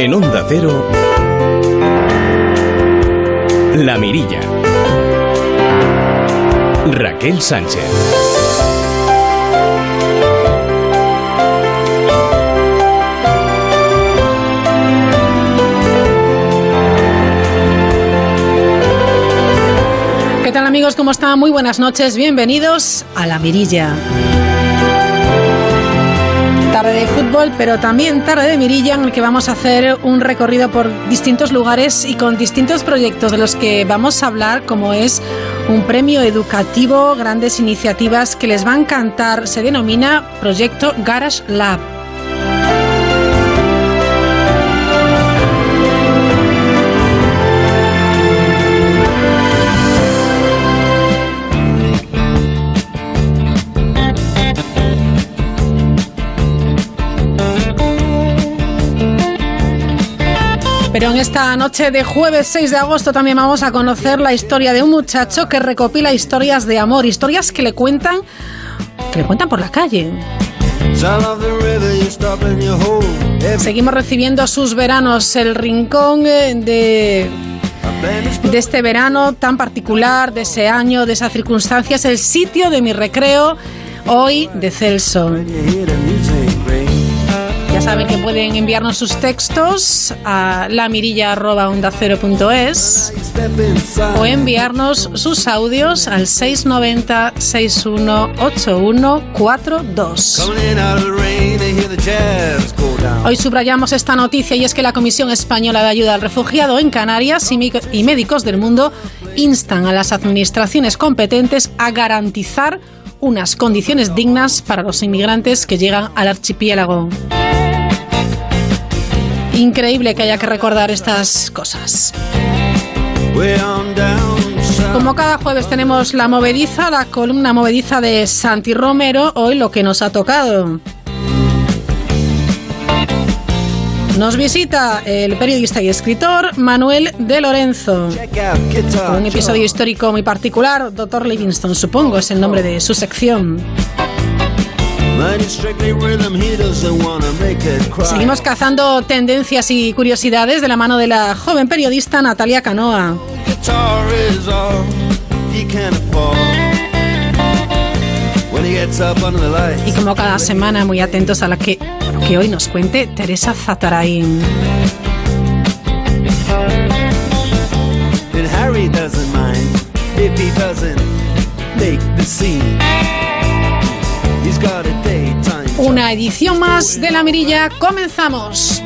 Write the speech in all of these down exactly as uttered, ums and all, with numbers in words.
En Onda Cero, La Mirilla. Raquel Sánchez. ¿Qué tal, amigos? ¿Cómo están? Muy buenas noches. Bienvenidos a La Mirilla. Tarde de fútbol, pero también tarde de mirilla, en el que vamos a hacer un recorrido por distintos lugares y con distintos proyectos de los que vamos a hablar, como es un premio educativo, grandes iniciativas que les va a encantar. Se denomina Proyecto Garage Lab. Pero en esta noche de jueves seis de agosto también vamos a conocer la historia de un muchacho que recopila historias de amor, historias que le cuentan, que le cuentan por la calle. Seguimos recibiendo sus veranos, el rincón de, de este verano tan particular, de ese año, de esas circunstancias, el sitio de mi recreo, hoy de Celso. Ya saben que pueden enviarnos sus textos a lamirilla arroba onda cero punto es o enviarnos sus audios al seis nueve cero, seis uno ocho uno cuatro dos. Hoy subrayamos esta noticia, y es que la Comisión Española de Ayuda al Refugiado en Canarias y, y médicos del mundo instan a las administraciones competentes a garantizar unas condiciones dignas para los inmigrantes que llegan al archipiélago. Increíble que haya que recordar estas cosas. Como cada jueves tenemos la movediza, la columna movediza de Santi Romero. Hoy lo que nos ha tocado. Nos visita el periodista y escritor Manuel de Lorenzo. Con un episodio histórico muy particular, doctor Livingstone, supongo, es el nombre de su sección. Seguimos cazando tendencias y curiosidades de la mano de la joven periodista Natalia Canoa. Y como cada semana, muy atentos a la que, lo que hoy nos cuente Teresa Zatarain. Una edición más de La Mirilla. Comenzamos.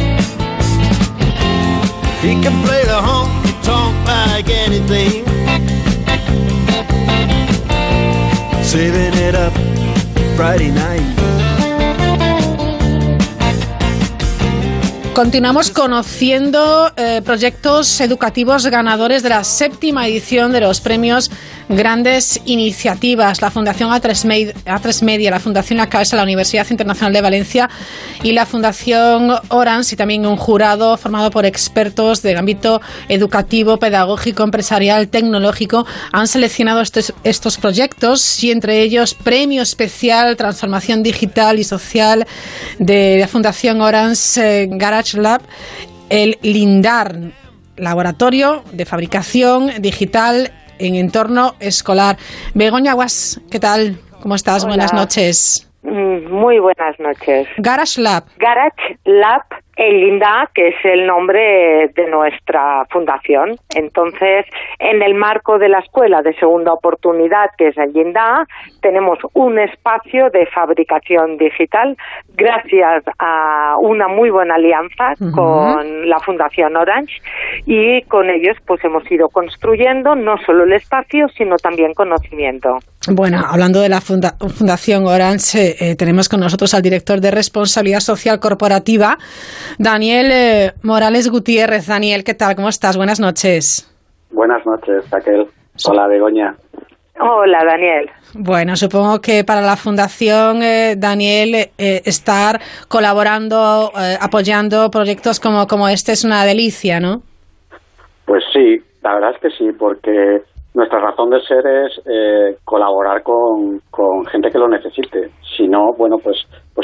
Continuamos conociendo eh, proyectos educativos ganadores de la séptima edición de los premios Grandes Iniciativas. La Fundación A tres Media, la Fundación A C A E S, la Universidad Internacional de Valencia y la Fundación Orange, y también un jurado formado por expertos del ámbito educativo, pedagógico, empresarial, tecnológico, han seleccionado estos, estos proyectos, y entre ellos Premio Especial Transformación Digital y Social de la Fundación Orange, eh, Garage Lab, el Lindar, laboratorio de fabricación digital en entorno escolar. Begoña Guas, ¿qué tal? ¿Cómo estás? Hola. Buenas noches. Muy buenas noches. Garage Lab. Garage Lab, el Linda, que es el nombre de nuestra fundación. Entonces, en el marco de la Escuela de Segunda Oportunidad, que es el Linda, tenemos un espacio de fabricación digital gracias a una muy buena alianza uh-huh. con la Fundación Orange, y con ellos pues hemos ido construyendo no solo el espacio, sino también conocimiento. Bueno, hablando de la funda- Fundación Orange, eh, tenemos con nosotros al director de Responsabilidad Social Corporativa, Daniel eh, Morales Gutiérrez. Daniel, ¿qué tal? ¿Cómo estás? Buenas noches. Buenas noches, Raquel. Hola, Begoña. Hola, Daniel. Bueno, supongo que para la Fundación, eh, Daniel, eh, estar colaborando, eh, apoyando proyectos como, como este es una delicia, ¿no? Pues sí, la verdad es que sí, porque nuestra razón de ser es eh, colaborar con, con gente que lo necesite. Si no, bueno, pues pues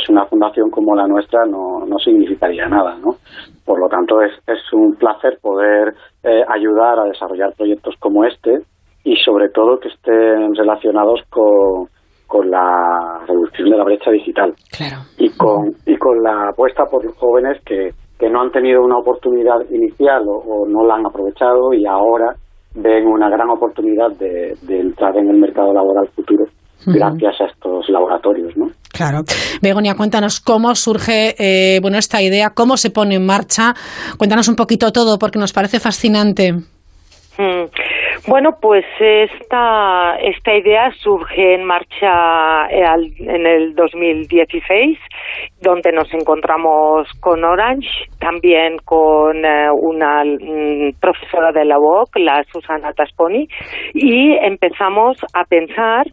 pues una fundación como la nuestra no, no significaría nada, ¿no? Por lo tanto, es, es un placer poder eh, ayudar a desarrollar proyectos como este y sobre todo que estén relacionados con, con la reducción de la brecha digital. Claro. Y con, y con la apuesta por los jóvenes que, que no han tenido una oportunidad inicial o, o no la han aprovechado y ahora ven una gran oportunidad de, de entrar en el mercado laboral futuro uh-huh. gracias a estos laboratorios, ¿no? Claro. Begoña, cuéntanos cómo surge eh, bueno, esta idea, cómo se pone en marcha. Cuéntanos un poquito todo, porque nos parece fascinante. Mm. Bueno, pues esta, esta idea surge en marcha en el dos mil dieciséis, donde nos encontramos con Orange, también con una profesora de la U O C, la Susana Tasponi, y empezamos a pensar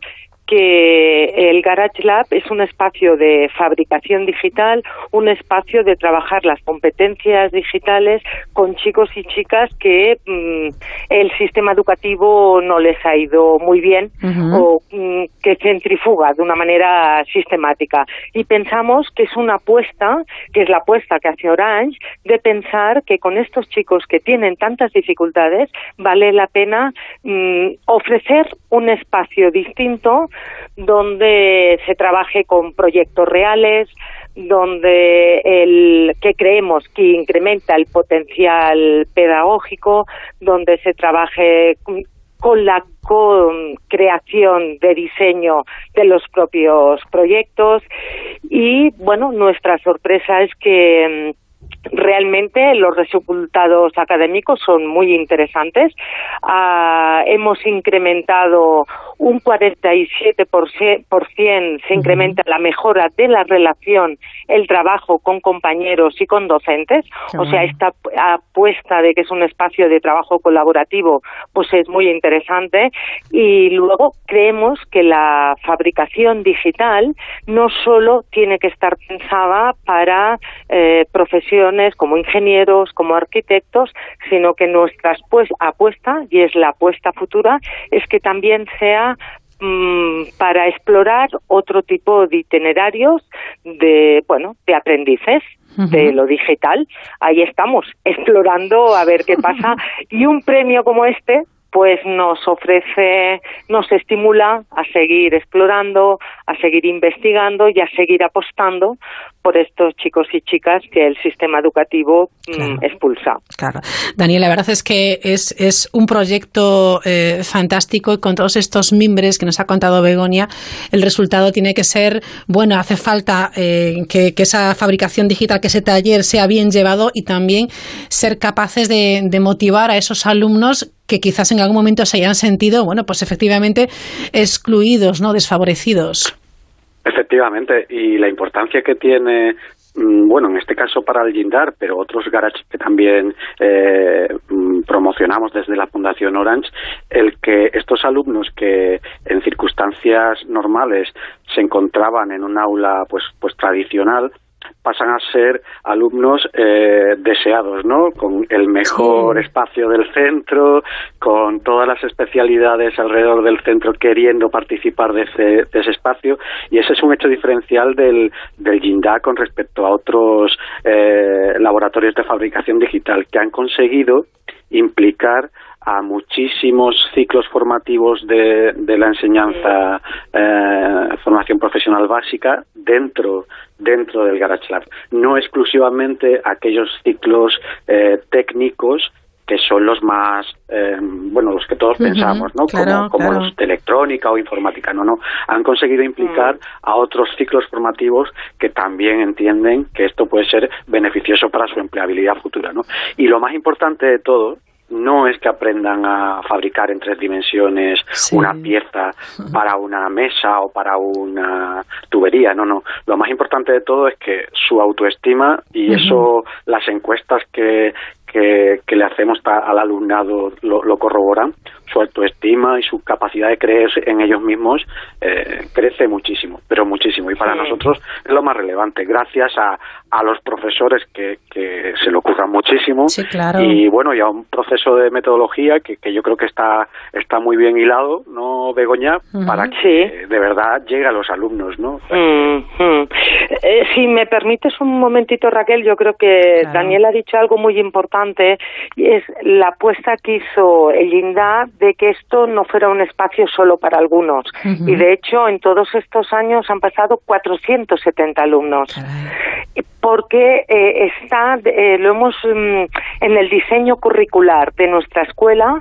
que el Garage Lab es un espacio de fabricación digital, un espacio de trabajar las competencias digitales con chicos y chicas que mmm, el sistema educativo no les ha ido muy bien uh-huh. o mmm, que centrifuga de una manera sistemática. Y pensamos que es una apuesta, que es la apuesta que hace Orange, de pensar que con estos chicos que tienen tantas dificultades vale la pena mmm, ofrecer un espacio distinto donde se trabaje con proyectos reales, donde el que creemos que incrementa el potencial pedagógico, donde se trabaje con la con creación de diseño de los propios proyectos. Y bueno, nuestra sorpresa es que realmente los resultados académicos son muy interesantes. Uh, hemos incrementado un cuarenta y siete por ciento, se incrementa la mejora de la relación, el trabajo con compañeros y con docentes. Qué o sea, esta apuesta de que es un espacio de trabajo colaborativo, pues es muy interesante. Y luego creemos que la fabricación digital no solo tiene que estar pensada para eh, profesiones como ingenieros, como arquitectos, sino que nuestra apuesta, y es la apuesta futura, es que también sea mmm, para explorar otro tipo de itinerarios de, bueno, de aprendices uh-huh. de lo digital. Ahí estamos, explorando a ver qué pasa. Y un premio como este pues nos ofrece, nos estimula a seguir explorando, a seguir investigando y a seguir apostando por estos chicos y chicas que el sistema educativo claro. mmm, expulsa. Claro. Daniel, la verdad es que es, es un proyecto eh, fantástico, y con todos estos mimbres que nos ha contado Begoña, el resultado tiene que ser, bueno, hace falta eh, que, que esa fabricación digital, que ese taller sea bien llevado, y también ser capaces de, de motivar a esos alumnos que quizás en algún momento se hayan sentido, bueno, pues efectivamente excluidos, ¿no?, desfavorecidos. Efectivamente, y la importancia que tiene, bueno, en este caso para el Jindar, pero otros garages que también eh, promocionamos desde la Fundación Orange, el que estos alumnos que en circunstancias normales se encontraban en un aula pues pues tradicional, pasan a ser alumnos eh, deseados, ¿no? Con el mejor sí. espacio del centro, con todas las especialidades alrededor del centro queriendo participar de ese, de ese espacio, y ese es un hecho diferencial del, del Jindar con respecto a otros eh, laboratorios de fabricación digital que han conseguido implicar a muchísimos ciclos formativos de, de la enseñanza, eh, formación profesional básica dentro dentro del Garage Lab, no exclusivamente aquellos ciclos eh, técnicos que son los más, eh, bueno, los que todos uh-huh, pensamos, ¿no? Claro, como como claro. los de electrónica o informática, no, no, han conseguido implicar uh-huh. a otros ciclos formativos que también entienden que esto puede ser beneficioso para su empleabilidad futura, ¿no? Y lo más importante de todo no es que aprendan a fabricar en tres dimensiones sí. una pieza para una mesa o para una tubería, no, no. Lo más importante de todo es que su autoestima, y uh-huh. eso las encuestas que, que, que le hacemos al alumnado lo, lo corroboran, su autoestima y su capacidad de creer en ellos mismos eh, crece muchísimo, pero muchísimo. Y para sí. nosotros es lo más relevante, gracias a, a los profesores que, que se lo curran muchísimo. Sí, claro. Y bueno, y a un proceso de metodología que, que yo creo que está, está muy bien hilado, ¿no, Begoña? Uh-huh. Para que sí. de verdad llegue a los alumnos, ¿no? Uh-huh. Eh, si me permites un momentito, Raquel, yo creo que claro. Daniel ha dicho algo muy importante, y es la apuesta que hizo el INDA de que esto no fuera un espacio solo para algunos. Uh-huh. Y de hecho, en todos estos años han pasado cuatrocientos setenta alumnos. Caray. Porque eh, está, eh, lo hemos, mm, en el diseño curricular de nuestra escuela,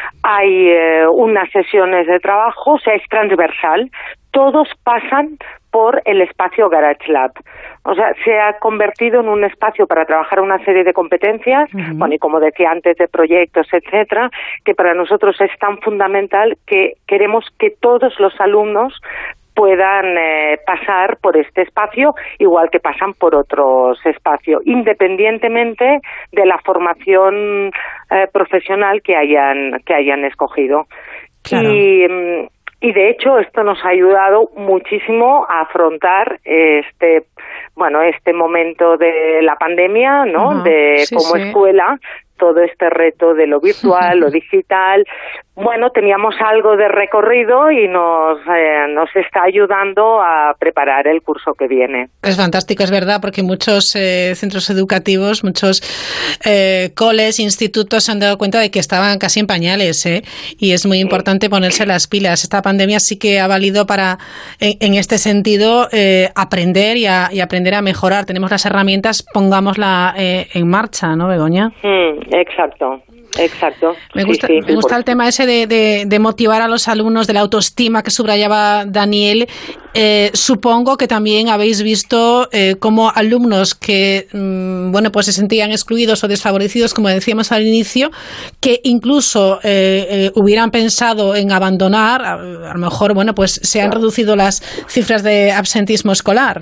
hay eh, unas sesiones de trabajo, o sea, es transversal, todos pasan por el espacio Garage Lab. O sea, se ha convertido en un espacio para trabajar una serie de competencias, uh-huh. bueno, y como decía antes, de proyectos, etcétera, que para nosotros es tan fundamental que queremos que todos los alumnos puedan eh, pasar por este espacio, igual que pasan por otros espacios, independientemente de la formación eh, profesional que hayan que hayan escogido. Claro. Y Y de hecho esto nos ha ayudado muchísimo a afrontar este, bueno, este momento de la pandemia, ¿no? Uh-huh. De sí, como sí. escuela, todo este reto de lo virtual, lo digital. Bueno, teníamos algo de recorrido y nos, eh, nos está ayudando a preparar el curso que viene. Es fantástico, es verdad, porque muchos eh, centros educativos, muchos eh, coles, institutos se han dado cuenta de que estaban casi en pañales, ¿eh? Y es muy importante ponerse las pilas. Esta pandemia sí que ha valido para, en, en este sentido, eh, aprender y, a, y aprender a mejorar. Tenemos las herramientas, pongámosla eh, en marcha, ¿no, Begoña? Mm, exacto. Exacto. Me gusta, sí, sí. me gusta el tema ese de, de, de motivar a los alumnos, de la autoestima que subrayaba Daniel. Eh, supongo que también habéis visto eh, cómo alumnos que mmm, bueno, pues se sentían excluidos o desfavorecidos, como decíamos al inicio, que incluso eh, eh, hubieran pensado en abandonar, a, a lo mejor, bueno, pues se han reducido las cifras de absentismo escolar.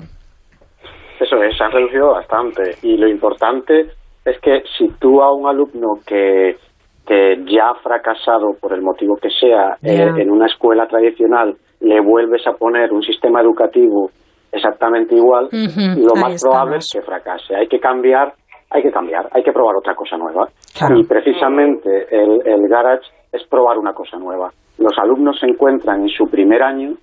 Eso es, se han reducido bastante. Y lo importante es que si tú a un alumno que, que ya ha fracasado por el motivo que sea yeah. eh, en una escuela tradicional le vuelves a poner un sistema educativo exactamente igual, uh-huh. lo más probable es que fracase. Hay que cambiar, hay que cambiar, hay que probar otra cosa nueva. Claro. Y precisamente el, el Garage es probar una cosa nueva. Los alumnos se encuentran en su primer año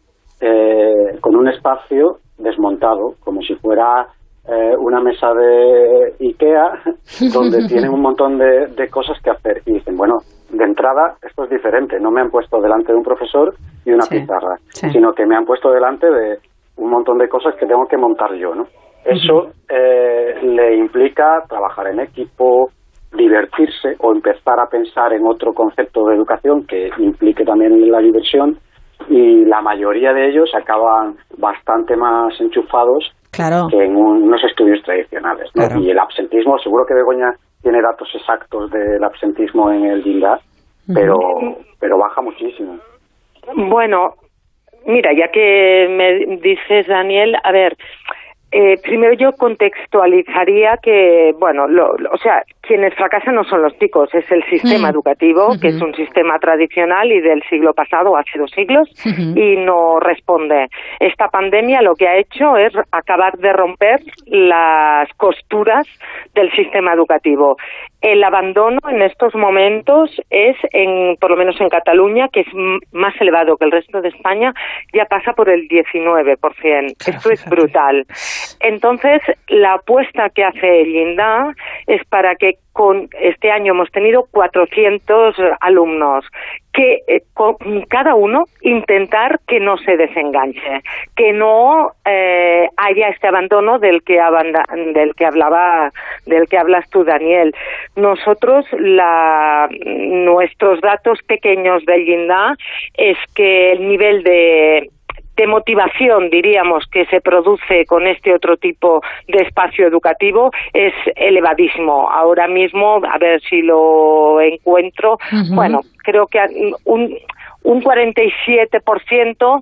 eh, con un espacio desmontado, como si fuera Eh, una mesa de IKEA donde tienen un montón de, de cosas que hacer y dicen, bueno, de entrada esto es diferente, no me han puesto delante de un profesor y una sí, pizarra, sí. sino que me han puesto delante de un montón de cosas que tengo que montar yo, ¿no? Eso uh-huh. eh, le implica trabajar en equipo, divertirse o empezar a pensar en otro concepto de educación que implique también la diversión, y la mayoría de ellos acaban bastante más enchufados claro. que en un, unos estudios tradicionales, ¿no? Claro. Y el absentismo, seguro que Begoña tiene datos exactos del absentismo en el INDA, uh-huh. pero, pero baja muchísimo. Bueno, mira, ya que me dices, Daniel, a ver, eh, primero yo contextualizaría que, bueno, lo, lo, o sea, quienes fracasan no son los chicos, es el sistema mm. educativo, uh-huh. que es un sistema tradicional y del siglo pasado, hace dos siglos, uh-huh. y no responde. Esta pandemia lo que ha hecho es acabar de romper las costuras del sistema educativo. El abandono en estos momentos es, en, por lo menos en Cataluña, que es m- más elevado que el resto de España, ya pasa por el diecinueve por ciento. Esto es brutal. Entonces, la apuesta que hace el INDA es para que con este año hemos tenido cuatrocientos alumnos, que eh, con cada uno intentar que no se desenganche, que no eh, haya este abandono del que abanda, del que hablaba, del que hablas tú, Daniel. Nosotros, la, nuestros datos pequeños del INDA es que el nivel de de motivación, diríamos, que se produce con este otro tipo de espacio educativo es elevadísimo. Ahora mismo, a ver si lo encuentro, uh-huh. bueno, creo que un, un cuarenta y siete por ciento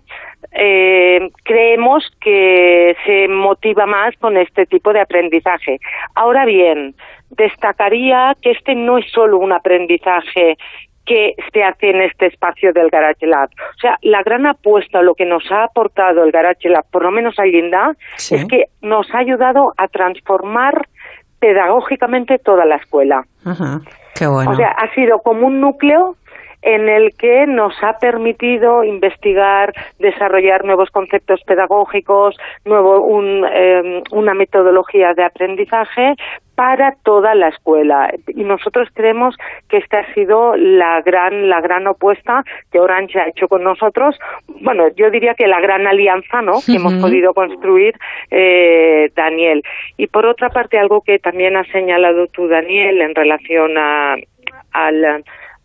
eh, creemos que se motiva más con este tipo de aprendizaje. Ahora bien, destacaría que este no es solo un aprendizaje que se hace en este espacio del Garage Lab. O sea, la gran apuesta, lo que nos ha aportado el Garage Lab, por lo menos a Llinda, sí. es que nos ha ayudado a transformar pedagógicamente toda la escuela. Ajá, qué bueno. O sea, ha sido como un núcleo en el que nos ha permitido investigar, desarrollar nuevos conceptos pedagógicos, nuevo un, eh, una metodología de aprendizaje para toda la escuela. Y nosotros creemos que esta ha sido la gran la gran apuesta que Orange ha hecho con nosotros. Bueno, yo diría que la gran alianza, ¿no?, que uh-huh. hemos podido construir, eh, Daniel. Y por otra parte, algo que también has señalado tú, Daniel, en relación a al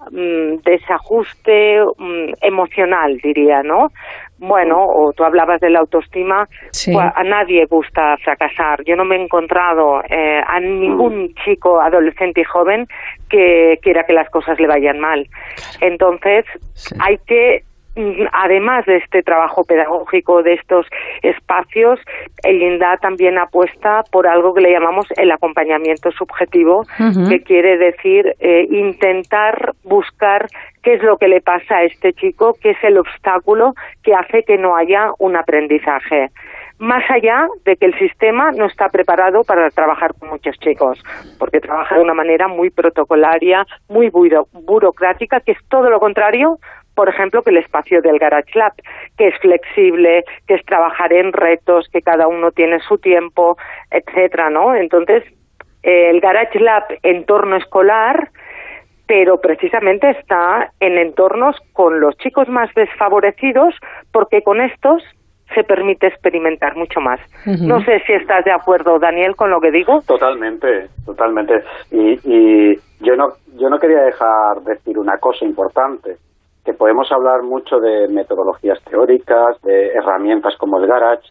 desajuste um, emocional, diría, ¿no? Bueno, o tú hablabas de la autoestima, sí. pues a nadie gusta fracasar. Yo no me he encontrado eh, a ningún chico, adolescente y joven que quiera que las cosas le vayan mal. Entonces, sí. hay que, además de este trabajo pedagógico, de estos espacios, el Llinda también apuesta por algo que le llamamos el acompañamiento subjetivo, uh-huh. que quiere decir eh, intentar buscar qué es lo que le pasa a este chico, qué es el obstáculo que hace que no haya un aprendizaje. Más allá de que el sistema no está preparado para trabajar con muchos chicos, porque trabaja de una manera muy protocolaria, muy buro- burocrática, que es todo lo contrario, por ejemplo, que el espacio del Garage Lab, que es flexible, que es trabajar en retos, que cada uno tiene su tiempo, etcétera, ¿no? Entonces, eh, el Garage Lab, entorno escolar, pero precisamente está en entornos con los chicos más desfavorecidos, porque con estos se permite experimentar mucho más. Uh-huh. No sé si estás de acuerdo, Daniel, con lo que digo. Totalmente, totalmente. Y, y yo no, yo no quería dejar de decir una cosa importante, que podemos hablar mucho de metodologías teóricas, de herramientas como el Garage,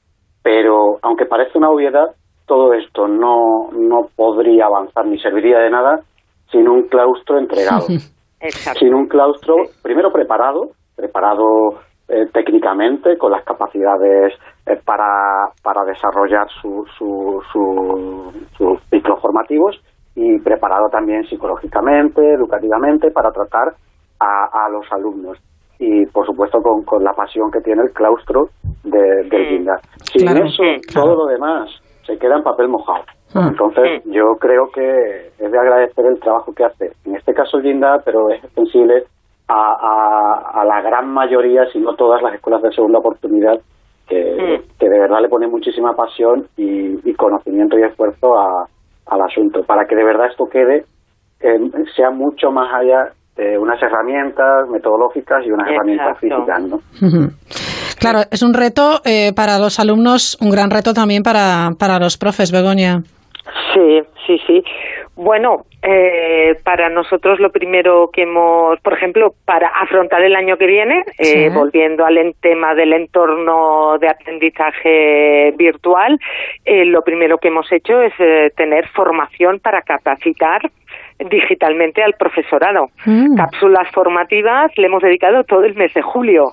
pero aunque parece una obviedad, todo esto no, no podría avanzar ni serviría de nada sin un claustro entregado. Exacto. Sin un claustro, primero preparado, preparado eh, técnicamente, con las capacidades eh, para, para desarrollar su, su, su, sus ciclos formativos, y preparado también psicológicamente, educativamente, para tratar A, a los alumnos, y por supuesto con, con la pasión que tiene el claustro de, del Llinda. Sin claro, eso, claro. todo lo demás se queda en papel mojado. Ah. Entonces, yo creo que es de agradecer el trabajo que hace, en este caso el Llinda, pero es extensible a, a, a la gran mayoría, si no todas, las escuelas de segunda oportunidad, que, mm. que de verdad le ponen muchísima pasión y, y conocimiento y esfuerzo a, al asunto, para que de verdad esto quede, eh, sea mucho más allá de unas herramientas metodológicas y unas Exacto. herramientas físicas, ¿no? Uh-huh. Claro, es un reto eh, para los alumnos, un gran reto también para, para los profes, Begoña. Sí, sí, sí. Bueno, eh, para nosotros lo primero que hemos, por ejemplo, para afrontar el año que viene, eh, sí. volviendo al tema del entorno de aprendizaje virtual, eh, lo primero que hemos hecho es eh, tener formación para capacitar digitalmente al profesorado. Mm. Cápsulas formativas le hemos dedicado todo el mes de julio.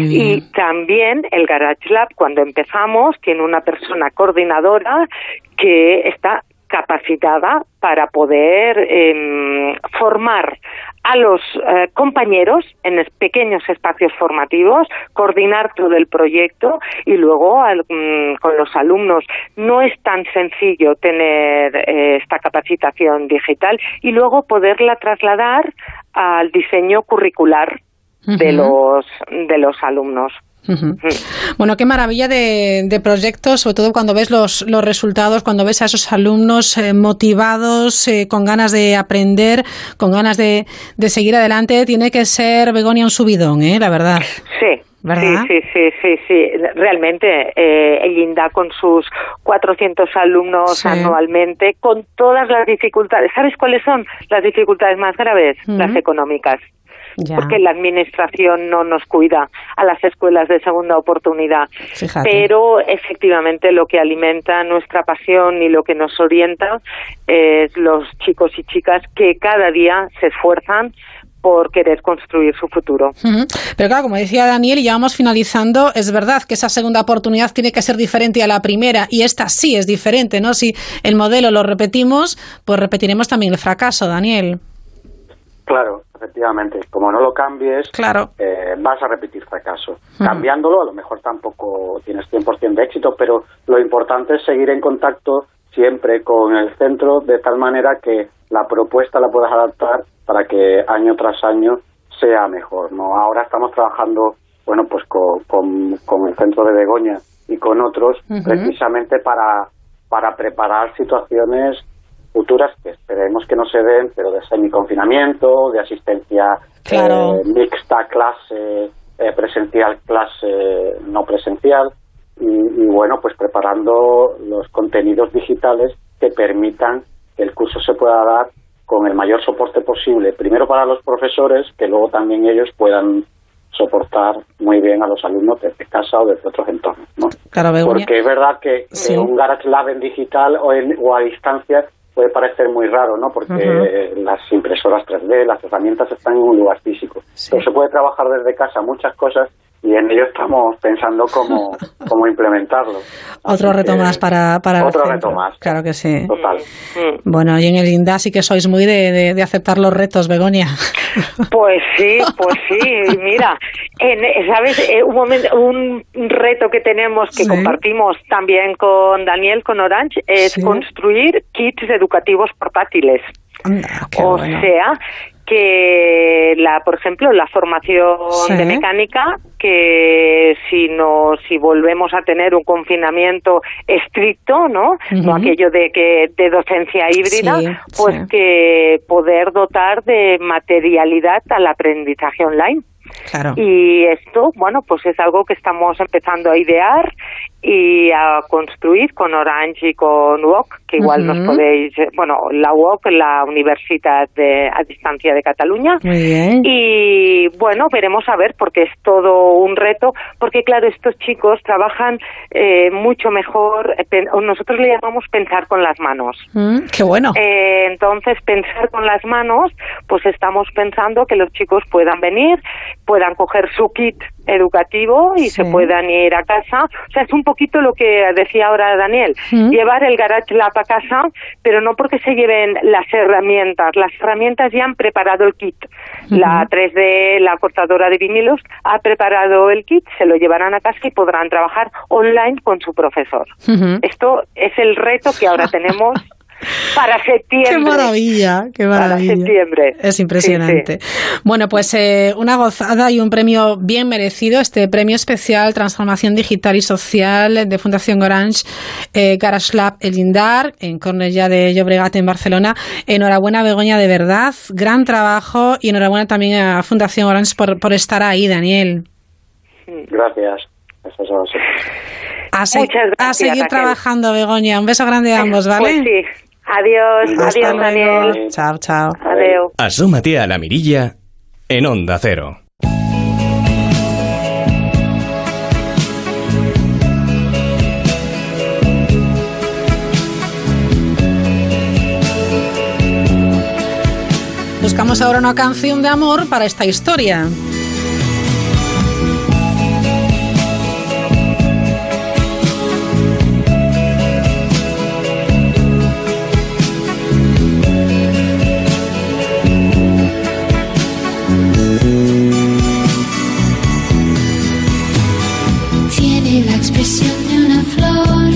Y también el Garage Lab, cuando empezamos, tiene una persona coordinadora que está capacitada para poder eh, formar a los eh, compañeros en es, pequeños espacios formativos, coordinar todo el proyecto y luego al, mm, con los alumnos. No es tan sencillo tener eh, esta capacitación digital y luego poderla trasladar al diseño curricular uh-huh. de los de los alumnos. Uh-huh. Bueno, qué maravilla de, de proyectos, sobre todo cuando ves los, los resultados, cuando ves a esos alumnos eh, motivados, eh, con ganas de aprender, con ganas de, de seguir adelante. Tiene que ser, Begoña, un subidón, ¿eh? La verdad. Sí. ¿verdad? Sí, sí, sí, sí, sí. Realmente eh, el Llinda con sus cuatrocientos alumnos sí. anualmente, con todas las dificultades. ¿Sabes cuáles son las dificultades más graves? Uh-huh. Las económicas. Ya. Porque la administración no nos cuida a las escuelas de segunda oportunidad. Fíjate. Pero efectivamente lo que alimenta nuestra pasión y lo que nos orienta es los chicos y chicas que cada día se esfuerzan por querer construir su futuro. Uh-huh. Pero claro, como decía Daniel, y ya vamos finalizando, es verdad que esa segunda oportunidad tiene que ser diferente a la primera, y esta sí es diferente, ¿no? Si el modelo lo repetimos, pues repetiremos también el fracaso, Daniel. Claro, efectivamente. Como no lo cambies, claro. eh, vas a repetir fracaso. Uh-huh. Cambiándolo, a lo mejor tampoco tienes cien por ciento de éxito, pero lo importante es seguir en contacto siempre con el centro, de tal manera que la propuesta la puedas adaptar para que año tras año sea mejor, ¿no? Ahora estamos trabajando, bueno, pues con, con, con el centro de Begoña y con otros, uh-huh. precisamente para, para preparar situaciones futuras que esperemos que no se den, pero de semiconfinamiento, de asistencia claro. eh, mixta, clase eh, presencial, clase no presencial, y, y bueno, pues preparando los contenidos digitales que permitan que el curso se pueda dar con el mayor soporte posible, primero para los profesores, que luego también ellos puedan soportar muy bien a los alumnos desde casa o desde otros entornos, ¿no? Claro, porque es verdad que, sí. que un Garage Lab en digital o, en, o a distancia puede parecer muy raro, ¿no? Porque uh-huh. las impresoras tres D, las herramientas están en un lugar físico. Sí. Pero se puede trabajar desde casa muchas cosas y en ello estamos pensando cómo, cómo implementarlo. Otro Así reto más para, para Otro el reto más. Claro que sí. Total. Bueno, y en el INDA sí que sois muy de, de, de aceptar los retos, Begoña. Pues sí, pues sí. Mira, en, ¿sabes? Un, momento, un reto que tenemos, que sí. compartimos también con Daniel, con Orange, es sí. construir kits educativos portátiles. Anda, qué o bueno. sea, que la, por ejemplo, la formación sí. de mecánica, que si no, si volvemos a tener un confinamiento estricto, ¿no? Uh-huh. No aquello de que de docencia híbrida, sí, pues sí. que poder dotar de materialidad al aprendizaje online. Claro. Y esto, bueno, pues es algo que estamos empezando a idear y a construir con Orange y con U O C, que igual uh-huh. nos podéis, bueno, la U O C, la Universidad de, a Distancia de Cataluña. Muy bien. Y bueno, veremos a ver, porque es todo un reto, porque claro, estos chicos trabajan eh, mucho mejor, pen, nosotros le llamamos pensar con las manos. Mm, ¡Qué bueno! Eh, entonces, pensar con las manos, pues estamos pensando que los chicos puedan venir, puedan coger su kit educativo y sí. se puedan ir a casa. O sea, es un poquito lo que decía ahora Daniel, ¿Mm? llevar el Garage Lab a casa, pero no porque se lleven las herramientas. Las herramientas ya han preparado el kit. Uh-huh. La tres D, la cortadora de vinilos, ha preparado el kit, se lo llevarán a casa y podrán trabajar online con su profesor. Uh-huh. Esto es el reto que ahora tenemos para septiembre. ¡Qué maravilla! ¡Qué maravilla! Para septiembre. Es impresionante. Sí, sí. Bueno, pues eh, una gozada y un premio bien merecido, este premio especial Transformación Digital y Social de Fundación Orange, eh, Garage Lab El Lindar, en Cornellà de Llobregat, en Barcelona. Enhorabuena, Begoña, de verdad. Gran trabajo y enhorabuena también a Fundación Orange por, por estar ahí, Daniel. Gracias. Gracias a vosotros. A, se- Muchas gracias, a seguir Raquel. trabajando, Begoña. Un beso grande a ambos, ¿vale? Pues sí. Adiós, Hasta adiós, luego. Daniel. Chao, chao. Adiós. Asómate a la mirilla en Onda Cero. Buscamos ahora una canción de amor para esta historia. Tiene la expresión de una flor,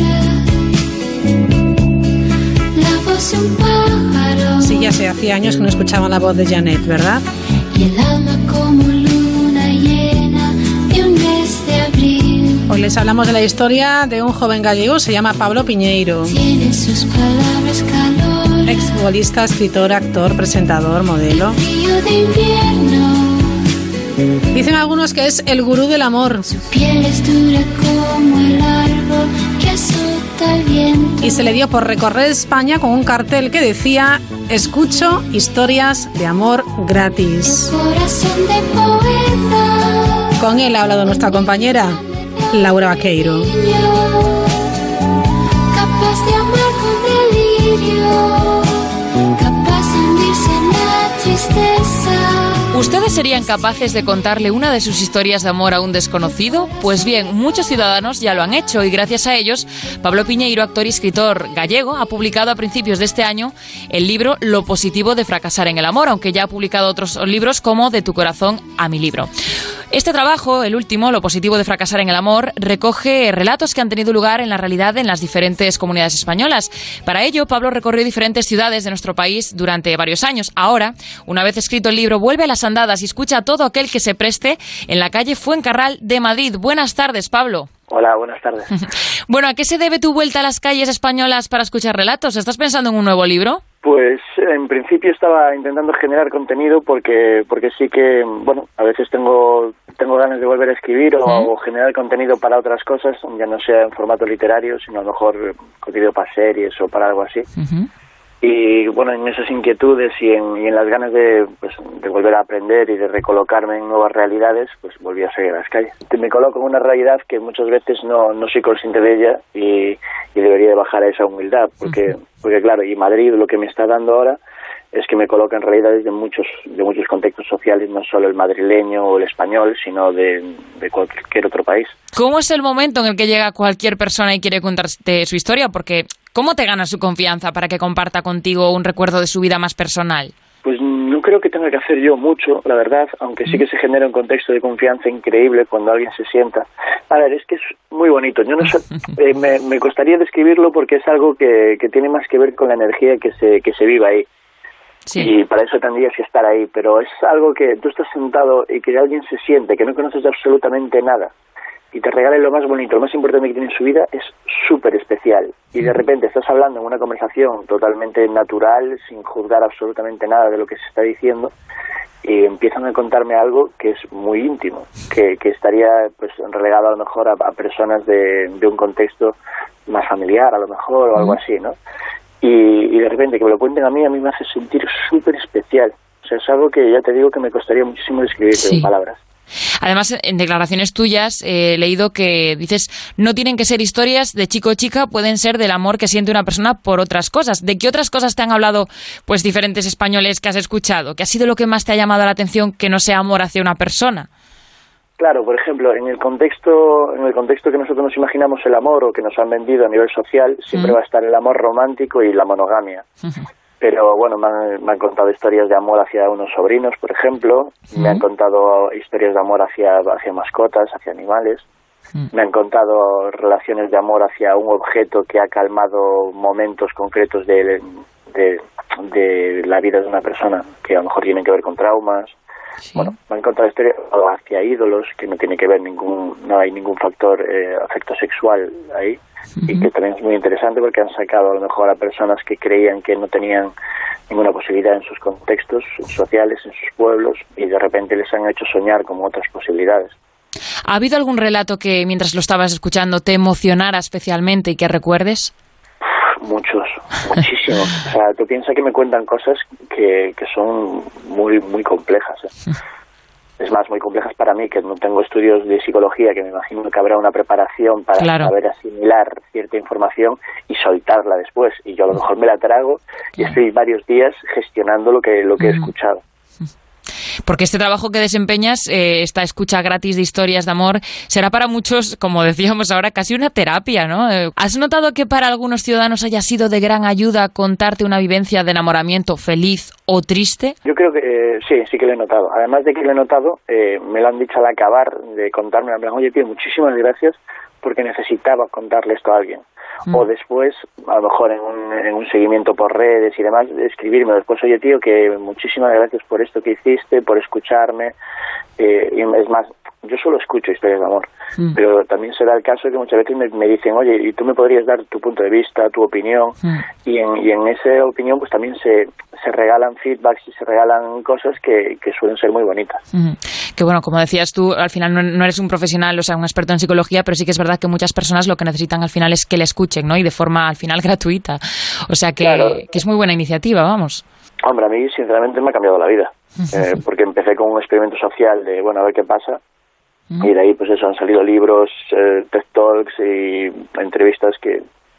la voz de un pájaro. Sí, ya sé, hacía años que no escuchaban la voz de Janet, ¿verdad? Y el alma como luna llena de un mes de abril. Hoy les hablamos de la historia de un joven gallego, se llama Pablo Piñeiro. Tiene sus palabras calor. Exfutbolista, escritor, actor, presentador, modelo. El frío de invierno. Dicen algunos que es el gurú del amor. Su piel es dura como el árbol que azota el viento. Y se le dio por recorrer España con un cartel que decía: escucho historias de amor gratis. Corazón de poeta. Con él ha hablado nuestra compañera Laura Vaqueiro. Capaz de amar con delirio, capaz de hundirse en la tristeza. ¿Ustedes serían capaces de contarle una de sus historias de amor a un desconocido? Pues bien, muchos ciudadanos ya lo han hecho y gracias a ellos, Pablo Piñeiro, actor y escritor gallego, ha publicado a principios de este año el libro Lo positivo de fracasar en el amor, aunque ya ha publicado otros libros como De tu corazón a mi libro. Este trabajo, el último, Lo positivo de fracasar en el amor, recoge relatos que han tenido lugar en la realidad en las diferentes comunidades españolas. Para ello, Pablo recorrió diferentes ciudades de nuestro país durante varios años. Ahora, una vez escrito el libro, vuelve a las andadas y escucha a todo aquel que se preste en la calle Fuencarral de Madrid. Buenas tardes, Pablo. Hola, buenas tardes. Bueno, ¿a qué se debe tu vuelta a las calles españolas para escuchar relatos? ¿Estás pensando en un nuevo libro? Pues en principio estaba intentando generar contenido porque porque sí que, bueno, a veces tengo tengo ganas de volver a escribir o, ¿Mm? o generar contenido para otras cosas, ya no sea en formato literario, sino a lo mejor contenido para series o para algo así. Uh-huh. Y bueno, en esas inquietudes y en, y en las ganas de, pues, de volver a aprender y de recolocarme en nuevas realidades, pues volví a seguir a las calles. Me coloco en una realidad que muchas veces no, no soy consciente de ella y, y debería de bajar a esa humildad, porque, uh-huh. porque claro, y Madrid lo que me está dando ahora es que me coloca en realidades de muchos de muchos contextos sociales, no solo el madrileño o el español, sino de, de cualquier otro país. ¿Cómo es el momento en el que llega cualquier persona y quiere contarte su historia? Porque ¿cómo te ganas su confianza para que comparta contigo un recuerdo de su vida más personal? Pues no creo que tenga que hacer yo mucho, la verdad, aunque sí que se genera un contexto de confianza increíble cuando alguien se sienta. A ver, es que es muy bonito. Yo no sé, eh, me, me costaría describirlo porque es algo que, que tiene más que ver con la energía que se que se vive ahí. Sí. Y para eso tendrías que estar ahí, pero es algo que tú estás sentado y que alguien se siente, que no conoces de absolutamente nada, y te regale lo más bonito, lo más importante que tiene en su vida, es súper especial. Y de repente estás hablando en una conversación totalmente natural, sin juzgar absolutamente nada de lo que se está diciendo, y empiezan a contarme algo que es muy íntimo, que, que estaría pues relegado a lo mejor a, a personas de, de un contexto más familiar, a lo mejor, o algo así, ¿no? Y, y de repente que me lo cuenten a mí, a mí me hace sentir súper especial. O sea, es algo que ya te digo que me costaría muchísimo describir sí. en palabras. Además, en declaraciones tuyas eh, he leído que dices, no tienen que ser historias de chico o chica, pueden ser del amor que siente una persona por otras cosas. ¿De qué otras cosas te han hablado pues diferentes españoles que has escuchado? ¿Qué ha sido lo que más te ha llamado la atención que no sea amor hacia una persona? Claro, por ejemplo, en el contexto en el contexto que nosotros nos imaginamos el amor o que nos han vendido a nivel social, siempre uh-huh. va a estar el amor romántico y la monogamia. Uh-huh. Pero bueno, me han, me han contado historias de amor hacia unos sobrinos, por ejemplo, uh-huh. me han contado historias de amor hacia, hacia mascotas, hacia animales, uh-huh. me han contado relaciones de amor hacia un objeto que ha calmado momentos concretos de, de, de la vida de una persona, que a lo mejor tienen que ver con traumas. Sí. Bueno, me han contado historias hacia ídolos, que no tiene que ver ningún, no hay ningún factor eh, afecto sexual ahí, uh-huh. y que también es muy interesante porque han sacado a lo mejor a personas que creían que no tenían ninguna posibilidad en sus contextos sociales, en sus pueblos, y de repente les han hecho soñar con otras posibilidades. ¿Ha habido algún relato que mientras lo estabas escuchando te emocionara especialmente y que recuerdes? Muchos, muchísimos. O sea, tú piensas que me cuentan cosas que, que son muy muy complejas. ¿eh? Es más, muy complejas para mí, que no tengo estudios de psicología, que me imagino que habrá una preparación para claro. saber asimilar cierta información y soltarla después. Y yo a lo mejor me la trago y estoy varios días gestionando lo que, lo que he escuchado. Porque este trabajo que desempeñas, eh, esta escucha gratis de historias de amor, será para muchos, como decíamos ahora, casi una terapia, ¿no? Eh, ¿Has notado que para algunos ciudadanos haya sido de gran ayuda contarte una vivencia de enamoramiento feliz o triste? Yo creo que eh, sí, sí que lo he notado. Además de que lo he notado, eh, me lo han dicho al acabar de contarme, en plan, oye, tío, muchísimas gracias porque necesitaba contarle esto a alguien. Mm. O después, a lo mejor en un, en un seguimiento por redes y demás, escribirme después, oye tío, que muchísimas gracias por esto que hiciste, por escucharme. Eh, y es más, yo solo escucho historias de amor, mm. pero también se da el caso que muchas veces me, me dicen, oye, y tú me podrías dar tu punto de vista, tu opinión, mm. y, en, y en esa opinión pues también se, se regalan feedbacks y se regalan cosas que, que suelen ser muy bonitas. Mm. Que bueno, como decías tú, al final no, no eres un profesional, o sea, un experto en psicología, pero sí que es verdad que muchas personas lo que necesitan al final es que le escuchen, ¿no? Y de forma al final gratuita. O sea que, claro. que es muy buena iniciativa, vamos. Hombre, a mí sinceramente me ha cambiado la vida, eh, porque empecé con un experimento social de, bueno, a ver qué pasa, uh-huh. y de ahí pues eso, han salido libros, eh, TED Talks y entrevistas que, que bueno,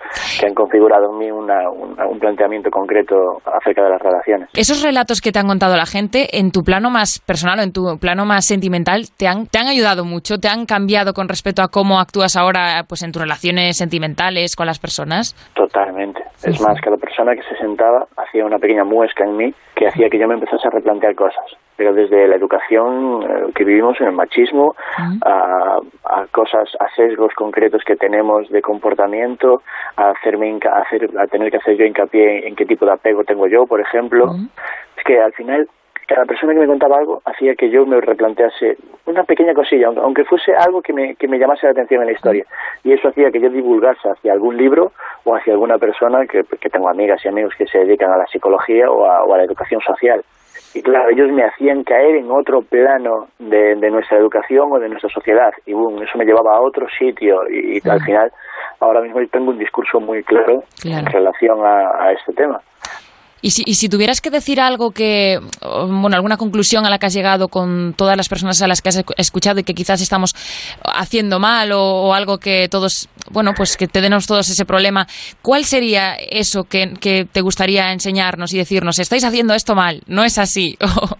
que han configurado en mí una, una, un planteamiento concreto acerca de las relaciones. Esos relatos que te han contado la gente, en tu plano más personal o en tu plano más sentimental, te han, te han ayudado mucho, te han cambiado con respecto a cómo actúas ahora pues en tus relaciones sentimentales con las personas. Totalmente. Sí, es sí. más, cada persona que se sentaba hacía una pequeña muesca en mí que hacía que yo me empezase a replantear cosas. Pero desde la educación eh, que vivimos, en el machismo, uh-huh. a, a cosas, a sesgos concretos que tenemos de comportamiento, a hacerme inca- a, hacer, a tener que hacer yo hincapié en qué tipo de apego tengo yo, por ejemplo. Uh-huh. Es que al final cada persona que me contaba algo hacía que yo me replantease una pequeña cosilla, aunque fuese algo que me, que me llamase la atención en la historia. Y eso hacía que yo divulgase hacia algún libro o hacia alguna persona, que, que tengo amigas y amigos que se dedican a la psicología o a, o a la educación social. Y claro, ellos me hacían caer en otro plano de, de nuestra educación o de nuestra sociedad. Y boom, eso me llevaba a otro sitio. Y, y al final, ahora mismo tengo un discurso muy claro, claro. en relación a, a este tema. Y si, y si tuvieras que decir algo que, bueno, alguna conclusión a la que has llegado con todas las personas a las que has escuchado y que quizás estamos haciendo mal o, o algo que todos, bueno, pues que tenemos todos ese problema, ¿cuál sería eso que, que te gustaría enseñarnos y decirnos, estáis haciendo esto mal, no es así?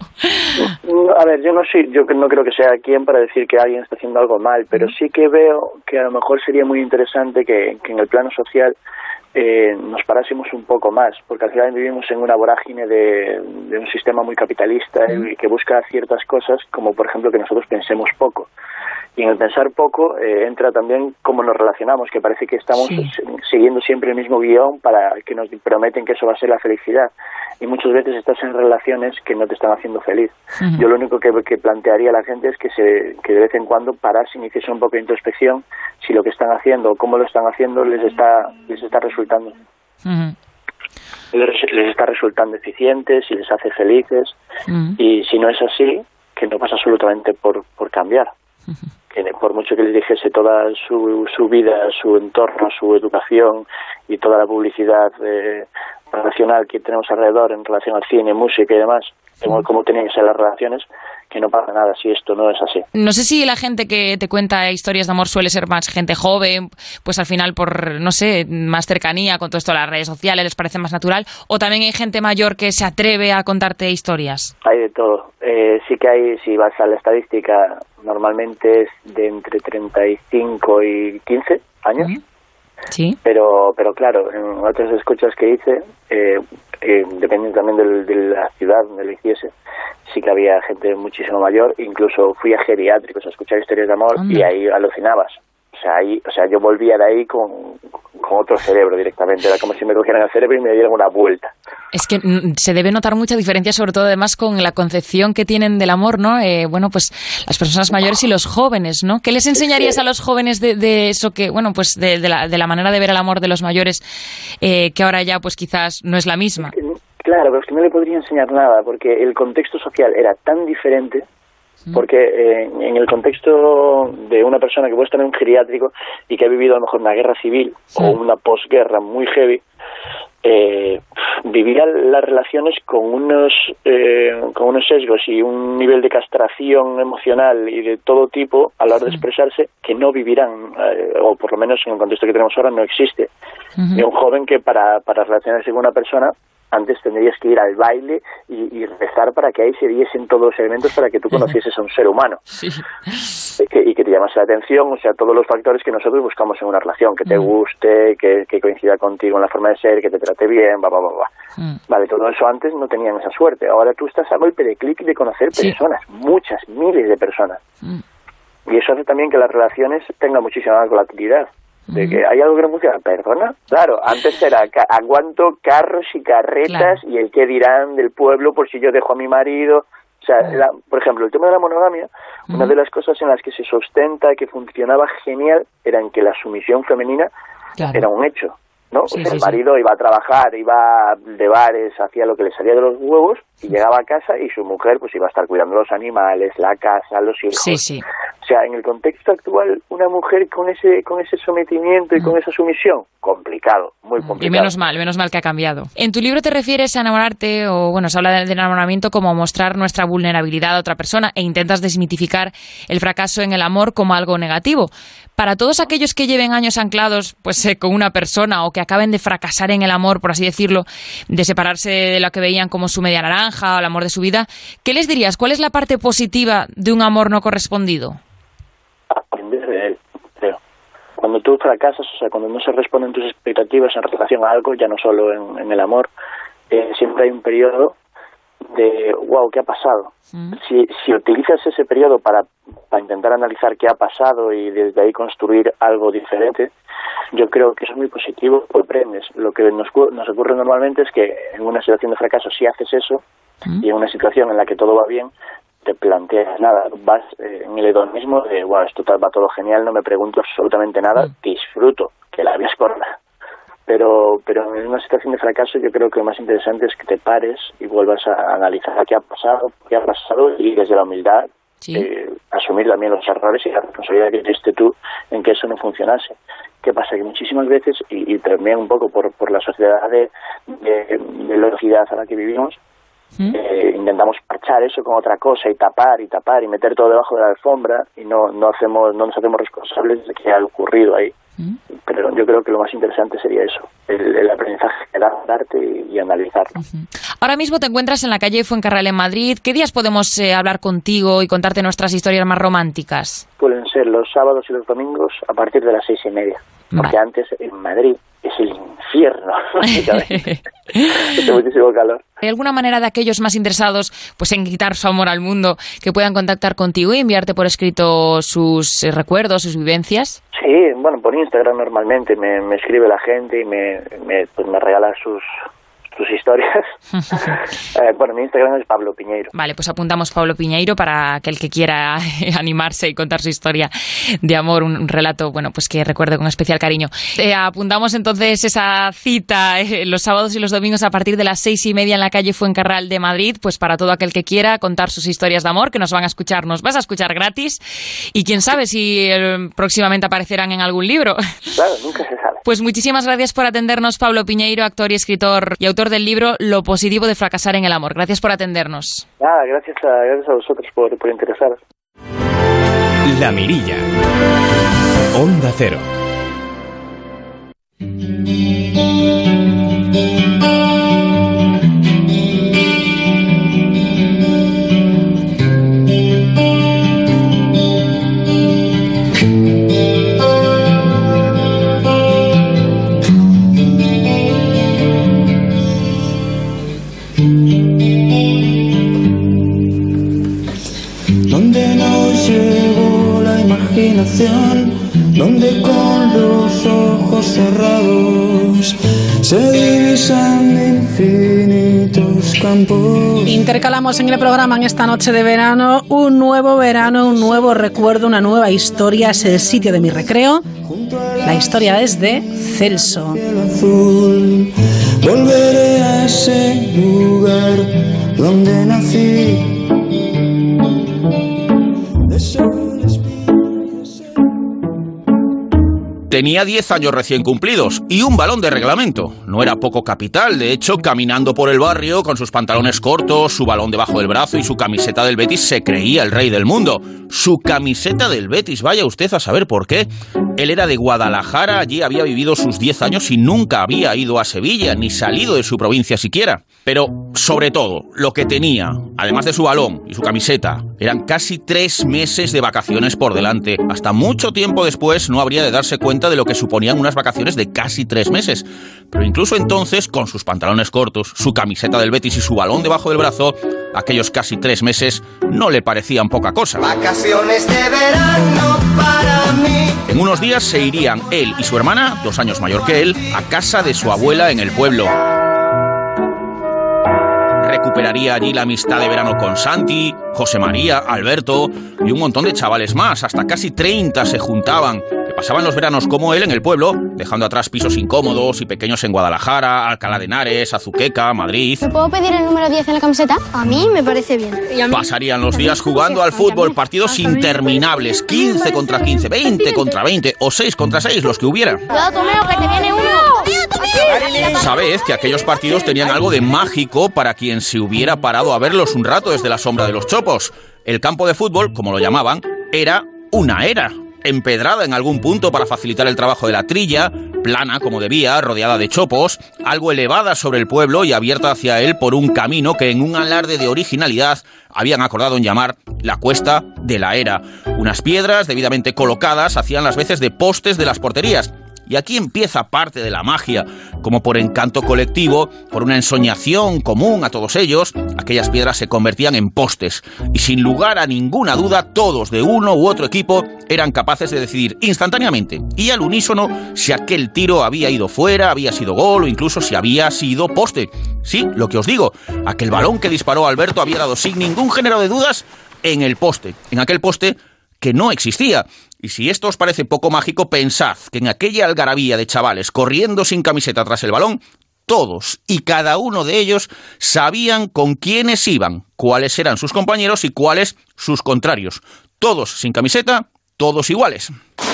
A ver, yo no soy, yo no creo que sea quien para decir que alguien está haciendo algo mal, pero sí que veo que a lo mejor sería muy interesante que, que en el plano social Eh, nos parásemos un poco más, porque al final vivimos en una vorágine de, de un sistema muy capitalista y que busca ciertas cosas, como por ejemplo que nosotros pensemos poco. Y en el pensar poco eh, entra también cómo nos relacionamos, que parece que estamos sí. siguiendo siempre el mismo guión para que nos prometen que eso va a ser la felicidad. Y muchas veces estás en relaciones que no te están haciendo feliz. Uh-huh. Yo lo único que, que plantearía a la gente es que, se, que de vez en cuando pararse y iniciarse un poco de introspección si lo que están haciendo o cómo lo están haciendo les está, les está resultando. Uh-huh. Les, les está resultando eficiente, si les hace felices. Uh-huh. Y si no es así, que no pasa absolutamente por, por cambiar. Uh-huh. Que por mucho que les dijese toda su, su vida, su entorno, su educación y toda la publicidad eh, nacional que tenemos alrededor en relación al cine, música y demás, como, como tenían que ser las relaciones, que no pasa nada si esto no es así. No sé si la gente que te cuenta historias de amor suele ser más gente joven, pues al final por, no sé, más cercanía con todo esto de las redes sociales, les parece más natural, o también hay gente mayor que se atreve a contarte historias. Hay de todo. Eh, sí que hay, si vas a la estadística, normalmente es de entre treinta y cinco y quince años. Uh-huh. Sí. Pero, pero claro, en otras escuchas que hice, eh, eh, dependiendo también del, de la ciudad donde lo hiciese, sí que había gente muchísimo mayor. Incluso fui a geriátricos a escuchar historias de amor. Anda. Y ahí alucinabas. O sea, ahí, o sea, yo volvía de ahí con, con otro cerebro directamente. Era como si me cogieran el cerebro y me dieran una vuelta. Es que se debe notar mucha diferencia, sobre todo además con la concepción que tienen del amor, ¿no? Eh, bueno, pues las personas mayores y los jóvenes, ¿no? ¿Qué les enseñarías a los jóvenes de, de eso que, bueno, pues de, de, la, de la manera de ver el amor de los mayores, eh, que ahora ya pues quizás no es la misma? Es que, claro, pero es que no le podría enseñar nada, porque el contexto social era tan diferente. Porque eh, en el contexto de una persona que puede estar en un geriátrico y que ha vivido a lo mejor una guerra civil sí. o una posguerra muy heavy, eh, vivía las relaciones con unos eh, con unos sesgos y un nivel de castración emocional y de todo tipo a la hora sí. de expresarse que no vivirán, eh, o por lo menos en el contexto que tenemos ahora no existe. Uh-huh. De un joven que para, para relacionarse con una persona antes tendrías que ir al baile y, y rezar para que ahí se diesen todos los elementos para que tú conocieses a un ser humano sí. que, y que te llamase la atención, o sea, todos los factores que nosotros buscamos en una relación, que te guste, que, que coincida contigo en la forma de ser, que te trate bien, va, va, va, va. Mm. Vale, todo eso antes no tenían esa suerte. Ahora tú estás a golpe de clic de conocer sí. personas, muchas, miles de personas. Mm. Y eso hace también que las relaciones tengan muchísima más volatilidad. De que hay algo que no funciona, perdona. Claro, antes era ca- aguanto carros y carretas claro. y el qué dirán del pueblo por si yo dejo a mi marido. O sea, la, por ejemplo, el tema de la monogamia, uh-huh. una de las cosas en las que se sustenta que funcionaba genial era en que la sumisión femenina claro. era un hecho, ¿no? Sí, o sea, sí, el marido sí. iba a trabajar, iba de bares, hacía lo que le salía de los huevos y llegaba a casa y su mujer pues iba a estar cuidando los animales, la casa, los hijos. Sí, sí. O sea, en el contexto actual, una mujer con ese con ese sometimiento y con esa sumisión, complicado, muy complicado. Y menos mal, menos mal que ha cambiado. En tu libro te refieres a enamorarte, o bueno, se habla del enamoramiento como mostrar nuestra vulnerabilidad a otra persona e intentas desmitificar el fracaso en el amor como algo negativo. Para todos aquellos que lleven años anclados pues eh, con una persona o que acaben de fracasar en el amor, por así decirlo, de separarse de lo que veían como su media naranja o el amor de su vida, ¿qué les dirías? ¿Cuál es la parte positiva de un amor no correspondido? Aprender de él, creo. Cuando tú fracasas, o sea, cuando no se responden tus expectativas en relación a algo, ya no solo en, en el amor, eh, siempre hay un periodo de, wow, ¿qué ha pasado? Mm. Si, si utilizas ese periodo para, para intentar analizar qué ha pasado y desde ahí construir algo diferente, yo creo que eso es muy positivo, pues aprendes. Lo que nos, nos ocurre normalmente es que en una situación de fracaso, si haces eso, mm. y en una situación en la que todo va bien, te planteas nada, vas eh, en el hedonismo de, wow, esto va todo genial, no me pregunto absolutamente nada, mm. disfruto, que la vida es corta. Pero, pero en una situación de fracaso yo creo que lo más interesante es que te pares y vuelvas a analizar qué ha pasado, qué ha pasado y desde la humildad sí. eh, asumir también los errores y la responsabilidad que tuviste tú en que eso no funcionase. ¿Qué pasa? Que muchísimas veces, y, y también un poco por, por la sociedad de, de, de velocidad a la que vivimos, ¿Mm? eh, intentamos parchar eso con otra cosa y tapar y tapar y meter todo debajo de la alfombra y no, no, hacemos, no nos hacemos responsables de que ha ocurrido ahí. Pero yo creo que lo más interesante sería eso, el, el aprendizaje, el darte y, y analizarlo. Uh-huh. Ahora mismo te encuentras en la calle Fuencarral en Madrid. ¿Qué días podemos eh, hablar contigo y contarte nuestras historias más románticas? Pueden ser los sábados y los domingos a partir de las seis y media, porque vale. antes en Madrid es el infierno, básicamente. Hace muchísimo calor. ¿Hay alguna manera de aquellos más interesados pues en quitar su amor al mundo que puedan contactar contigo y enviarte por escrito sus eh, recuerdos, sus vivencias? Sí, bueno, por Instagram normalmente me, me escribe la gente y me, me, pues me regala sus, sus historias. eh, bueno, mi Instagram es Pablo Piñeiro. Vale, pues apuntamos Pablo Piñeiro para aquel que quiera animarse y contar su historia de amor, un, un relato, bueno, pues que recuerde con especial cariño. Eh, apuntamos entonces esa cita eh, los sábados y los domingos a partir de las seis y media en la calle Fuencarral de Madrid, pues para todo aquel que quiera contar sus historias de amor, que nos van a escuchar, nos vas a escuchar gratis y quién sabe si eh, próximamente aparecerán en algún libro. Claro, nunca se sabe. Pues muchísimas gracias por atendernos, Pablo Piñeiro, actor y escritor y autor del libro Lo positivo de fracasar en el amor. Gracias por atendernos. Nada, gracias a, gracias a vosotros por, por interesaros. La Mirilla. Onda Cero. Donde con los ojos cerrados se divisan infinitos campos. Intercalamos en el programa en esta noche de verano un nuevo verano, un nuevo recuerdo, una nueva historia. Es el sitio de mi recreo. La historia es de Celso. Azul, volveré a ese lugar donde nací. Tenía diez años recién cumplidos y un balón de reglamento. No era poco capital, de hecho, caminando por el barrio con sus pantalones cortos, su balón debajo del brazo y su camiseta del Betis, se creía el rey del mundo. Su camiseta del Betis, vaya usted a saber por qué. Él era de Guadalajara, allí había vivido sus diez años y nunca había ido a Sevilla, ni salido de su provincia siquiera. Pero, sobre todo, lo que tenía, además de su balón y su camiseta, eran casi tres meses de vacaciones por delante. Hasta mucho tiempo después no habría de darse cuenta de lo que suponían unas vacaciones de casi tres meses. Pero incluso entonces, con sus pantalones cortos, su camiseta del Betis y su balón debajo del brazo, aquellos casi tres meses no le parecían poca cosa. Vacaciones de verano para mí. En unos días se irían él y su hermana, dos años mayor que él, a casa de su abuela en el pueblo. Recuperaría allí la amistad de verano con Santi, José María, Alberto y un montón de chavales más. Hasta casi treinta se juntaban, que pasaban los veranos como él en el pueblo, dejando atrás pisos incómodos y pequeños en Guadalajara, Alcalá de Henares, Azuqueca, Madrid. ¿Me puedo pedir el número diez en la camiseta? A mí me parece bien. Pasarían los días jugando al fútbol, partidos interminables, quince contra quince, veinte contra veinte o seis contra seis, los que hubiera. ¡Cuidado, Tomeo, que te viene uno! Sabed que aquellos partidos tenían algo de mágico para quien se hubiera parado a verlos un rato desde la sombra de los chopos. El campo de fútbol, como lo llamaban, era una era. empedrada en algún punto para facilitar el trabajo de la trilla, plana como debía, rodeada de chopos, algo elevada sobre el pueblo y abierta hacia él por un camino que en un alarde de originalidad habían acordado en llamar la Cuesta de la Era. Unas piedras debidamente colocadas hacían las veces de postes de las porterías. Y aquí empieza parte de la magia, como por encanto colectivo, por una ensoñación común a todos ellos, aquellas piedras se convertían en postes. Y sin lugar a ninguna duda, todos de uno u otro equipo eran capaces de decidir instantáneamente y al unísono si aquel tiro había ido fuera, había sido gol o incluso si había sido poste. Sí, lo que os digo, aquel balón que disparó Alberto había dado sin ningún género de dudas en el poste, en aquel poste que no existía. Y si esto os parece poco mágico, pensad que en aquella algarabía de chavales corriendo sin camiseta tras el balón, todos y cada uno de ellos sabían con quiénes iban, cuáles eran sus compañeros y cuáles sus contrarios. Todos sin camiseta, todos iguales.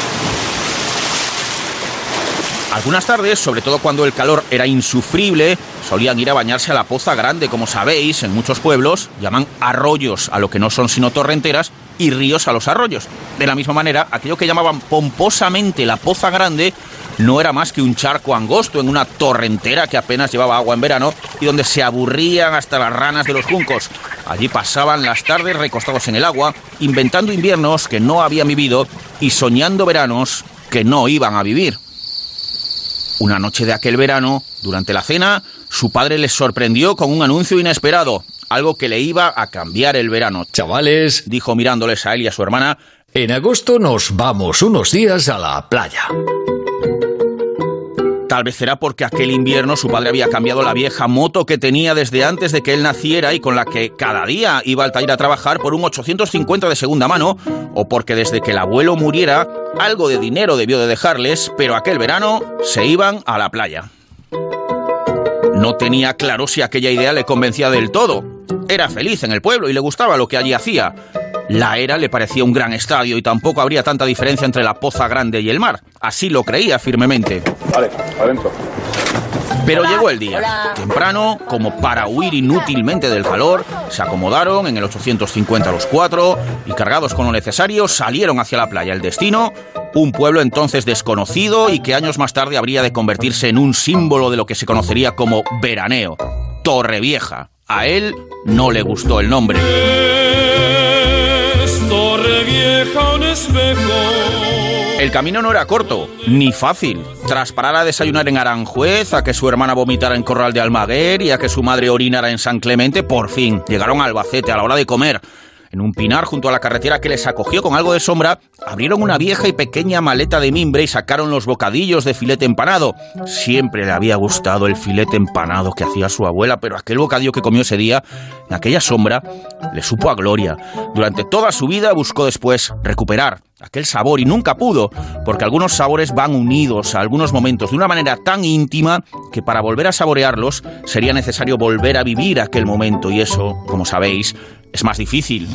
Algunas tardes, sobre todo cuando el calor era insufrible, solían ir a bañarse a la Poza Grande. Como sabéis, en muchos pueblos llaman arroyos a lo que no son sino torrenteras y ríos a los arroyos. De la misma manera, aquello que llamaban pomposamente la Poza Grande no era más que un charco angosto en una torrentera que apenas llevaba agua en verano y donde se aburrían hasta las ranas de los juncos. Allí pasaban las tardes recostados en el agua, inventando inviernos que no habían vivido y soñando veranos que no iban a vivir. Una noche de aquel verano, durante la cena, su padre les sorprendió con un anuncio inesperado, algo que le iba a cambiar el verano. Chavales, dijo mirándoles a él y a su hermana, en agosto nos vamos unos días a la playa. Tal vez era porque aquel invierno su padre había cambiado la vieja moto que tenía desde antes de que él naciera y con la que cada día iba al taller a trabajar por un ochocientos cincuenta de segunda mano, o porque desde que el abuelo muriera algo de dinero debió de dejarles, pero aquel verano se iban a la playa. No tenía claro si aquella idea le convencía del todo. Era feliz en el pueblo y le gustaba lo que allí hacía. La Era le parecía un gran estadio y tampoco habría tanta diferencia entre la Poza Grande y el mar. Así lo creía firmemente. Vale, adentro. Pero llegó el día. Temprano, como para huir inútilmente del calor, se acomodaron en el ochocientos cincuenta los cuatro y cargados con lo necesario salieron hacia la playa. El destino, un pueblo entonces desconocido y que años más tarde habría de convertirse en un símbolo de lo que se conocería como veraneo. Torrevieja. A él no le gustó el nombre. Torrevieja, un espejo. El camino no era corto, ni fácil. Tras parar a desayunar en Aranjuez, a que su hermana vomitara en Corral de Almaguer y a que su madre orinara en San Clemente, por fin llegaron a Albacete a la hora de comer. En un pinar junto a la carretera que les acogió con algo de sombra, abrieron una vieja y pequeña maleta de mimbre y sacaron los bocadillos de filete empanado. Siempre le había gustado el filete empanado que hacía su abuela, pero aquel bocadillo que comió ese día, en aquella sombra, le supo a gloria. Durante toda su vida buscó después recuperar aquel sabor y nunca pudo, porque algunos sabores van unidos a algunos momentos de una manera tan íntima que para volver a saborearlos sería necesario volver a vivir aquel momento y eso, como sabéis, es más difícil.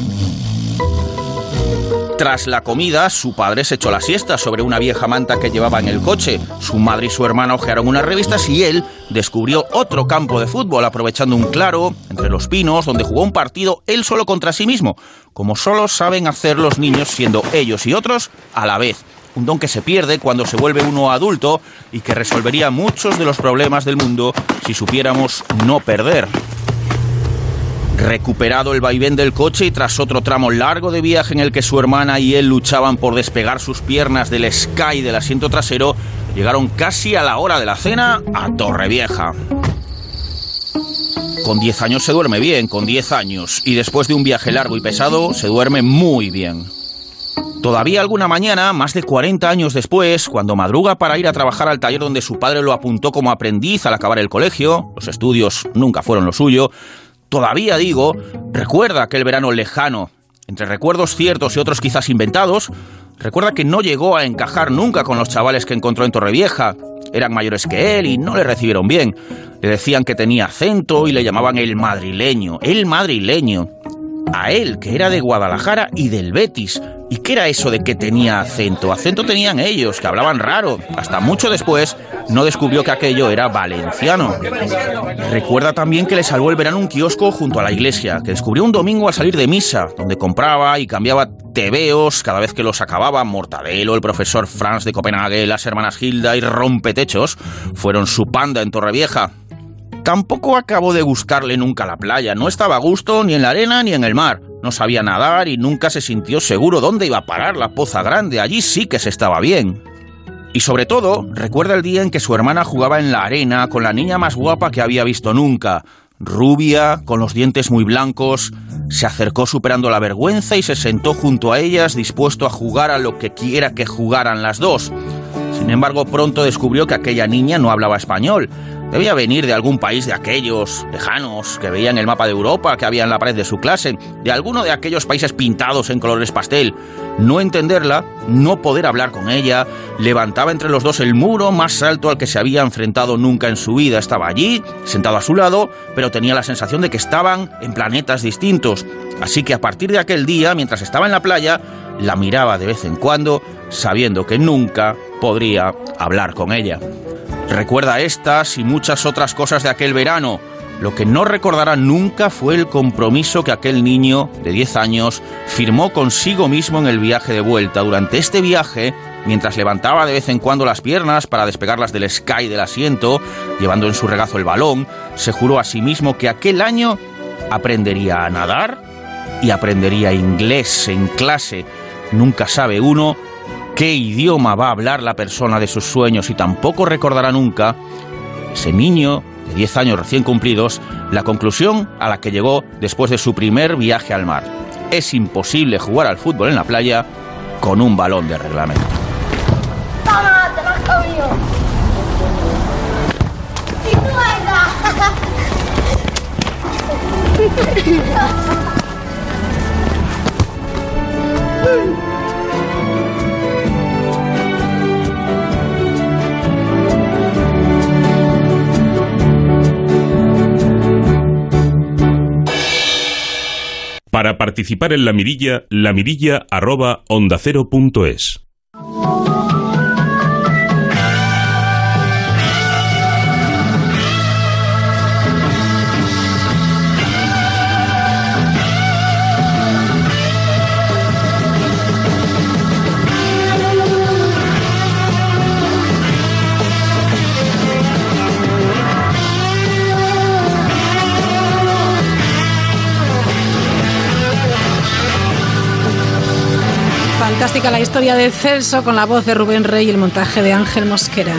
Tras la comida, su padre se echó la siesta sobre una vieja manta que llevaba en el coche. Su madre y su hermana hojearon unas revistas y él descubrió otro campo de fútbol, aprovechando un claro entre los pinos, donde jugó un partido él solo contra sí mismo, como solo saben hacer los niños siendo ellos y otros a la vez. Un don que se pierde cuando se vuelve uno adulto y que resolvería muchos de los problemas del mundo si supiéramos no perder. Recuperado el vaivén del coche y tras otro tramo largo de viaje en el que su hermana y él luchaban por despegar sus piernas del sky del asiento trasero, llegaron casi a la hora de la cena a Torrevieja. Con diez años se duerme bien, con diez años, y después de un viaje largo y pesado se duerme muy bien. Todavía alguna mañana, más de cuarenta años después, cuando madruga para ir a trabajar al taller donde su padre lo apuntó como aprendiz al acabar el colegio, los estudios nunca fueron lo suyo, todavía, digo, recuerda aquel verano lejano, entre recuerdos ciertos y otros quizás inventados. Recuerda que no llegó a encajar nunca con los chavales que encontró en Torrevieja. Eran mayores que él y no le recibieron bien. Le decían que tenía acento y le llamaban el madrileño, el madrileño. a él, que era de Guadalajara y del Betis. ¿Y qué era eso de que tenía acento? Acento tenían ellos, que hablaban raro. Hasta mucho después no descubrió que aquello era valenciano. Recuerda también que le salvó el verano un kiosco junto a la iglesia, que descubrió un domingo al salir de misa, donde compraba y cambiaba tebeos cada vez que los acababa. Mortadelo, el profesor Franz de Copenhague, las hermanas Hilda y Rompetechos fueron su panda en Torrevieja. Tampoco acabó de gustarle nunca la playa, no estaba a gusto ni en la arena ni en el mar. No sabía nadar y nunca se sintió seguro dónde iba a parar la Poza Grande, allí sí que se estaba bien. Y sobre todo, recuerda el día en que su hermana jugaba en la arena con la niña más guapa que había visto nunca. Rubia, con los dientes muy blancos, se acercó superando la vergüenza y se sentó junto a ellas dispuesto a jugar a lo que quiera que jugaran las dos. Sin embargo, pronto descubrió que aquella niña no hablaba español. Debía venir de algún país de aquellos lejanos que veía en el mapa de Europa que había en la pared de su clase, de alguno de aquellos países pintados en colores pastel. No entenderla, no poder hablar con ella, levantaba entre los dos el muro más alto al que se había enfrentado nunca en su vida. Estaba allí, sentado a su lado, pero tenía la sensación de que estaban en planetas distintos. Así que a partir de aquel día, mientras estaba en la playa, la miraba de vez en cuando, sabiendo que nunca podría hablar con ella. Recuerda estas y muchas otras cosas de aquel verano. Lo que no recordará nunca fue el compromiso que aquel niño de diez años firmó consigo mismo en el viaje de vuelta. Durante este viaje, mientras levantaba de vez en cuando las piernas para despegarlas del sky del asiento, llevando en su regazo el balón, se juró a sí mismo que aquel año aprendería a nadar y aprendería inglés en clase. Nunca sabe uno qué idioma va a hablar la persona de sus sueños y tampoco recordará nunca ese niño de diez años recién cumplidos la conclusión a la que llegó después de su primer viaje al mar. Es imposible jugar al fútbol en la playa con un balón de reglamento. ¡Toma, te lo has comido! ¡Y tú, Para participar en La Mirilla, lamirilla arroba onda cero punto es. Fantástica la historia de Celso con la voz de Rubén Rey y el montaje de Ángel Mosquera.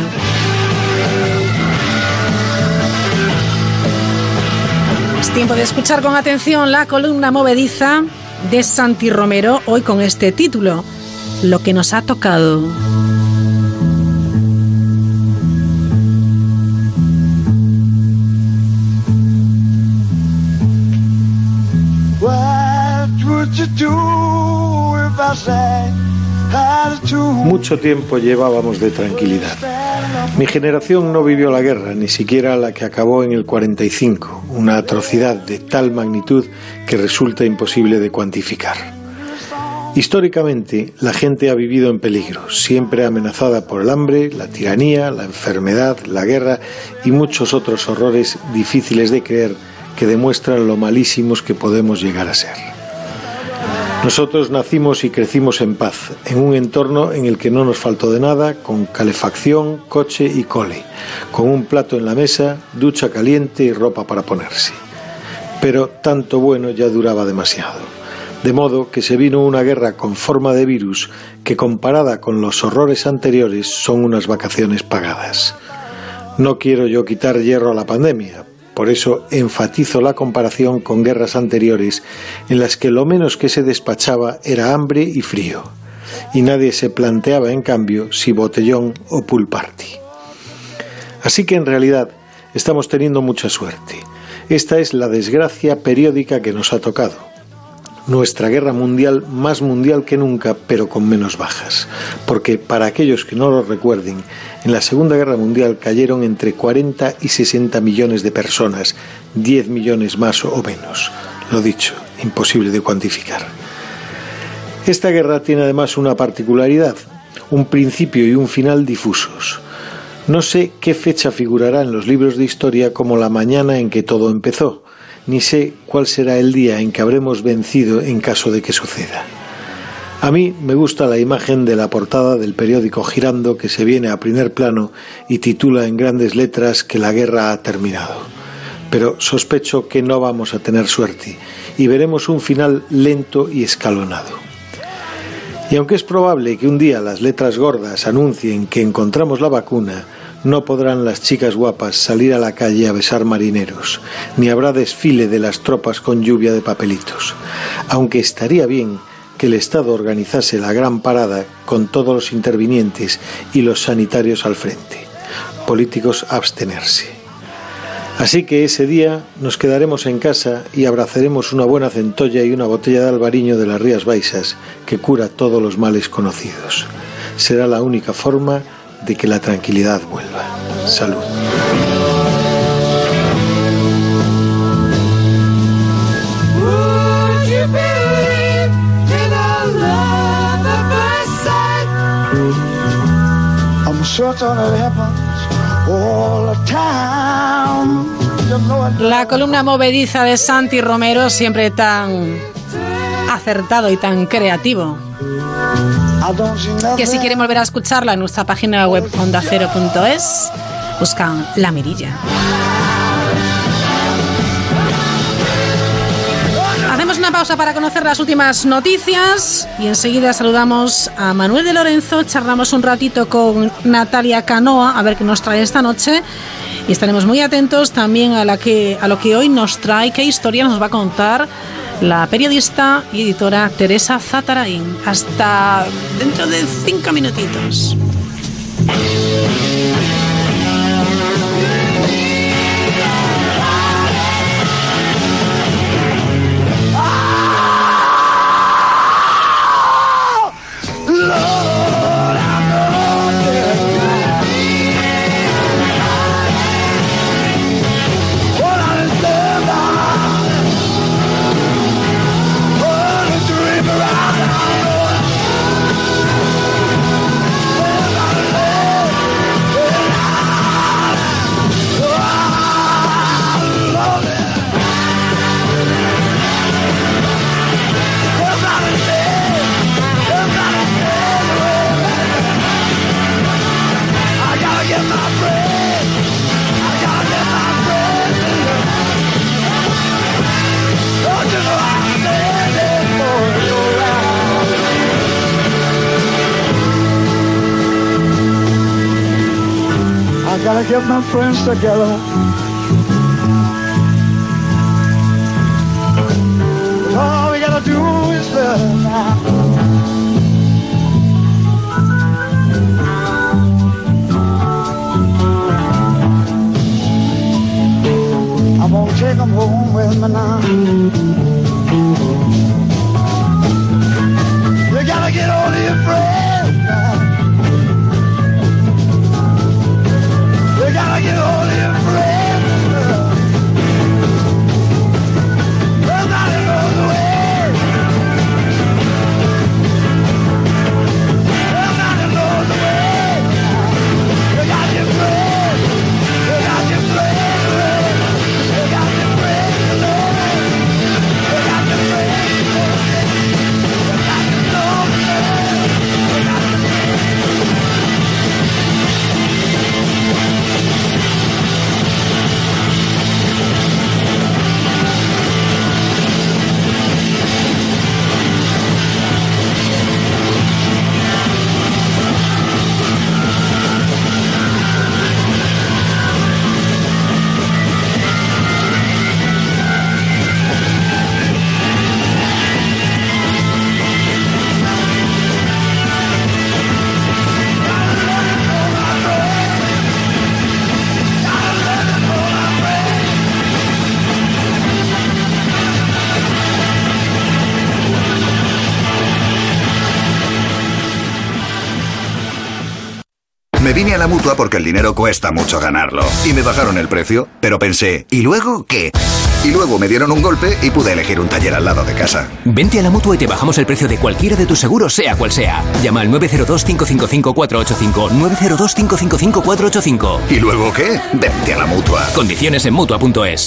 Es tiempo de escuchar con atención la columna movediza de Santi Romero, hoy con este título: Lo que nos ha tocado. Mucho tiempo llevábamos de tranquilidad. Mi generación no vivió la guerra, ni siquiera la que acabó en el cuarenta y cinco, una atrocidad de tal magnitud que resulta imposible de cuantificar. Históricamente, la gente ha vivido en peligro, siempre amenazada por el hambre, la tiranía, la enfermedad, la guerra y muchos otros horrores difíciles de creer que demuestran lo malísimos que podemos llegar a ser. Nosotros nacimos y crecimos en paz, en un entorno en el que no nos faltó de nada, con calefacción, coche y cole, con un plato en la mesa, ducha caliente y ropa para ponerse. Pero tanto bueno ya duraba demasiado, de modo que se vino una guerra con forma de virus que, comparada con los horrores anteriores, son unas vacaciones pagadas. No quiero yo quitar hierro a la pandemia. Por eso enfatizo la comparación con guerras anteriores en las que lo menos que se despachaba era hambre y frío, y nadie se planteaba en cambio si botellón o pool party. Así que en realidad estamos teniendo mucha suerte. Esta es la desgracia periódica que nos ha tocado. Nuestra guerra mundial, más mundial que nunca, pero con menos bajas. Porque, para aquellos que no lo recuerden, en la Segunda Guerra Mundial cayeron entre cuarenta y sesenta millones de personas, diez millones más o menos. Lo dicho, imposible de cuantificar. Esta guerra tiene además una particularidad, un principio y un final difusos. No sé qué fecha figurará en los libros de historia como la mañana en que todo empezó, ni sé cuál será el día en que habremos vencido en caso de que suceda. A mí me gusta la imagen de la portada del periódico girando que se viene a primer plano y titula en grandes letras que la guerra ha terminado. Pero sospecho que no vamos a tener suerte y veremos un final lento y escalonado. Y aunque es probable que un día las letras gordas anuncien que encontramos la vacuna, no podrán las chicas guapas salir a la calle a besar marineros, ni habrá desfile de las tropas con lluvia de papelitos. Aunque estaría bien que el Estado organizase la gran parada con todos los intervinientes y los sanitarios al frente. Políticos abstenerse. Así que ese día nos quedaremos en casa y abrazaremos una buena centolla y una botella de albariño de las Rías Baixas que cura todos los males conocidos. Será la única forma de que la tranquilidad vuelva. Salud. La columna movediza de Santi Romero, siempre tan acertado y tan creativo, que si quieren volver a escucharla en nuestra página web onda cero punto es, buscan La Mirilla. Hacemos una pausa para conocer las últimas noticias y enseguida saludamos a Manuel de Lorenzo, charlamos un ratito con Natalia Canoa a ver qué nos trae esta noche y estaremos muy atentos también a, la que, a lo que hoy nos trae, qué historia nos va a contar la periodista y editora Teresa Zatarain. Hasta dentro de cinco minutitos. I gotta get my friends together. All we gotta do is love now. I'm gonna take them home with me now. You gotta get all of your friends now. You gotta get all of your friends, girl. Nobody knows the way. Nobody knows the way. You got your friends. You got your friends. You got your friends. You got your friends. You got your friends. You got your Me vine a la Mutua porque el dinero cuesta mucho ganarlo. Y me bajaron el precio. Pero pensé, ¿y luego qué? Y luego me dieron un golpe y pude elegir un taller al lado de casa. Vente a la Mutua y te bajamos el precio de cualquiera de tus seguros, sea cual sea. Llama al nueve cero dos, cinco cinco cinco, cuatro ocho cinco, nueve cero dos, cinco cinco cinco, cuatro ocho cinco. ¿Y luego qué? Vente a la Mutua. Condiciones en Mutua punto es.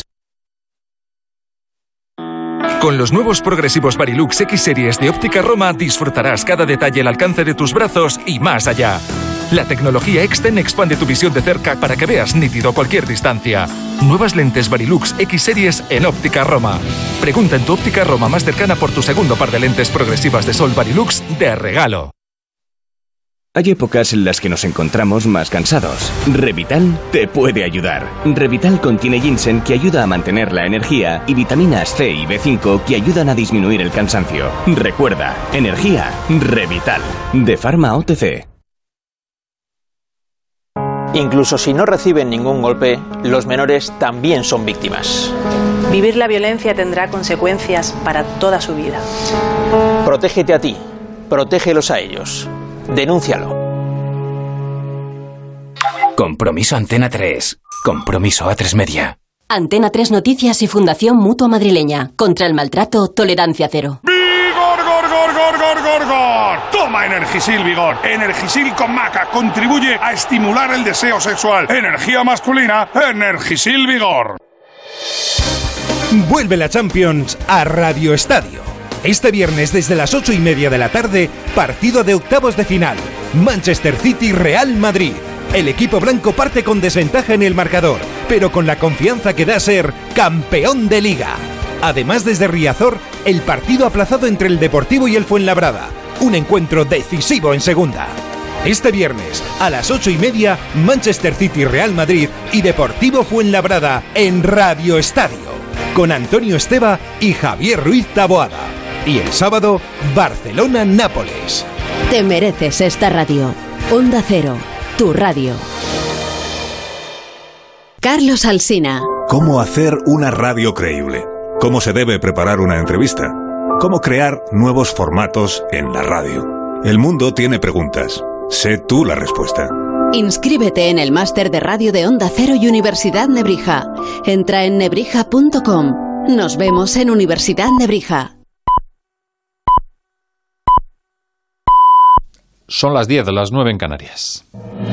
Con los nuevos progresivos Varilux X Series de Óptica Roma disfrutarás cada detalle al alcance de tus brazos y más allá. La tecnología Extend expande tu visión de cerca para que veas nítido cualquier distancia. Nuevas lentes Varilux X Series en Óptica Roma. Pregunta en tu Óptica Roma más cercana por tu segundo par de lentes progresivas de sol Varilux de regalo. Hay épocas en las que nos encontramos más cansados. Revital te puede ayudar. Revital contiene ginseng que ayuda a mantener la energía y vitaminas C y B cinco que ayudan a disminuir el cansancio. Recuerda, energía, Revital. De Pharma O T C. Incluso si no reciben ningún golpe, los menores también son víctimas. Vivir la violencia tendrá consecuencias para toda su vida. Protégete a ti, protégelos a ellos. Denúncialo. Compromiso Antena tres. Compromiso A tres Media. Antena tres Noticias y Fundación Mutua Madrileña. Contra el maltrato, tolerancia cero. ¡Vigor, gor, gor, gor, gor, gor, gor! Toma Energisil Vigor. Energisil con maca contribuye a estimular el deseo sexual. Energía masculina, Energisil Vigor. Vuelve la Champions a Radio Estadio. Este viernes desde las ocho y media de la tarde, partido de octavos de final. Manchester City-Real Madrid. El equipo blanco parte con desventaja en el marcador, pero con la confianza que da ser campeón de Liga. Además, desde Riazor, el partido aplazado entre el Deportivo y el Fuenlabrada. Un encuentro decisivo en segunda. Este viernes, a las ocho y media, Manchester City-Real Madrid y Deportivo Fuenlabrada en Radio Estadio. Con Antonio Esteba y Javier Ruiz Taboada. Y el sábado, Barcelona-Nápoles. Te mereces esta radio. Onda Cero, tu radio. Carlos Alsina. ¿Cómo hacer una radio creíble? ¿Cómo se debe preparar una entrevista? ¿Cómo crear nuevos formatos en la radio? El mundo tiene preguntas. Sé tú la respuesta. Inscríbete en el máster de radio de Onda Cero y Universidad Nebrija. Entra en nebrija punto com. Nos vemos en Universidad Nebrija. Son las diez, las nueve en Canarias.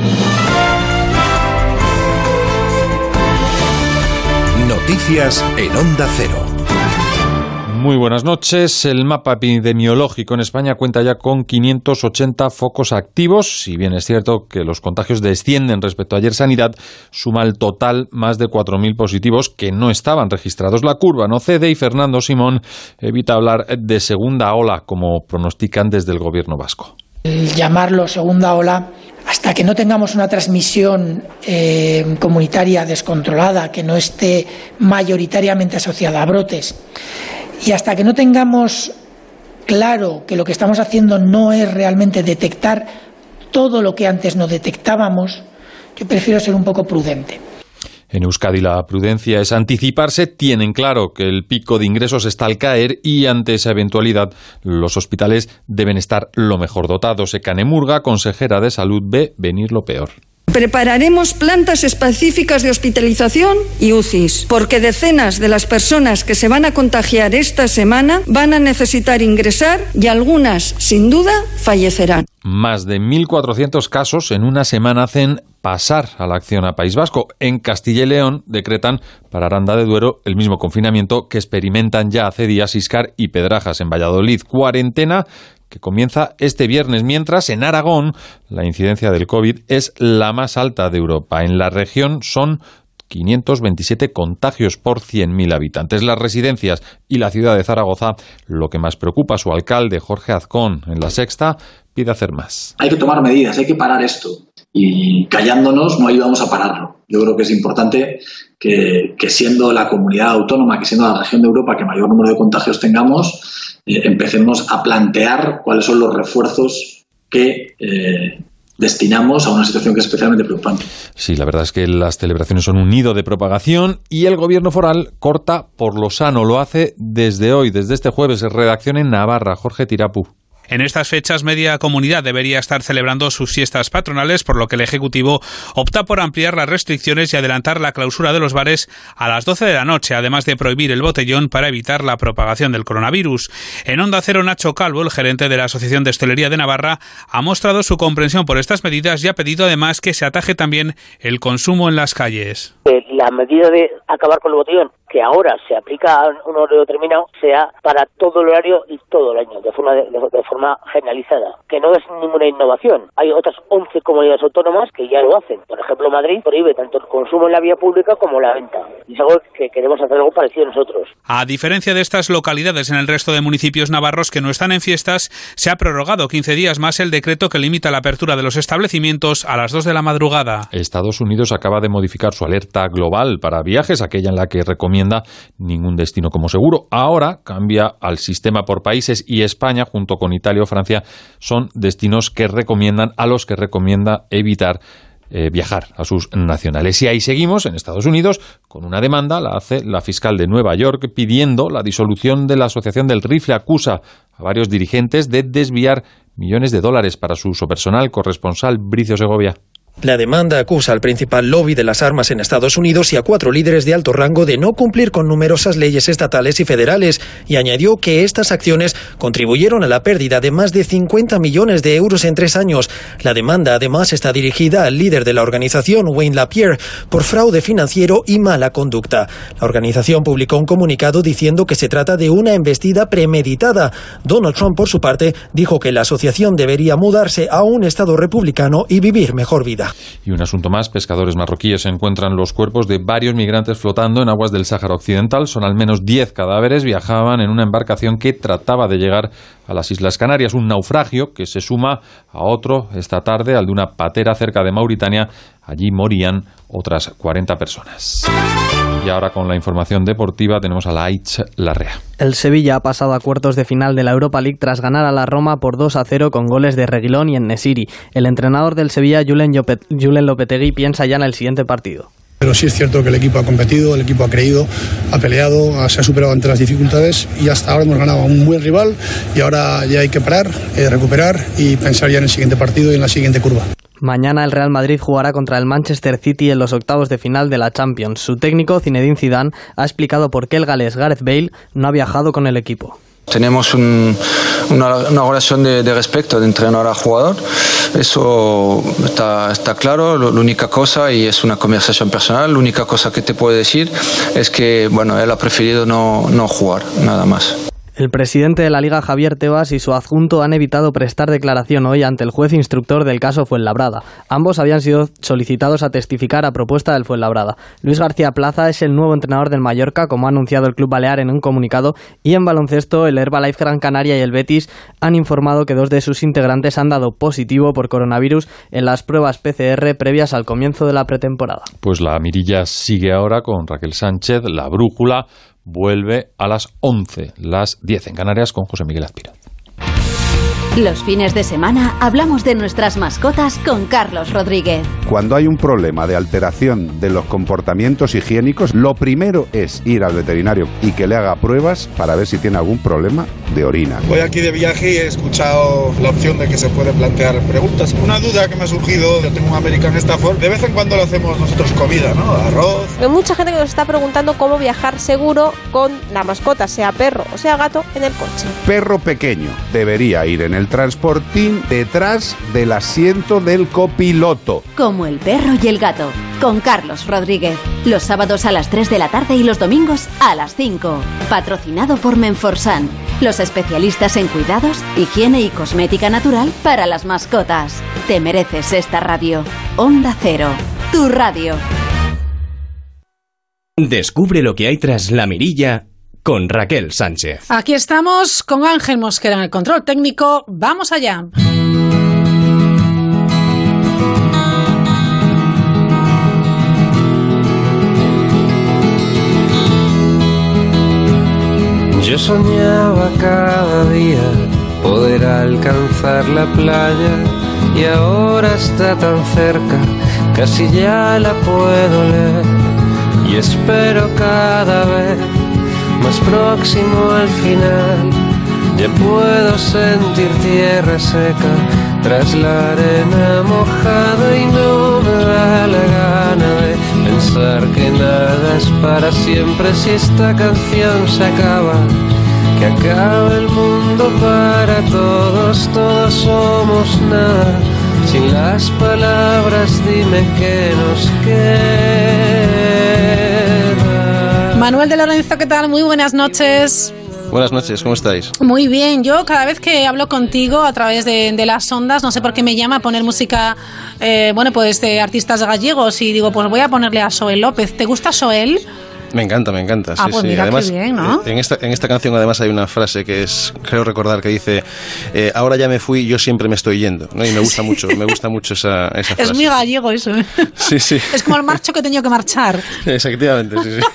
Noticias en Onda Cero. Muy buenas noches. El mapa epidemiológico en España cuenta ya con quinientos ochenta focos activos. Si bien es cierto que los contagios descienden respecto a ayer, Sanidad suma el total más de cuatro mil positivos que no estaban registrados. La curva no cede y Fernando Simón evita hablar de segunda ola, como pronostican desde el gobierno vasco. El llamarlo segunda ola, hasta que no tengamos una transmisión eh, comunitaria descontrolada, que no esté mayoritariamente asociada a brotes, y hasta que no tengamos claro que lo que estamos haciendo no es realmente detectar todo lo que antes no detectábamos, yo prefiero ser un poco prudente. En Euskadi la prudencia es anticiparse. Tienen claro que el pico de ingresos está al caer y ante esa eventualidad los hospitales deben estar lo mejor dotados. Ekane Murga, consejera de Salud, ve venir lo peor. Prepararemos plantas específicas de hospitalización y U C Is, porque decenas de las personas que se van a contagiar esta semana van a necesitar ingresar y algunas, sin duda, fallecerán. Más de mil cuatrocientos casos en una semana hacen pasar a la acción a País Vasco. En Castilla y León decretan para Aranda de Duero el mismo confinamiento que experimentan ya hace días Iscar y Pedrajas. En Valladolid, cuarentena que comienza este viernes, mientras en Aragón la incidencia del COVID es la más alta de Europa. En la región son quinientos veintisiete contagios por cien mil habitantes. Las residencias y la ciudad de Zaragoza, lo que más preocupa. Su alcalde, Jorge Azcón, en La Sexta, pide hacer más. Hay que tomar medidas, hay que parar esto. Y callándonos no ayudamos a pararlo. Yo creo que es importante que, que siendo la comunidad autónoma, que siendo la región de Europa que mayor número de contagios tengamos, eh, empecemos a plantear cuáles son los refuerzos que eh, destinamos a una situación que es especialmente preocupante. Sí, la verdad es que las celebraciones son un nido de propagación y el gobierno foral corta por lo sano. Lo hace desde hoy, desde este jueves, redacción en Navarra. Jorge Tirapú. En estas fechas, media comunidad debería estar celebrando sus fiestas patronales, por lo que el Ejecutivo opta por ampliar las restricciones y adelantar la clausura de los bares a las doce de la noche, además de prohibir el botellón para evitar la propagación del coronavirus. En Onda Cero, Nacho Calvo, el gerente de la Asociación de Hostelería de Navarra, ha mostrado su comprensión por estas medidas y ha pedido además que se ataje también el consumo en las calles. La medida de acabar con el botellón, que ahora se aplica a un horario determinado, sea para todo el horario y todo el año, de forma de, de forma generalizada, que no es ninguna innovación. Hay otras once comunidades autónomas que ya lo hacen. Por ejemplo, Madrid prohíbe tanto el consumo en la vía pública como la venta. Y es algo que queremos hacer algo parecido nosotros. A diferencia de estas localidades, en el resto de municipios navarros que no están en fiestas, se ha prorrogado quince días más el decreto que limita la apertura de los establecimientos a las dos de la madrugada. Estados Unidos acaba de modificar su alerta global para viajes, aquella en la que recomienda ningún destino como seguro. Ahora cambia al sistema por países y España, junto con Italia o Francia, son destinos que recomiendan a los que recomienda evitar eh, viajar a sus nacionales. Y ahí seguimos, en Estados Unidos, con una demanda, la hace la fiscal de Nueva York, pidiendo la disolución de la Asociación del Rifle. Acusa a varios dirigentes de desviar millones de dólares para su uso personal. Corresponsal Bricio Segovia. La demanda acusa al principal lobby de las armas en Estados Unidos y a cuatro líderes de alto rango de no cumplir con numerosas leyes estatales y federales, y añadió que estas acciones contribuyeron a la pérdida de más de cincuenta millones de euros en tres años. La demanda además está dirigida al líder de la organización, Wayne LaPierre, por fraude financiero y mala conducta. La organización publicó un comunicado diciendo que se trata de una embestida premeditada. Donald Trump, por su parte, dijo que la asociación debería mudarse a un estado republicano y vivir mejor vida. Y un asunto más, pescadores marroquíes encuentran los cuerpos de varios migrantes flotando en aguas del Sáhara Occidental. Son al menos diez cadáveres, viajaban en una embarcación que trataba de llegar a las Islas Canarias, un naufragio que se suma a otro esta tarde, al de una patera cerca de Mauritania. Allí morían otras cuarenta personas. Y ahora con la información deportiva tenemos a la Aitz Larrea. El Sevilla ha pasado a cuartos de final de la Europa League tras ganar a la Roma por dos a cero con goles de Reguilón y En-Nesyri. El entrenador del Sevilla, Julen Lopetegui, piensa ya en el siguiente partido. Pero sí es cierto que el equipo ha competido, el equipo ha creído, ha peleado, se ha superado ante las dificultades y hasta ahora hemos ganado a un buen rival y ahora ya hay que parar, eh, recuperar y pensar ya en el siguiente partido y en la siguiente curva. Mañana el Real Madrid jugará contra el Manchester City en los octavos de final de la Champions. Su técnico, Zinedine Zidane, ha explicado por qué el galés Gareth Bale no ha viajado con el equipo. Tenemos un, una, una relación de, de respeto de entrenador a jugador, eso está, está claro. La única cosa, y es una conversación personal, la única cosa que te puedo decir es que bueno, él ha preferido no, no jugar, nada más. El presidente de la Liga, Javier Tebas, y su adjunto han evitado prestar declaración hoy ante el juez instructor del caso Fuenlabrada. Ambos habían sido solicitados a testificar a propuesta del Fuenlabrada. Luis García Plaza es el nuevo entrenador del Mallorca, como ha anunciado el club balear en un comunicado, y en baloncesto el Herbalife Gran Canaria y el Betis han informado que dos de sus integrantes han dado positivo por coronavirus en las pruebas P C R previas al comienzo de la pretemporada. Pues la mirilla sigue ahora con Raquel Sánchez, la brújula vuelve a las once, las diez en Canarias, con José Miguel Azpira. Los fines de semana hablamos de nuestras mascotas con Carlos Rodríguez. Cuando hay un problema de alteración de los comportamientos higiénicos, lo primero es ir al veterinario y que le haga pruebas para ver si tiene algún problema de orina. Voy aquí de viaje y he escuchado la opción de que se puede plantear preguntas. Una duda que me ha surgido, yo tengo un American Stafford, de vez en cuando lo hacemos nosotros comida, ¿no? Arroz. Hay mucha gente que nos está preguntando cómo viajar seguro con la mascota, sea perro o sea gato, en el coche. Perro pequeño debería ir en el transportín detrás del asiento del copiloto. Como el perro y el gato, con Carlos Rodríguez. Los sábados a las tres de la tarde y los domingos a las cinco. Patrocinado por Menforsan, los especialistas en cuidados, higiene y cosmética natural para las mascotas. Te mereces esta radio. Onda Cero, tu radio. Descubre lo que hay tras la mirilla con Raquel Sánchez. Aquí estamos con Ángel Mosquera en el control técnico. ¡Vamos allá! Yo soñaba cada día poder alcanzar la playa y ahora está tan cerca, casi ya la puedo leer y espero cada vez más próximo al final Ya puedo sentir tierra seca tras la arena mojada y no me da la gana de pensar que nada es para siempre. Si esta canción se acaba, que acabe el mundo para todos, todos somos nada. Sin las palabras dime qué nos queda. Manuel de Lorenzo, ¿qué tal? Muy buenas noches. Buenas noches, ¿cómo estáis? Muy bien, yo cada vez que hablo contigo a través de, de las ondas, no sé por qué me llama a poner música, eh, bueno, pues de artistas gallegos y digo, pues voy a ponerle a Soel López. ¿Te gusta Soel? Me encanta, me encanta. Ah, sí, pues sí. mira, Además, qué bien, ¿no? en esta, en esta canción además hay una frase que es, creo recordar, que dice, eh, ahora ya me fui, yo siempre me estoy yendo, ¿no? Y me gusta mucho, me gusta mucho esa, esa frase. Es muy gallego eso. Sí, sí. Es como el marcho que he tenido que marchar. Efectivamente, sí, sí.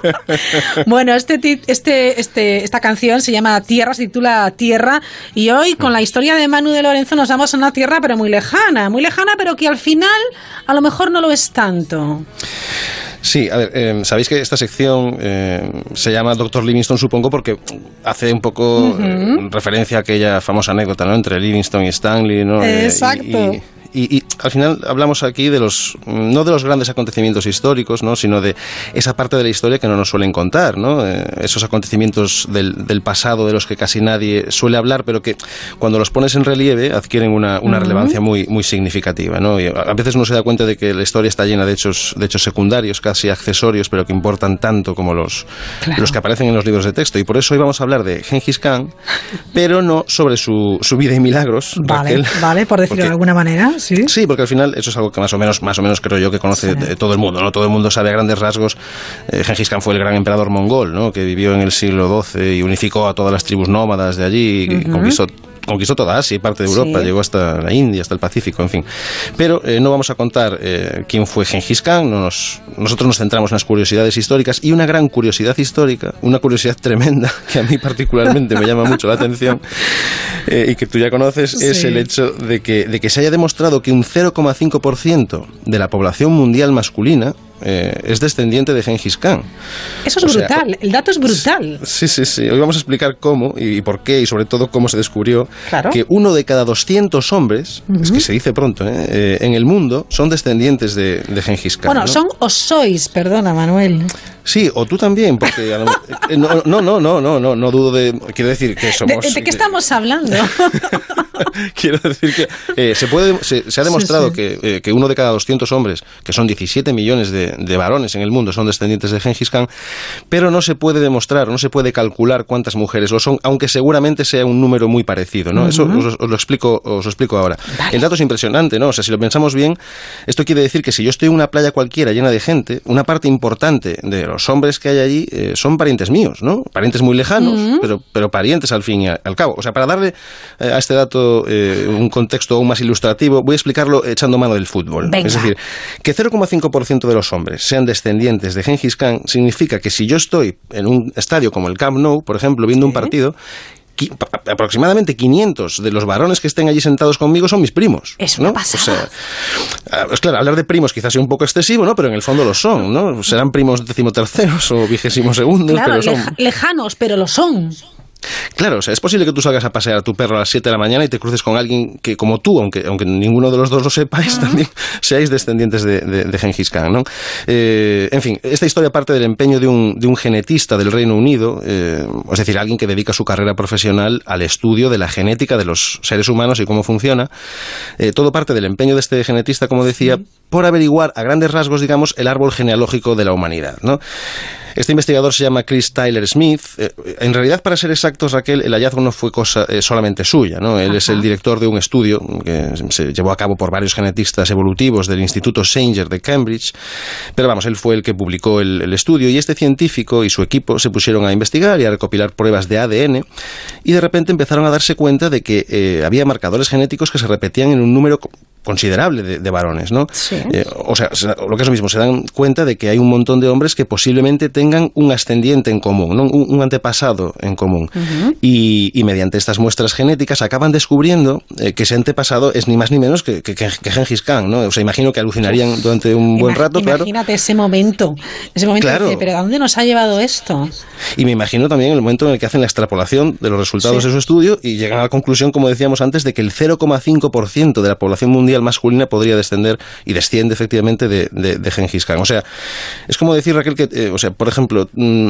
Bueno, este, este, este, esta canción se llama Tierra, se titula Tierra, y hoy con la historia de Manu de Lorenzo nos vamos a una tierra pero muy lejana, muy lejana, pero que al final a lo mejor no lo es tanto. Sí, a ver, eh, sabéis que esta sección eh, se llama Doctor Livingstone, supongo, porque hace un poco uh-huh. eh, referencia a aquella famosa anécdota, ¿no? Entre Livingstone y Stanley, ¿no? Exacto. Eh, y, y, Y, y al final hablamos aquí de los, no de los grandes acontecimientos históricos, ¿no? Sino de esa parte de la historia que no nos suelen contar, ¿no? Eh, esos acontecimientos del, del pasado de los que casi nadie suele hablar, pero que cuando los pones en relieve adquieren una, una uh-huh. relevancia muy, muy significativa, ¿no? Y a veces uno se da cuenta de que la historia está llena de hechos, de hechos secundarios, casi accesorios, pero que importan tanto como los, claro. los que aparecen en los libros de texto. Y por eso hoy vamos a hablar de Gengis Khan, pero no sobre su, su vida y milagros. Vale, Raquel, vale, por decirlo porque, de alguna manera. Sí. sí, porque al final eso es algo que más o menos, más o menos creo yo que conoce sí. todo el mundo, ¿no? Todo el mundo sabe a grandes rasgos. Eh, Gengis Khan fue el gran emperador mongol, ¿no? Que vivió en el siglo doce y unificó a todas las tribus nómadas de allí y uh-huh. conquistó conquistó toda Asia y parte de Europa, sí. llegó hasta la India, hasta el Pacífico, en fin. Pero eh, no vamos a contar eh, quién fue Gengis Khan, no nos, nosotros nos centramos en las curiosidades históricas, y una gran curiosidad histórica, una curiosidad tremenda, que a mí particularmente me llama mucho la atención, eh, y que tú ya conoces, sí. es el hecho de que, de que se haya demostrado que un cero coma cinco por ciento de la población mundial masculina Eh, es descendiente de Gengis Khan. Eso es o brutal, sea, el dato es brutal. Sí, sí, sí. Hoy vamos a explicar cómo y por qué y sobre todo cómo se descubrió claro. que uno de cada doscientos hombres, uh-huh. es que se dice pronto, ¿eh? Eh, en el mundo son descendientes de, de Gengis Khan. Bueno, ¿no? son o sois, perdona, Manuel. Sí, o tú también, porque a lo, eh, no, no, no, no, no, no, no dudo de, quiero decir que somos. ¿De, de qué estamos hablando? Quiero decir que eh, se puede, se, se ha demostrado sí, sí. que, eh, que uno de cada doscientos hombres, que son diecisiete millones de, de varones en el mundo, son descendientes de Gengis Khan, pero no se puede demostrar, no se puede calcular cuántas mujeres lo son, aunque seguramente sea un número muy parecido, ¿no? Uh-huh. Eso os, os lo explico, os lo explico ahora. Vale. El dato es impresionante, ¿no? O sea, si lo pensamos bien, esto quiere decir que si yo estoy en una playa cualquiera llena de gente, una parte importante de los hombres que hay allí eh, son parientes míos, ¿no? Parientes muy lejanos, uh-huh. pero, pero parientes al fin y al cabo. O sea, para darle eh, a este dato eh, un contexto aún más ilustrativo, voy a explicarlo echando mano del fútbol. Venga. Es decir, que cero coma cinco por ciento de los hombres sean descendientes de Gengis Khan significa que si yo estoy en un estadio como el Camp Nou, por ejemplo, viendo ¿Sí? un partido, aproximadamente quinientos de los varones que estén allí sentados conmigo son mis primos. Eso ¿no? me pasa. O sea, pues claro, hablar de primos quizás sea un poco excesivo, ¿no? Pero en el fondo lo son, ¿no? Serán primos decimoterceros o vigésimo segundos, claro, pero son leja- lejanos, pero lo son. Claro, o sea, es posible que tú salgas a pasear a tu perro a las siete de la mañana y te cruces con alguien que, como tú, aunque, aunque ninguno de los dos lo sepáis, uh-huh. también seáis descendientes de, de, de Gengis Khan, ¿no? Eh, en fin, esta historia parte del empeño de un, de un genetista del Reino Unido, eh, es decir, alguien que dedica su carrera profesional al estudio de la genética de los seres humanos y cómo funciona. Eh, todo parte del empeño de este genetista, como decía, sí. por averiguar a grandes rasgos, digamos, el árbol genealógico de la humanidad, ¿no? Este investigador se llama Chris Tyler Smith. Eh, en realidad, para ser exactos, Raquel, el hallazgo no fue cosa eh, solamente suya, ¿no? Él Ajá. es el director de un estudio que se llevó a cabo por varios genetistas evolutivos del Instituto Sanger de Cambridge. Pero vamos, él fue el que publicó el, el estudio, y este científico y su equipo se pusieron a investigar y a recopilar pruebas de A D N, y de repente empezaron a darse cuenta de que eh, había marcadores genéticos que se repetían en un número considerable de, de varones, ¿no? Sí. Eh, o sea, lo que es lo mismo, se dan cuenta de que hay un montón de hombres que posiblemente tengan un ascendiente en común, ¿no? un, un antepasado en común. Uh-huh. y, y mediante estas muestras genéticas acaban descubriendo eh, que ese antepasado es ni más ni menos que, que, que Gengis Khan, ¿no? O sea, imagino que alucinarían durante un buen rato, Imagínate claro. Imagínate ese momento, ese momento claro. dice, pero ¿a dónde nos ha llevado esto? Y me imagino también el momento en el que hacen la extrapolación de los resultados sí. de su estudio y llegan a la conclusión, como decíamos antes, de que el cero coma cinco por ciento de la población mundial masculina podría descender y desciende efectivamente de, de, de Gengis Khan. O sea, es como decir, Raquel, que, eh, o sea, por ejemplo,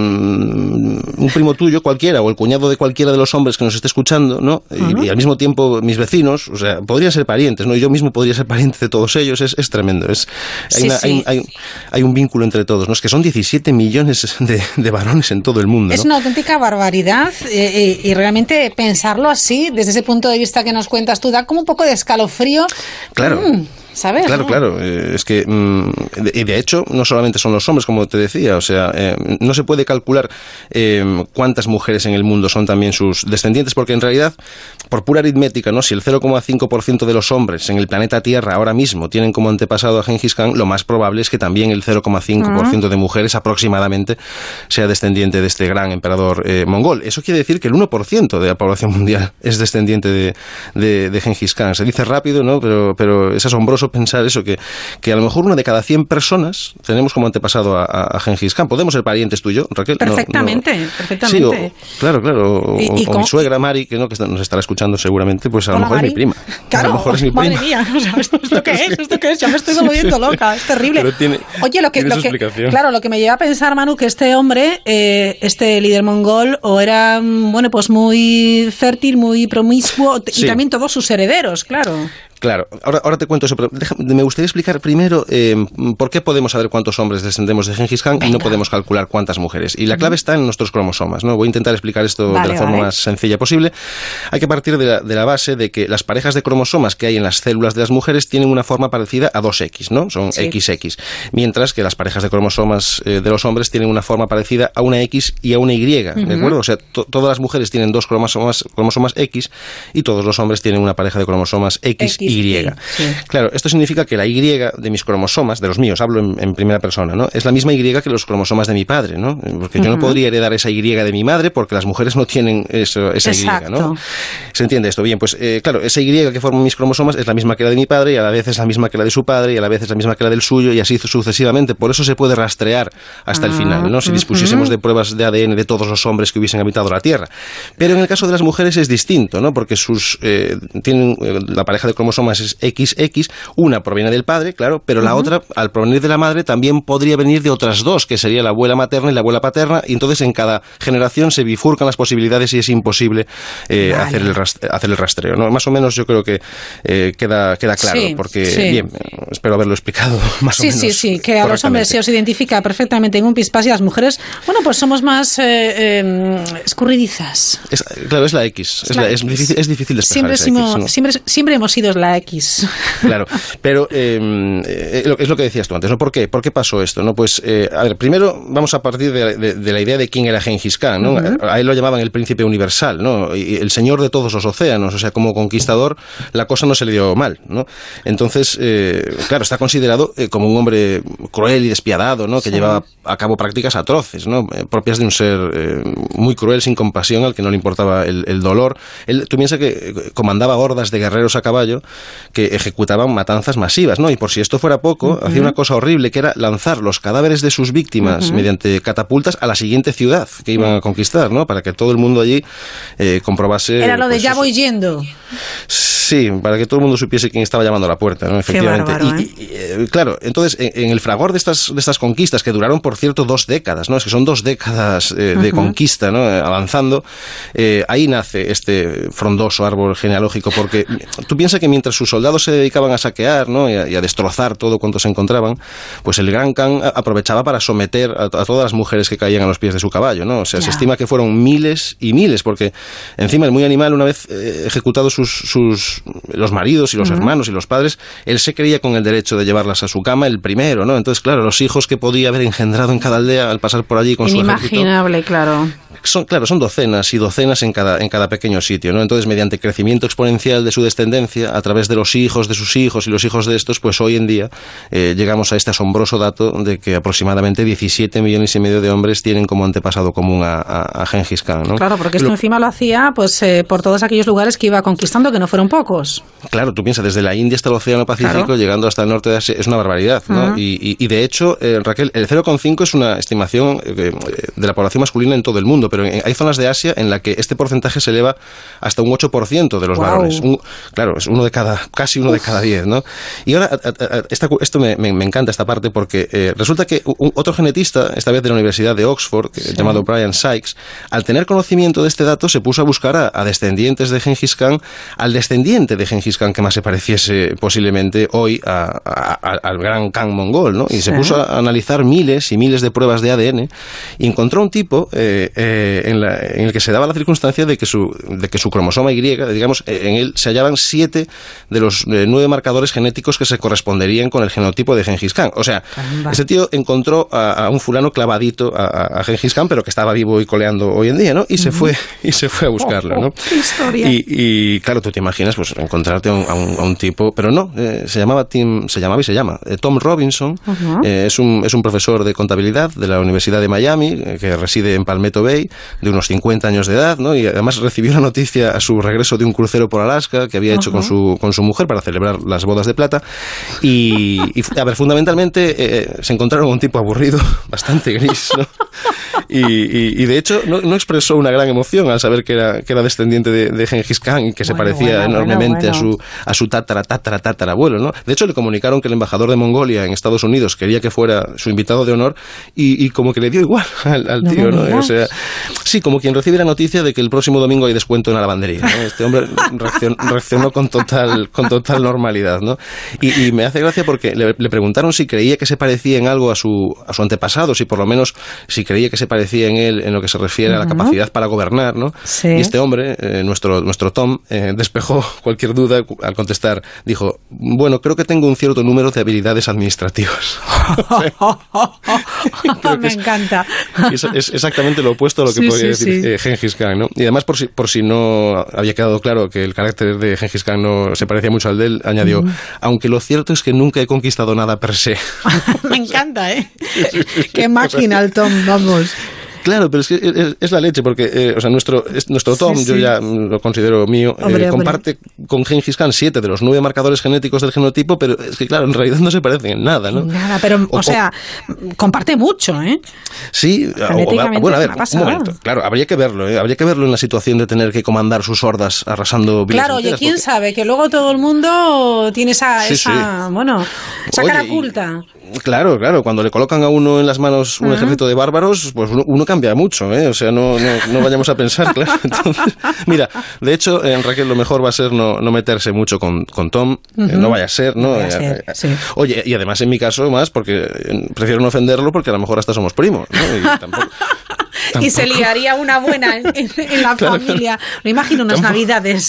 mmm, un primo tuyo cualquiera o el cuñado de cualquiera de los hombres que nos esté escuchando, ¿no? Uh-huh. y, y al mismo tiempo mis vecinos, o sea, podrían ser parientes, ¿no? Yo mismo podría ser pariente de todos ellos, es, es tremendo. Es, hay, sí, una, sí. Hay, hay, hay un vínculo entre todos, ¿no? Es que son diecisiete millones de, de varones en todo el mundo, ¿no? Es una auténtica barbaridad eh, y, y realmente pensarlo así, desde ese punto de vista que nos cuentas tú, da como un poco de escalofrío. Claro. Mm. ¿Sabes? Claro, ¿no? claro. Eh, es que, mmm, y de, de hecho, no solamente son los hombres, como te decía, o sea, eh, no se puede calcular eh, cuántas mujeres en el mundo son también sus descendientes, porque en realidad, por pura aritmética, ¿no? Si el cero coma cinco por ciento de los hombres en el planeta Tierra ahora mismo tienen como antepasado a Gengis Khan, lo más probable es que también el cero coma cinco por ciento uh-huh. de mujeres aproximadamente sea descendiente de este gran emperador eh, mongol. Eso quiere decir que el uno por ciento de la población mundial es descendiente de, de, de Gengis Khan. Se dice rápido, ¿no? Pero, pero es asombroso pensar eso, que, que a lo mejor una de cada cien personas tenemos como antepasado a, a, a Gengis Khan. ¿Podemos ser parientes tú y yo, Raquel? Perfectamente, no, no. perfectamente. Sí, o, claro, claro. O, ¿Y, y o mi suegra Mari, que no que nos estará escuchando seguramente, pues a lo Hola, mejor Mari. es mi prima. Claro, a lo mejor es mi madre prima. mía, o sea, ¿esto, ¿esto qué es? ¿Esto qué es? Ya me estoy volviendo loca, es terrible. Pero tiene, Oye, lo que, tiene lo su que explicación. Claro, lo que me lleva a pensar, Manu, que este hombre, eh, este líder mongol, o era, bueno, pues muy fértil, muy promiscuo, Sí. y también todos sus herederos, claro. Claro, ahora, ahora te cuento eso, pero deja, me gustaría explicar primero eh, por qué podemos saber cuántos hombres descendemos de Gengis Khan Venga. y no podemos calcular cuántas mujeres. Y la clave uh-huh. está en nuestros cromosomas, ¿no? Voy a intentar explicar esto vale, de la forma vale. más sencilla posible. Hay que partir de la, de la base de que las parejas de cromosomas que hay en las células de las mujeres tienen una forma parecida a dos equis, ¿no? Son sí. equis equis. Mientras que las parejas de cromosomas eh, de los hombres tienen una forma parecida a una X y a una Y, uh-huh. ¿de acuerdo? O sea, to, todas las mujeres tienen dos cromosomas, cromosomas X y todos los hombres tienen una pareja de cromosomas X Y. Sí. Claro, esto significa que la Y de mis cromosomas, de los míos, hablo en, en primera persona, ¿no? Es la misma Y que los cromosomas de mi padre, ¿no? Porque uh-huh. yo no podría heredar esa Y de mi madre porque las mujeres no tienen eso, esa Exacto. Y, ¿no? ¿Se entiende esto? Bien, pues eh, claro, esa Y que forman mis cromosomas es la misma que la de mi padre y a la vez es la misma que la de su padre y a la vez es la misma que la del suyo y así sucesivamente. Por eso se puede rastrear hasta uh-huh. el final, ¿no? Si dispusiésemos uh-huh. de pruebas de A D N de todos los hombres que hubiesen habitado la Tierra. Pero en el caso de las mujeres es distinto, ¿no? Porque sus eh, tienen eh, la pareja de cromosomas es equis equis. Una proviene del padre, claro, pero uh-huh. la otra, al provenir de la madre, también podría venir de otras dos, que sería la abuela materna y la abuela paterna, y entonces en cada generación se bifurcan las posibilidades y es imposible eh, vale. hacer, el rastre, hacer el rastreo, ¿no? Más o menos yo creo que eh, queda, queda claro, sí, porque, sí. bien, espero haberlo explicado más sí, o menos. Sí, sí, sí, que a los hombres se os identifica perfectamente en un pispás y a las mujeres, bueno, pues somos más eh, eh, escurridizas. Es, claro, es la X, es, es, la, es, difícil, es difícil despejar siempre, esa simo, X, ¿no? siempre, siempre hemos sido la X. Claro, pero eh, eh, es lo que decías tú antes, ¿no? ¿Por qué? ¿Por qué pasó esto? ¿No? Pues, eh, a ver, primero vamos a partir de, de, de la idea de quién era Gengis Khan, ¿no? Uh-huh. A él lo llamaban el príncipe universal, ¿no? Y el señor de todos los océanos, o sea, como conquistador la cosa no se le dio mal, ¿no? Entonces, eh, claro, está considerado eh, como un hombre cruel y despiadado, ¿no? Que sí. llevaba a cabo prácticas atroces, ¿no? Eh, propias de un ser eh, muy cruel, sin compasión, al que no le importaba el, el dolor. Él, tú piensas que comandaba hordas de guerreros a caballo que ejecutaban matanzas masivas, ¿no? Y por si esto fuera poco, uh-huh. hacía una cosa horrible que era lanzar los cadáveres de sus víctimas uh-huh. mediante catapultas a la siguiente ciudad que iban a conquistar, ¿no? Para que todo el mundo allí eh, comprobase... Era lo de pues, ya eso. voy yendo. Sí, para que todo el mundo supiese quién estaba llamando a la puerta, ¿no? Efectivamente. Qué bárbaro, ¿eh? y, y, eh, claro, entonces, en, en el fragor de estas, de estas conquistas, que duraron, por cierto, dos décadas, ¿no? Es que son dos décadas eh, de uh-huh. conquista, ¿no? Eh, avanzando, eh, ahí nace este frondoso árbol genealógico, porque tú piensas que mientras sus soldados se dedicaban a saquear, ¿no? y, a, y a destrozar todo cuanto se encontraban, pues el gran Khan aprovechaba para someter a, a todas las mujeres que caían a los pies de su caballo, ¿no? O sea, yeah. se estima que fueron miles y miles, porque encima el muy animal, una vez eh, ejecutados sus, sus los maridos y los uh-huh. hermanos y los padres, él se creía con el derecho de llevarlas a su cama el primero, ¿no? Entonces, claro, los hijos que podía haber engendrado en cada aldea al pasar por allí con su ejército. Inimaginable, claro. Son, claro, son docenas y docenas en cada, en cada pequeño sitio, ¿no? Entonces, mediante crecimiento exponencial de su descendencia, a través de los hijos de sus hijos y los hijos de estos, pues hoy en día eh, llegamos a este asombroso dato de que aproximadamente diecisiete millones y medio de hombres tienen como antepasado común a, a, a Gengis Khan, ¿no? Claro, porque esto lo, encima lo hacía pues eh, por todos aquellos lugares que iba conquistando, que no fueron pocos. Claro, tú piensas, desde la India hasta el Océano Pacífico, claro, llegando hasta el norte de Asia, es una barbaridad, ¿no? Uh-huh. y, y, y de hecho, eh, Raquel, el cero coma cinco es una estimación eh, de la población masculina en todo el mundo, pero en, hay zonas de Asia en la que este porcentaje se eleva hasta un ocho por ciento de los wow. varones. Un, claro, es uno de cada, casi uno Uf. de cada diez, ¿no? Y ahora, a, a, a, esta, esto me, me, me encanta, esta parte, porque eh, resulta que un, otro genetista, esta vez de la Universidad de Oxford, sí. llamado Brian Sykes, al tener conocimiento de este dato, se puso a buscar a, a descendientes de Gengis Khan, al descendiente de Gengis Khan que más se pareciese posiblemente hoy a, a, a, al gran Khan mongol, ¿no? Y sí. se puso a analizar miles y miles de pruebas de A D N y encontró un tipo eh, eh, en, la, en el que se daba la circunstancia de que su, de que su cromosoma Y, digamos, en él se hallaban siete de los eh, nueve marcadores genéticos que se corresponderían con el genotipo de Gengis Khan. O sea, Caramba. ese tío encontró a, a un fulano clavadito a, a Gengis Khan, pero que estaba vivo y coleando hoy en día, ¿no? Y uh-huh. se fue y se fue a buscarlo, ¿no? Oh, oh, qué historia. Y, y claro, tú te imaginas pues encontrarte a un, a un, a un tipo, pero no, eh, se llamaba Tim, se llamaba y se llama eh, Tom Robinson. Uh-huh. eh, es un es un profesor de contabilidad de la Universidad de Miami eh, que reside en Palmetto Bay, de unos cincuenta años de edad, ¿no? Y además recibió la noticia a su regreso de un crucero por Alaska que había hecho uh-huh. con su con su mujer para celebrar las bodas de plata. Y, y a ver, fundamentalmente eh, se encontraron un tipo aburrido, bastante gris, ¿no? Y, y, y de hecho no, no expresó una gran emoción al saber que era, que era descendiente de, de Gengis Khan y que se bueno, parecía bueno, enormemente bueno, bueno. a su a su tatara, tatara, tatara abuelo, ¿no? De hecho le comunicaron que el embajador de Mongolia en Estados Unidos quería que fuera su invitado de honor y, y como que le dio igual al, al tío, ¿no? ¿no? O sea, sí, como quien recibe la noticia de que el próximo domingo hay descuento en la lavandería, ¿no? Este hombre reaccionó, reaccionó con total con total normalidad, ¿no? Y, y me hace gracia porque le, le preguntaron si creía que se parecía en algo a su a su antepasado, si por lo menos si creía que se parecía en él en lo que se refiere uh-huh. a la capacidad para gobernar, ¿no? Sí. Y este hombre, eh, nuestro nuestro Tom, eh, despejó cualquier duda al contestar. Dijo, bueno, creo que tengo un cierto número de habilidades administrativas. Me es, encanta. Es, es exactamente lo opuesto a lo que sí, podría sí, decir sí. Eh, Gengis Khan, ¿no? Y además, por si, por si no había quedado claro que el carácter de Gengis Khan no se parecía mucho al de él, añadió, mm. aunque lo cierto es que nunca he conquistado nada per se. Me encanta, ¿eh? Qué máquina el Tom, vamos. Claro, pero es que es, es la leche, porque eh, o sea, nuestro, es, nuestro Tom, sí, sí. yo ya lo considero mío, hombre, eh, comparte hombre. con Gengis Khan siete de los nueve marcadores genéticos del genotipo, pero es que claro, en realidad no se parecen en nada, ¿no? Nada, pero, o, o sea, o, comparte mucho, ¿eh? Sí, genéticamente o, bueno, a ver, un momento, claro, habría que verlo, ¿eh? Habría que verlo en la situación de tener que comandar sus hordas arrasando vidas Claro, enteras, oye, quién porque... sabe, que luego todo el mundo tiene esa, sí, esa sí. bueno, esa oye, cara oculta. Y, claro, claro, cuando le colocan a uno en las manos un uh-huh. ejército de bárbaros, pues uno, uno cambia mucho, ¿eh? O sea, no, no, no vayamos a pensar, claro. Entonces, mira, de hecho, en Raquel lo mejor va a ser no, no meterse mucho con, con Tom, uh-huh. eh, no vaya a ser, ¿no? no vaya a ser, sí. Oye, y además en mi caso más, porque prefiero no ofenderlo porque a lo mejor hasta somos primos, ¿no? Y tampoco... Tampoco. Y se liaría una buena en, en la claro, familia. Me imagino unas tampoco. Navidades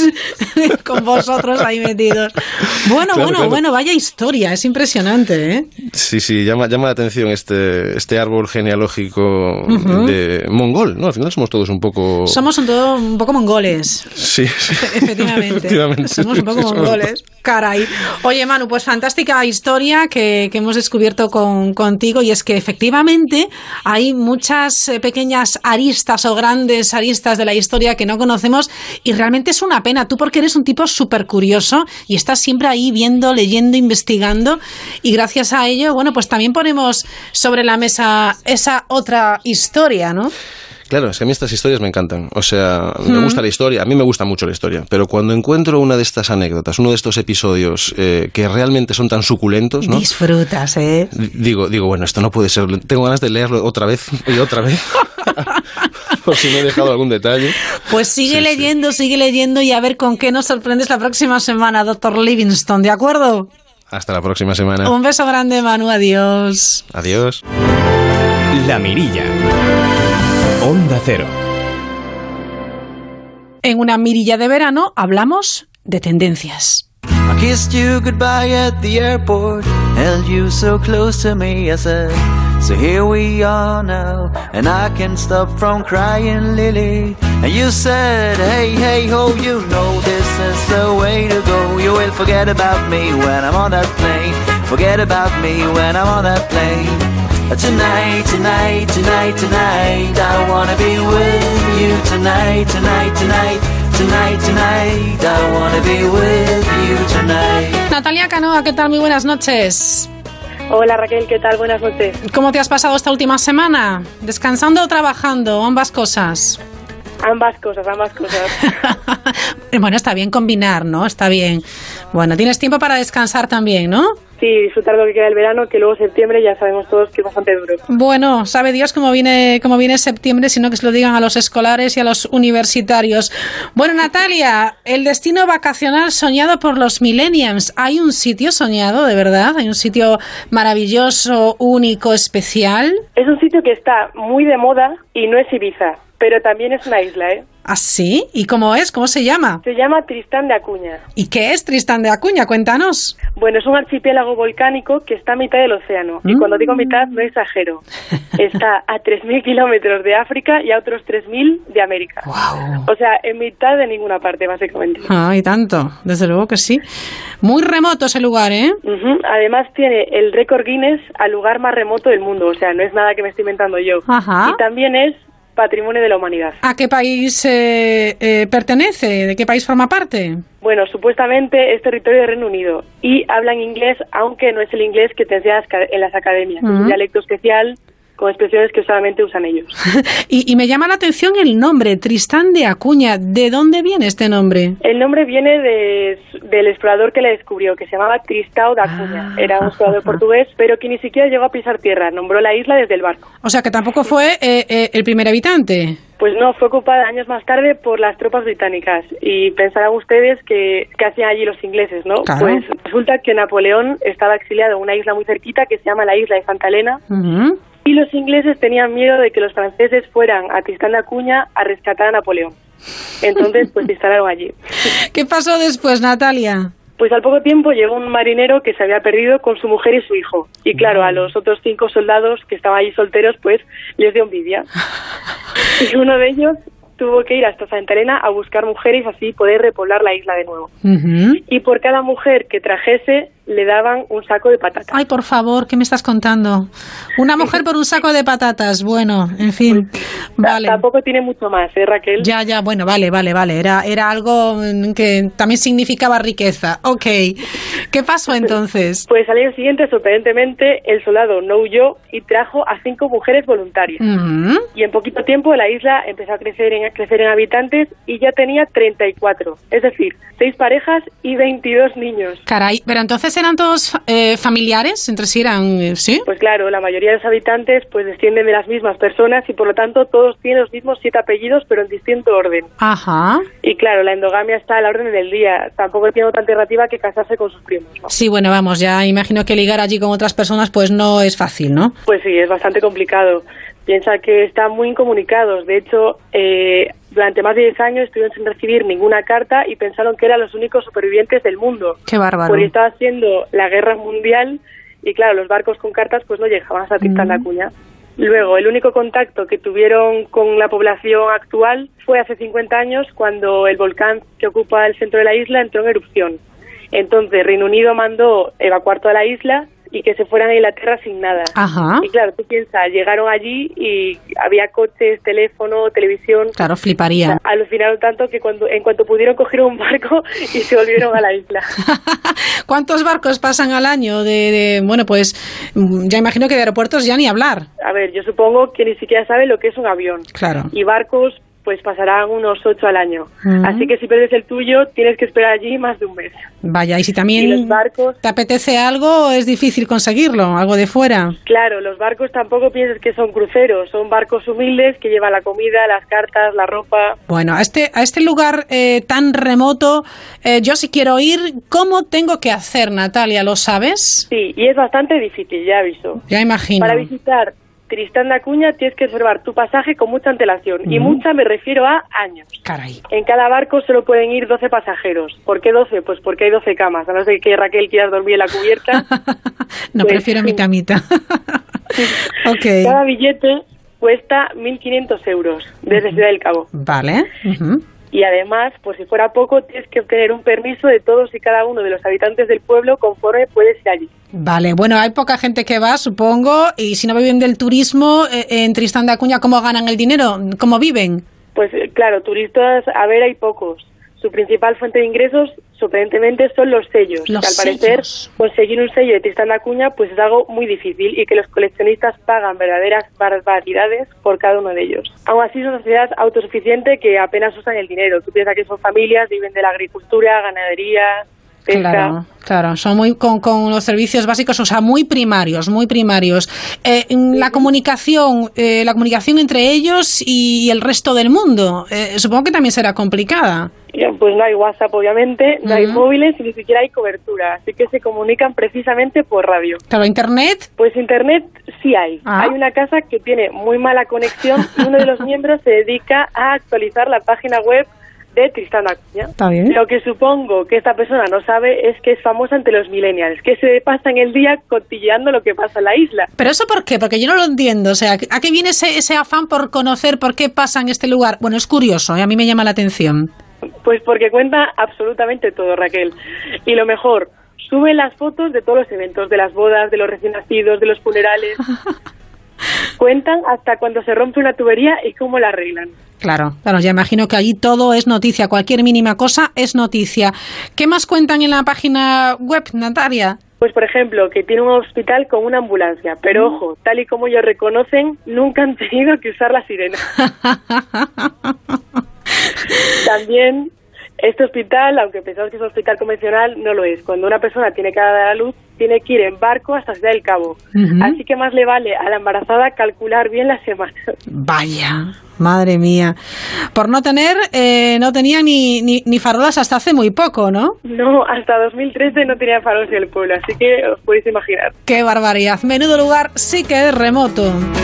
con vosotros ahí metidos. Bueno, claro, bueno, claro. bueno, vaya historia, es impresionante, ¿eh? Sí, sí, llama, llama la atención este, este árbol genealógico uh-huh. de mongol, ¿no? Al final somos todos un poco... Somos un, todo, un poco mongoles. Sí, sí. Efectivamente. Efectivamente. Somos un poco sí, mongoles. Somos... Caray. Oye, Manu, pues fantástica historia que, que hemos descubierto con, contigo, y es que efectivamente hay muchas eh, pequeñas aristas o grandes aristas de la historia que no conocemos, y realmente es una pena. Tú porque eres un tipo súper curioso y estás siempre ahí viendo, leyendo, investigando, y gracias a ello, bueno, pues también ponemos sobre la mesa esa otra historia, ¿no? Claro, es que a mí estas historias me encantan. O sea, me gusta la historia, a mí me gusta mucho la historia, pero cuando encuentro una de estas anécdotas, uno de estos episodios eh, que realmente son tan suculentos, ¿no? Disfrutas, ¿eh? Digo, digo, bueno, esto no puede ser. Tengo ganas de leerlo otra vez y otra vez. Por si me he dejado algún detalle. Pues sigue sí, leyendo, sí. sigue leyendo y a ver con qué nos sorprendes la próxima semana, doctor Livingstone, ¿de acuerdo? Hasta la próxima semana. Un beso grande, Manu, adiós. Adiós. La Mirilla. Onda Cero. En una mirilla de verano hablamos de tendencias. I kissed you goodbye at the airport, held you so close to me, I said, So here we are now, and I can't stop from crying, Lily. And you said, hey, hey, ho, you know this is the way to go. You will forget about me when I'm on that plane. Forget about me when I'm on that plane. Tonight, tonight, tonight, tonight, I wanna be with you tonight, tonight, tonight, tonight, tonight, I wanna be with you tonight. Natalia Canoa, ¿qué tal? Muy buenas noches. Hola Raquel, ¿qué tal? Buenas noches. ¿Cómo te has pasado esta última semana? ¿Descansando o trabajando? Ambas cosas. Ambas cosas, ambas cosas. Bueno, está bien combinar, ¿no? Está bien. Bueno, tienes tiempo para descansar también, ¿no? Sí, disfrutar lo que queda del verano, que luego septiembre ya sabemos todos que es bastante duro. Bueno, sabe Dios cómo viene, cómo viene septiembre, sino que se lo digan a los escolares y a los universitarios. Bueno, Natalia, el destino vacacional soñado por los millennials. ¿Hay un sitio soñado, de verdad? ¿Hay un sitio maravilloso, único, especial? Es un sitio que está muy de moda y no es Ibiza, pero también es una isla, ¿eh? ¿Ah, sí? ¿Y cómo es? ¿Cómo se llama? Se llama Tristán de Acuña. ¿Y qué es Tristán de Acuña? Cuéntanos. Bueno, es un archipiélago volcánico que está a mitad del océano. Mm. Y cuando digo mitad, no exagero. Está a tres mil kilómetros de África y a otros tres mil de América. Wow. O sea, en mitad de ninguna parte, básicamente. Ah, y tanto. Desde luego que sí. Muy remoto ese lugar, ¿eh? Uh-huh. Además tiene el récord Guinness al lugar más remoto del mundo. O sea, no es nada que me estoy inventando yo. Ajá. Y también es Patrimonio de la Humanidad. ¿A qué país eh, eh, pertenece? ¿De qué país forma parte? Bueno, supuestamente es territorio del Reino Unido y hablan inglés, aunque no es el inglés que te enseñan en las academias. Uh-huh. Es un dialecto especial con expresiones que solamente usan ellos. y, y me llama la atención el nombre, Tristán de Acuña. ¿De dónde viene este nombre? El nombre viene de, del explorador que le descubrió, que se llamaba Tristão da Cunha. Ah, Era un explorador ajá. portugués, pero que ni siquiera llegó a pisar tierra. Nombró la isla desde el barco. O sea, que tampoco fue eh, eh, el primer habitante. Pues no, fue ocupada años más tarde por las tropas británicas. Y pensarán ustedes que, que hacían allí los ingleses, ¿no? Claro. Pues resulta que Napoleón estaba exiliado en una isla muy cerquita que se llama la isla de Santa Elena. Uh-huh. Y los ingleses tenían miedo de que los franceses fueran a Tristán de Acuña a rescatar a Napoleón. Entonces, pues se instalaron allí. ¿Qué pasó después, Natalia? Pues al poco tiempo llegó un marinero que se había perdido con su mujer y su hijo. Y claro, a los otros cinco soldados que estaban allí solteros, pues les dio envidia. Y uno de ellos tuvo que ir hasta Santa Elena a buscar mujeres, así poder repoblar la isla de nuevo. Uh-huh. Y por cada mujer que trajese, le daban un saco de patatas. Ay, por favor, ¿qué me estás contando? Una mujer por un saco de patatas. Bueno, en fin, vale. Tampoco tiene mucho más, ¿eh, Raquel? Ya, ya, bueno, vale, vale, vale. Era, era algo que también significaba riqueza. Ok. ¿Qué pasó entonces? Pues al año siguiente, sorprendentemente, el soldado no huyó y trajo a cinco mujeres voluntarias. Uh-huh. Y en poquito tiempo la isla empezó a crecer en, a crecer en habitantes y ya tenía treinta y cuatro. Es decir, seis parejas y veintidós niños. Caray, pero entonces eran todos eh, familiares, entre sí eran, eh, ¿sí? Pues claro, la mayoría de los habitantes pues descienden de las mismas personas y por lo tanto todos tienen los mismos siete apellidos pero en distinto orden. Ajá. Y claro, la endogamia está a la orden del día. Tampoco tiene otra alternativa que casarse con sus primos, ¿no? Sí, bueno, vamos, ya imagino que ligar allí con otras personas pues no es fácil, ¿no? Pues sí, es bastante complicado. Piensa que están muy incomunicados. De hecho, eh, durante más de diez años estuvieron sin recibir ninguna carta y pensaron que eran los únicos supervivientes del mundo. ¡Qué bárbaro! Porque estaba haciendo la guerra mundial y, claro, los barcos con cartas pues no llegaban hasta Tristán de Acuña. Luego, el único contacto que tuvieron con la población actual fue hace cincuenta años, cuando el volcán que ocupa el centro de la isla entró en erupción. Entonces, Reino Unido mandó evacuar toda la isla y que se fueran a Inglaterra sin nada. Ajá. Y claro, tú piensas, llegaron allí y había coches, teléfono, televisión. Claro, fliparían. Alucinaron tanto que cuando en cuanto pudieron cogieron un barco y se volvieron a la isla. ¿Cuántos barcos pasan al año? De, de bueno, pues ya imagino que de aeropuertos ya ni hablar. A ver, yo supongo que ni siquiera sabe lo que es un avión. Claro. Y barcos pues pasarán unos ocho al año. Uh-huh. Así que si pierdes el tuyo, tienes que esperar allí más de un mes. Vaya, y si también y los barcos, te apetece algo, es difícil conseguirlo, algo de fuera. Claro, los barcos tampoco pienses que son cruceros, son barcos humildes que llevan la comida, las cartas, la ropa. Bueno, a este, a este lugar eh, tan remoto, eh, yo si quiero ir, ¿cómo tengo que hacer, Natalia? ¿Lo sabes? Sí, y es bastante difícil, ya aviso. Ya imagino. Para visitar Tristán de Acuña tienes que reservar tu pasaje con mucha antelación. Uh-huh. Y mucha me refiero a años. Caray. En cada barco solo pueden ir doce pasajeros. ¿Por qué doce? Pues porque hay doce camas. A no ser que Raquel quieras dormir en la cubierta. No, pues, prefiero mi camita. Okay. Cada billete cuesta mil quinientos euros desde Ciudad del Cabo. Vale. Uh-huh. Y además, por si fuera poco, tienes que obtener un permiso de todos y cada uno de los habitantes del pueblo conforme puedes ir allí. Vale, bueno, hay poca gente que va, supongo, y si no viven del turismo, eh, en Tristán de Acuña, ¿cómo ganan el dinero? ¿Cómo viven? Pues claro, turistas, a ver, hay pocos. Su principal fuente de ingresos, sorprendentemente, son los sellos. Los que al parecer, sellos. conseguir un sello de Tristán de Acuña pues es algo muy difícil y que los coleccionistas pagan verdaderas barbaridades por cada uno de ellos. Aún así, es una sociedad autosuficiente que apenas usan el dinero. Tú piensas que son familias, viven de la agricultura, ganadería, pesca. Claro, claro, son muy con, con los servicios básicos, o sea, muy primarios, muy primarios. Eh, la comunicación, eh, la comunicación entre ellos y el resto del mundo, eh, supongo que también será complicada. Pues no hay WhatsApp, obviamente, no uh-huh. hay móviles y ni siquiera hay cobertura, así que se comunican precisamente por radio. ¿Pero internet? Pues internet sí hay. Ah. Hay una casa que tiene muy mala conexión y uno de los miembros se dedica a actualizar la página web de Tristán de Acuña. Está bien. Lo que supongo que esta persona no sabe es que es famosa entre los millennials, que se pasan el día cotilleando lo que pasa en la isla. ¿Pero eso por qué? Porque yo no lo entiendo. O sea, ¿a qué viene ese, ese afán por conocer por qué pasa en este lugar? Bueno, es curioso, ¿eh? A mí me llama la atención. Pues porque cuenta absolutamente todo, Raquel. Y lo mejor, sube las fotos de todos los eventos, de las bodas, de los recién nacidos, de los funerales. Cuentan hasta cuando se rompe una tubería y cómo la arreglan. Claro, claro, ya imagino que allí todo es noticia, cualquier mínima cosa es noticia. ¿Qué más cuentan en la página web, Natalia? Pues, por ejemplo, que tiene un hospital con una ambulancia, pero ojo, tal y como ellos reconocen, nunca han tenido que usar la sirena. También, este hospital, aunque pensamos que es un hospital convencional, no lo es. Cuando una persona tiene que dar a luz, tiene que ir en barco hasta Ciudad del Cabo. Uh-huh. Así que más le vale a la embarazada calcular bien las semanas. Vaya, madre mía. Por no tener, eh, no tenía ni, ni, ni farolas hasta hace muy poco, ¿no? No, hasta dos mil trece no tenía farolas en el pueblo, así que os podéis imaginar. ¡Qué barbaridad! Menudo lugar, sí que es remoto.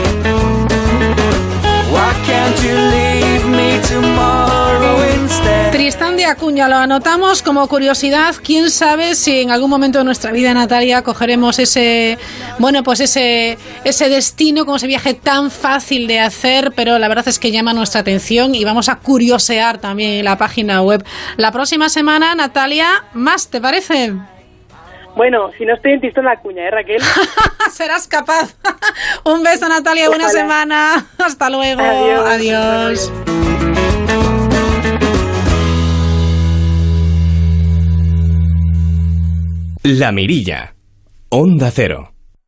Tristán de Acuña, lo anotamos como curiosidad. Quién sabe si en algún momento de nuestra vida, Natalia, cogeremos ese, bueno, pues ese, ese destino, como ese viaje tan fácil de hacer, pero la verdad es que llama nuestra atención y vamos a curiosear también en la página web. La próxima semana, Natalia, más, ¿te parece? Bueno, si no estoy en Tristán de Acuña, ¿eh, Raquel? Serás capaz. Un beso, Natalia, buena Ojalá. semana. Hasta luego. Adiós. Adiós. La Mirilla. Onda Cero.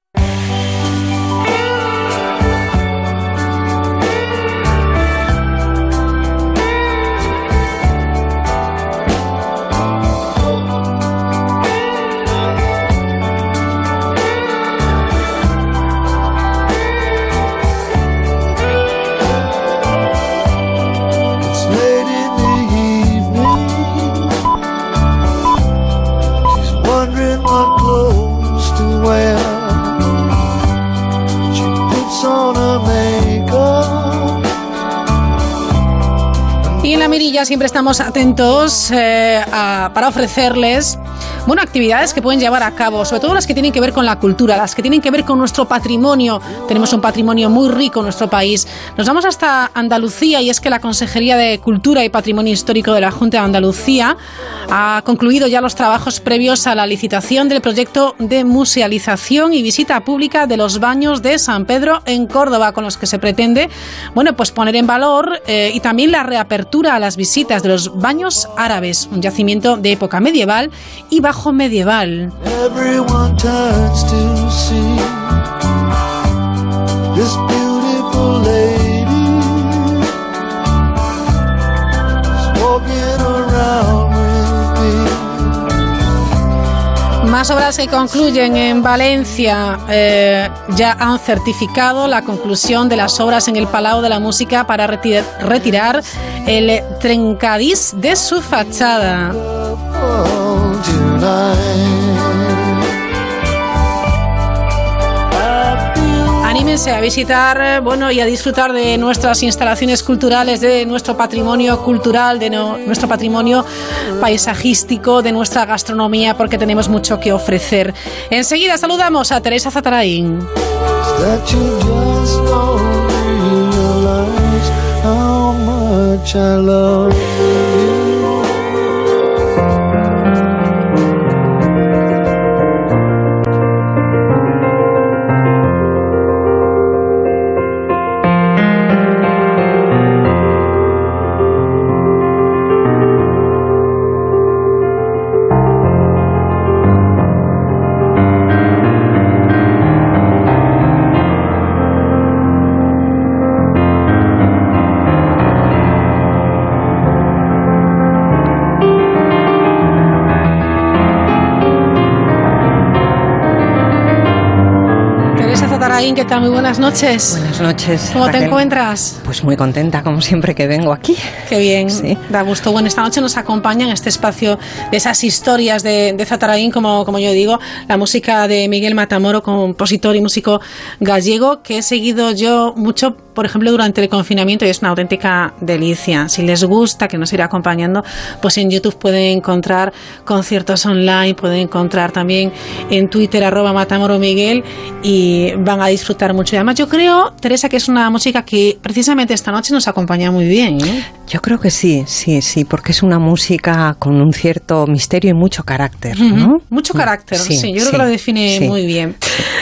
Y en La Mirilla siempre estamos atentos eh, a, para ofrecerles bueno, actividades que pueden llevar a cabo, sobre todo las que tienen que ver con la cultura, las que tienen que ver con nuestro patrimonio. Tenemos un patrimonio muy rico en nuestro país. Nos vamos hasta Andalucía y es que la Consejería de Cultura y Patrimonio Histórico de la Junta de Andalucía ha concluido ya los trabajos previos a la licitación del proyecto de musealización y visita pública de los baños de San Pedro en Córdoba, con los que se pretende, bueno, pues poner en valor eh, y también la reapertura a las visitas de los baños árabes, un yacimiento de época medieval y bajo medieval. Everyone turns to see this beautiful lady walking around with me. Más obras que concluyen en Valencia eh, ya han certificado la conclusión de las obras en el Palau de la Música para reti- retirar el trencadís de su fachada. Anímense a visitar, bueno, y a disfrutar de nuestras instalaciones culturales, de nuestro patrimonio cultural, de no, nuestro patrimonio paisajístico, de nuestra gastronomía, porque tenemos mucho que ofrecer. Enseguida saludamos a Teresa Zatarain. that you just don't realize how much I love you. ¿Qué tal? Muy buenas noches. Buenas noches. ¿Cómo Raquel? te encuentras? Pues muy contenta, como siempre que vengo aquí. Qué bien, sí. Da gusto. Bueno, esta noche nos acompaña en este espacio de esas historias de, de Zatarain, como, como yo digo, la música de Miguel Matamoro, compositor y músico gallego, que he seguido yo mucho, por ejemplo, durante el confinamiento, y es una auténtica delicia. Si les gusta, que nos irá acompañando, pues en YouTube pueden encontrar conciertos online, pueden encontrar también en Twitter, arroba Matamoro Miguel, y van a disfrutar mucho. Y además yo creo, Teresa, que es una música que precisamente esta noche nos acompaña muy bien, ¿eh? Yo creo que sí, sí, sí, porque es una música con un cierto misterio y mucho carácter, ¿no? Uh-huh. Mucho carácter, sí, sí yo creo sí, que lo define sí. muy bien.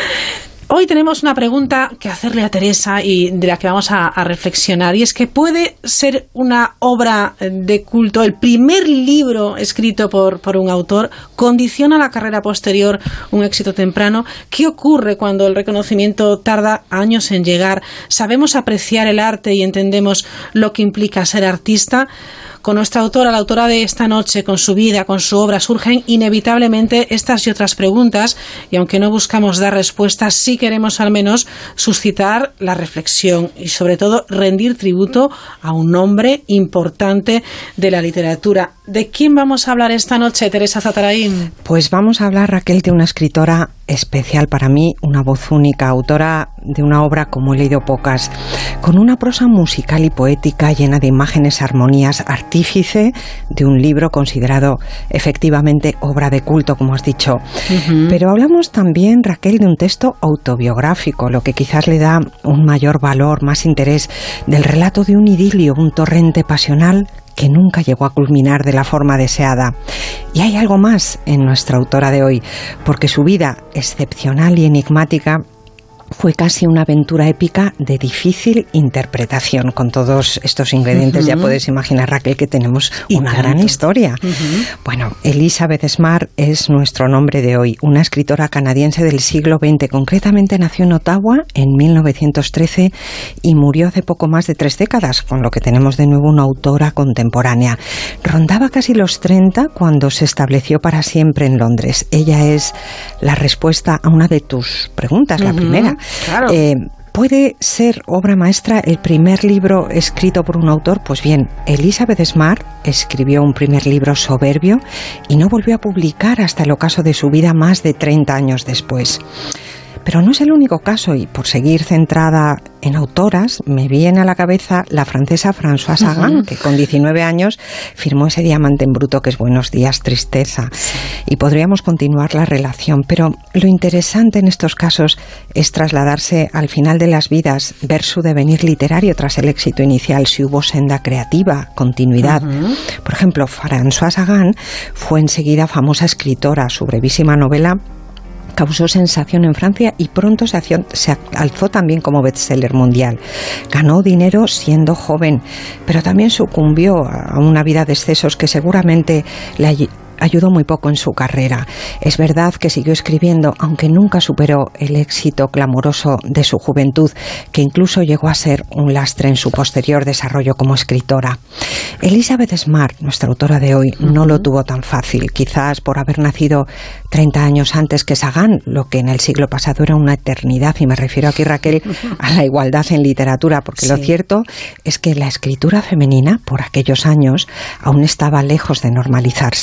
Hoy tenemos una pregunta que hacerle a Teresa y de la que vamos a, a reflexionar, y es que puede ser una obra de culto, el primer libro escrito por, por un autor, condiciona la carrera posterior un éxito temprano. ¿Qué ocurre cuando el reconocimiento tarda años en llegar? ¿Sabemos apreciar el arte y entendemos lo que implica ser artista? Con nuestra autora, la autora de esta noche, con su vida, con su obra, surgen inevitablemente estas y otras preguntas, y aunque no buscamos dar respuestas, sí queremos al menos suscitar la reflexión y sobre todo rendir tributo a un hombre importante de la literatura. ¿De quién vamos a hablar esta noche, Teresa Zatarain? Pues vamos a hablar, Raquel, de una escritora especial para mí, una voz única, autora de una obra como he leído pocas, con una prosa musical y poética llena de imágenes, armonías, artífice de un libro considerado efectivamente obra de culto, como has dicho. Uh-huh. Pero hablamos también, Raquel, de un texto autobiográfico, lo que quizás le da un mayor valor, más interés, del relato de un idilio, un torrente pasional que nunca llegó a culminar de la forma deseada. Y hay algo más en nuestra autora de hoy, porque su vida, excepcional y enigmática, fue casi una aventura épica de difícil interpretación. Con todos estos ingredientes, uh-huh. ya puedes imaginar, Raquel, que tenemos y una tanto. gran historia. Uh-huh. Bueno, Elizabeth Smart es nuestro nombre de hoy, una escritora canadiense del siglo veinte. Concretamente nació en Ottawa en mil novecientos trece y murió hace poco más de tres décadas, con lo que tenemos de nuevo una autora contemporánea. Rondaba casi los treinta cuando se estableció para siempre en Londres. Ella es la respuesta a una de tus preguntas, uh-huh. la primera. Claro. Eh, ¿Puede ser obra maestra el primer libro escrito por un autor? Pues bien, Elizabeth Smart escribió un primer libro soberbio y no volvió a publicar hasta el ocaso de su vida más de treinta años después. Pero no es el único caso, y por seguir centrada en autoras, me viene a la cabeza la francesa Françoise Sagan, uh-huh. que con diecinueve años firmó ese diamante en bruto que es Buenos días, tristeza. Sí. Y podríamos continuar la relación, pero lo interesante en estos casos es trasladarse al final de las vidas, ver su devenir literario tras el éxito inicial, si hubo senda creativa, continuidad. Uh-huh. Por ejemplo, Françoise Sagan fue enseguida famosa escritora. Su brevísima novela causó sensación en Francia y pronto se, hació, se alzó también como bestseller mundial. Ganó dinero siendo joven, pero también sucumbió a una vida de excesos que seguramente le ayudó muy poco en su carrera. Es verdad que siguió escribiendo, aunque nunca superó el éxito clamoroso de su juventud, que incluso llegó a ser un lastre en su posterior desarrollo como escritora. Elizabeth Smart, nuestra autora de hoy, uh-huh. no lo tuvo tan fácil, quizás por haber nacido treinta años antes que Sagan, lo que en el siglo pasado era una eternidad, y me refiero aquí, Raquel, a la igualdad en literatura, porque sí. lo cierto es que la escritura femenina, por aquellos años, aún estaba lejos de normalizarse.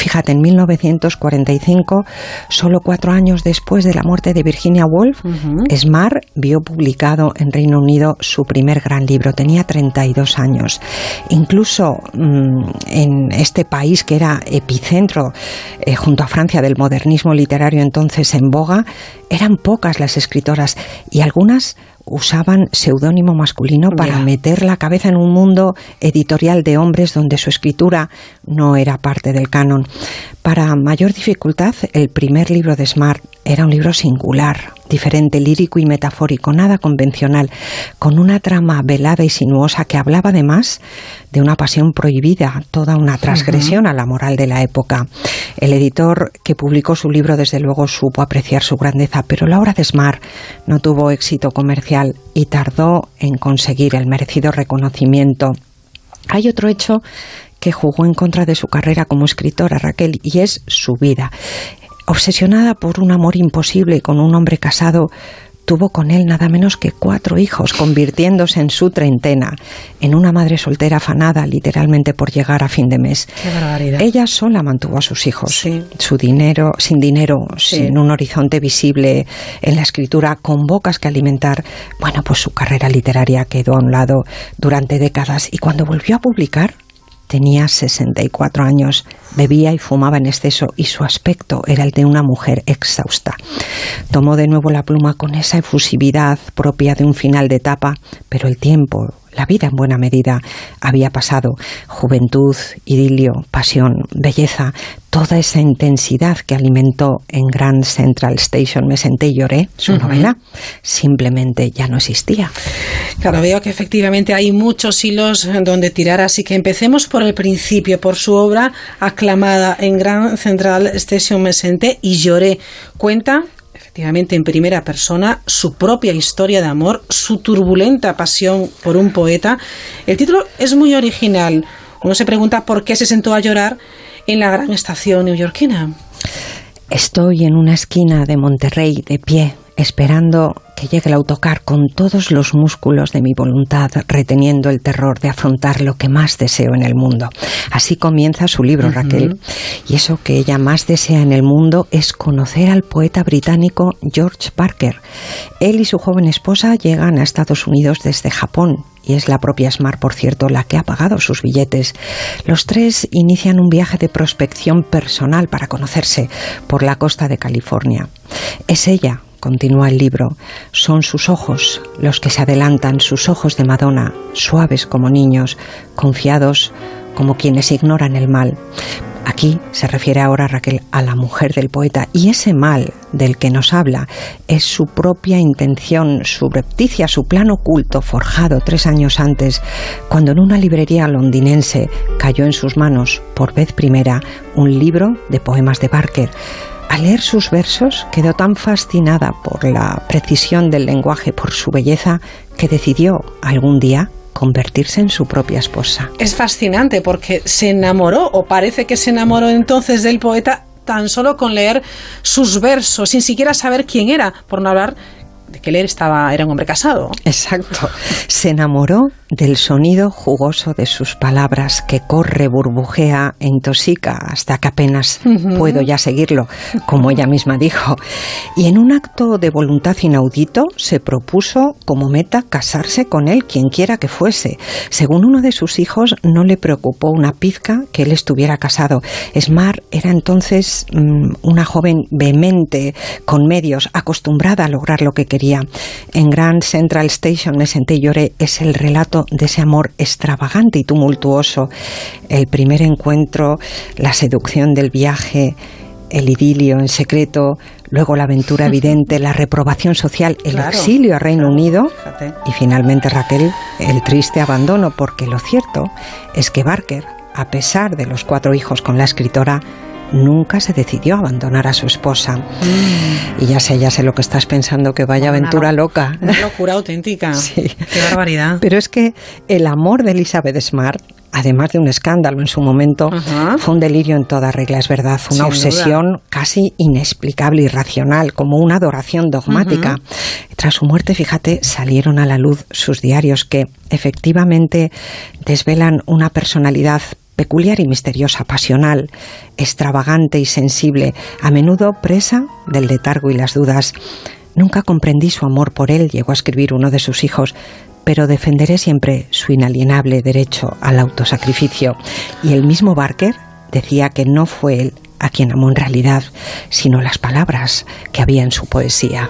Fíjate, en mil novecientos cuarenta y cinco, solo cuatro años después de la muerte de Virginia Woolf, uh-huh. Smart vio publicado en Reino Unido su primer gran libro. Tenía treinta y dos años. Incluso mmm, en este país que era epicentro, eh, junto a Francia, del modernismo literario entonces en boga, eran pocas las escritoras y algunas usaban seudónimo masculino para yeah. meter la cabeza en un mundo editorial de hombres donde su escritura no era parte del canon. Para mayor dificultad, el primer libro de Smart era un libro singular, diferente, lírico y metafórico, nada convencional, con una trama velada y sinuosa que hablaba además de una pasión prohibida, toda una transgresión uh-huh. a la moral de la época. El editor que publicó su libro desde luego supo apreciar su grandeza, pero la obra de Smart no tuvo éxito comercial y tardó en conseguir el merecido reconocimiento. Hay otro hecho que jugó en contra de su carrera como escritora, Raquel, y es su vida. Obsesionada por un amor imposible con un hombre casado, tuvo con él nada menos que cuatro hijos, convirtiéndose en su treintena en una madre soltera afanada literalmente por llegar a fin de mes. Qué barbaridad. Ella sola mantuvo a sus hijos, sí. su dinero, sin dinero, sí. sin un horizonte visible en la escritura, con bocas que alimentar. Bueno, pues su carrera literaria quedó a un lado durante décadas y cuando volvió a publicar tenía sesenta y cuatro años, bebía y fumaba en exceso y su aspecto era el de una mujer exhausta. Tomó de nuevo la pluma con esa efusividad propia de un final de etapa, pero el tiempo, la vida en buena medida, había pasado. Juventud, idilio, pasión, belleza, toda esa intensidad que alimentó en Grand Central Station Me senté y lloré, su uh-huh. novela, simplemente ya no existía. Claro, veo que efectivamente hay muchos hilos donde tirar, así que empecemos por el principio, por su obra aclamada en Grand Central Station Me senté y lloré. Cuenta efectivamente en primera persona su propia historia de amor, su turbulenta pasión por un poeta. El título es muy original. Uno se pregunta por qué se sentó a llorar en la gran estación neoyorquina. Estoy en una esquina de Monterrey de pie, esperando que llegue el autocar con todos los músculos de mi voluntad, reteniendo el terror de afrontar lo que más deseo en el mundo. Así comienza su libro, uh-huh. Raquel. Y eso que ella más desea en el mundo es conocer al poeta británico George Parker. Él y su joven esposa llegan a Estados Unidos desde Japón. Y es la propia Smart, por cierto, la que ha pagado sus billetes. Los tres inician un viaje de prospección personal para conocerse por la costa de California. Es ella, continúa el libro, son sus ojos los que se adelantan, sus ojos de Madonna, suaves como niños, confiados como quienes ignoran el mal. Aquí se refiere ahora, Raquel, a la mujer del poeta, y ese mal del que nos habla es su propia intención subrepticia, su plan oculto forjado tres años antes, cuando en una librería londinense cayó en sus manos por vez primera un libro de poemas de Parker. Al leer sus versos quedó tan fascinada por la precisión del lenguaje, por su belleza, que decidió algún día convertirse en su propia esposa. Es fascinante porque se enamoró, o parece que se enamoró entonces del poeta tan solo con leer sus versos, sin siquiera saber quién era, por no hablar de que él estaba, era un hombre casado. Exacto. Se enamoró del sonido jugoso de sus palabras, que corre, burbujea e intoxica hasta que apenas uh-huh. puedo ya seguirlo, como ella misma dijo. Y en un acto de voluntad inaudito se propuso como meta casarse con él, quien quiera que fuese. Según uno de sus hijos, no le preocupó una pizca que él estuviera casado. Smart era entonces mmm, una joven vehemente, con medios, acostumbrada a lograr lo que quería. En Grand Central Station Me senté y lloré es el relato de ese amor extravagante y tumultuoso. El primer encuentro, la seducción del viaje, el idilio en secreto, luego la aventura evidente, la reprobación social, el claro, exilio a Reino Unido fíjate. Y finalmente, Raquel, el triste abandono, porque lo cierto es que Parker, a pesar de los cuatro hijos con la escritora, nunca se decidió a abandonar a su esposa. Mm. Y ya sé, ya sé lo que estás pensando, que vaya bueno, aventura una, loca. Una locura auténtica. Sí. Qué barbaridad. Pero es que el amor de Elizabeth Smart, además de un escándalo en su momento, uh-huh. fue un delirio en toda regla, es verdad. Una Sin obsesión duda. Casi inexplicable, irracional, como una adoración dogmática. Uh-huh. Tras su muerte, fíjate, salieron a la luz sus diarios que efectivamente desvelan una personalidad peculiar y misteriosa, pasional, extravagante y sensible, a menudo presa del letargo y las dudas. Nunca comprendí su amor por él, llegó a escribir uno de sus hijos, pero defenderé siempre su inalienable derecho al autosacrificio. Y el mismo Barker decía que no fue él a quien amó en realidad, sino las palabras que había en su poesía.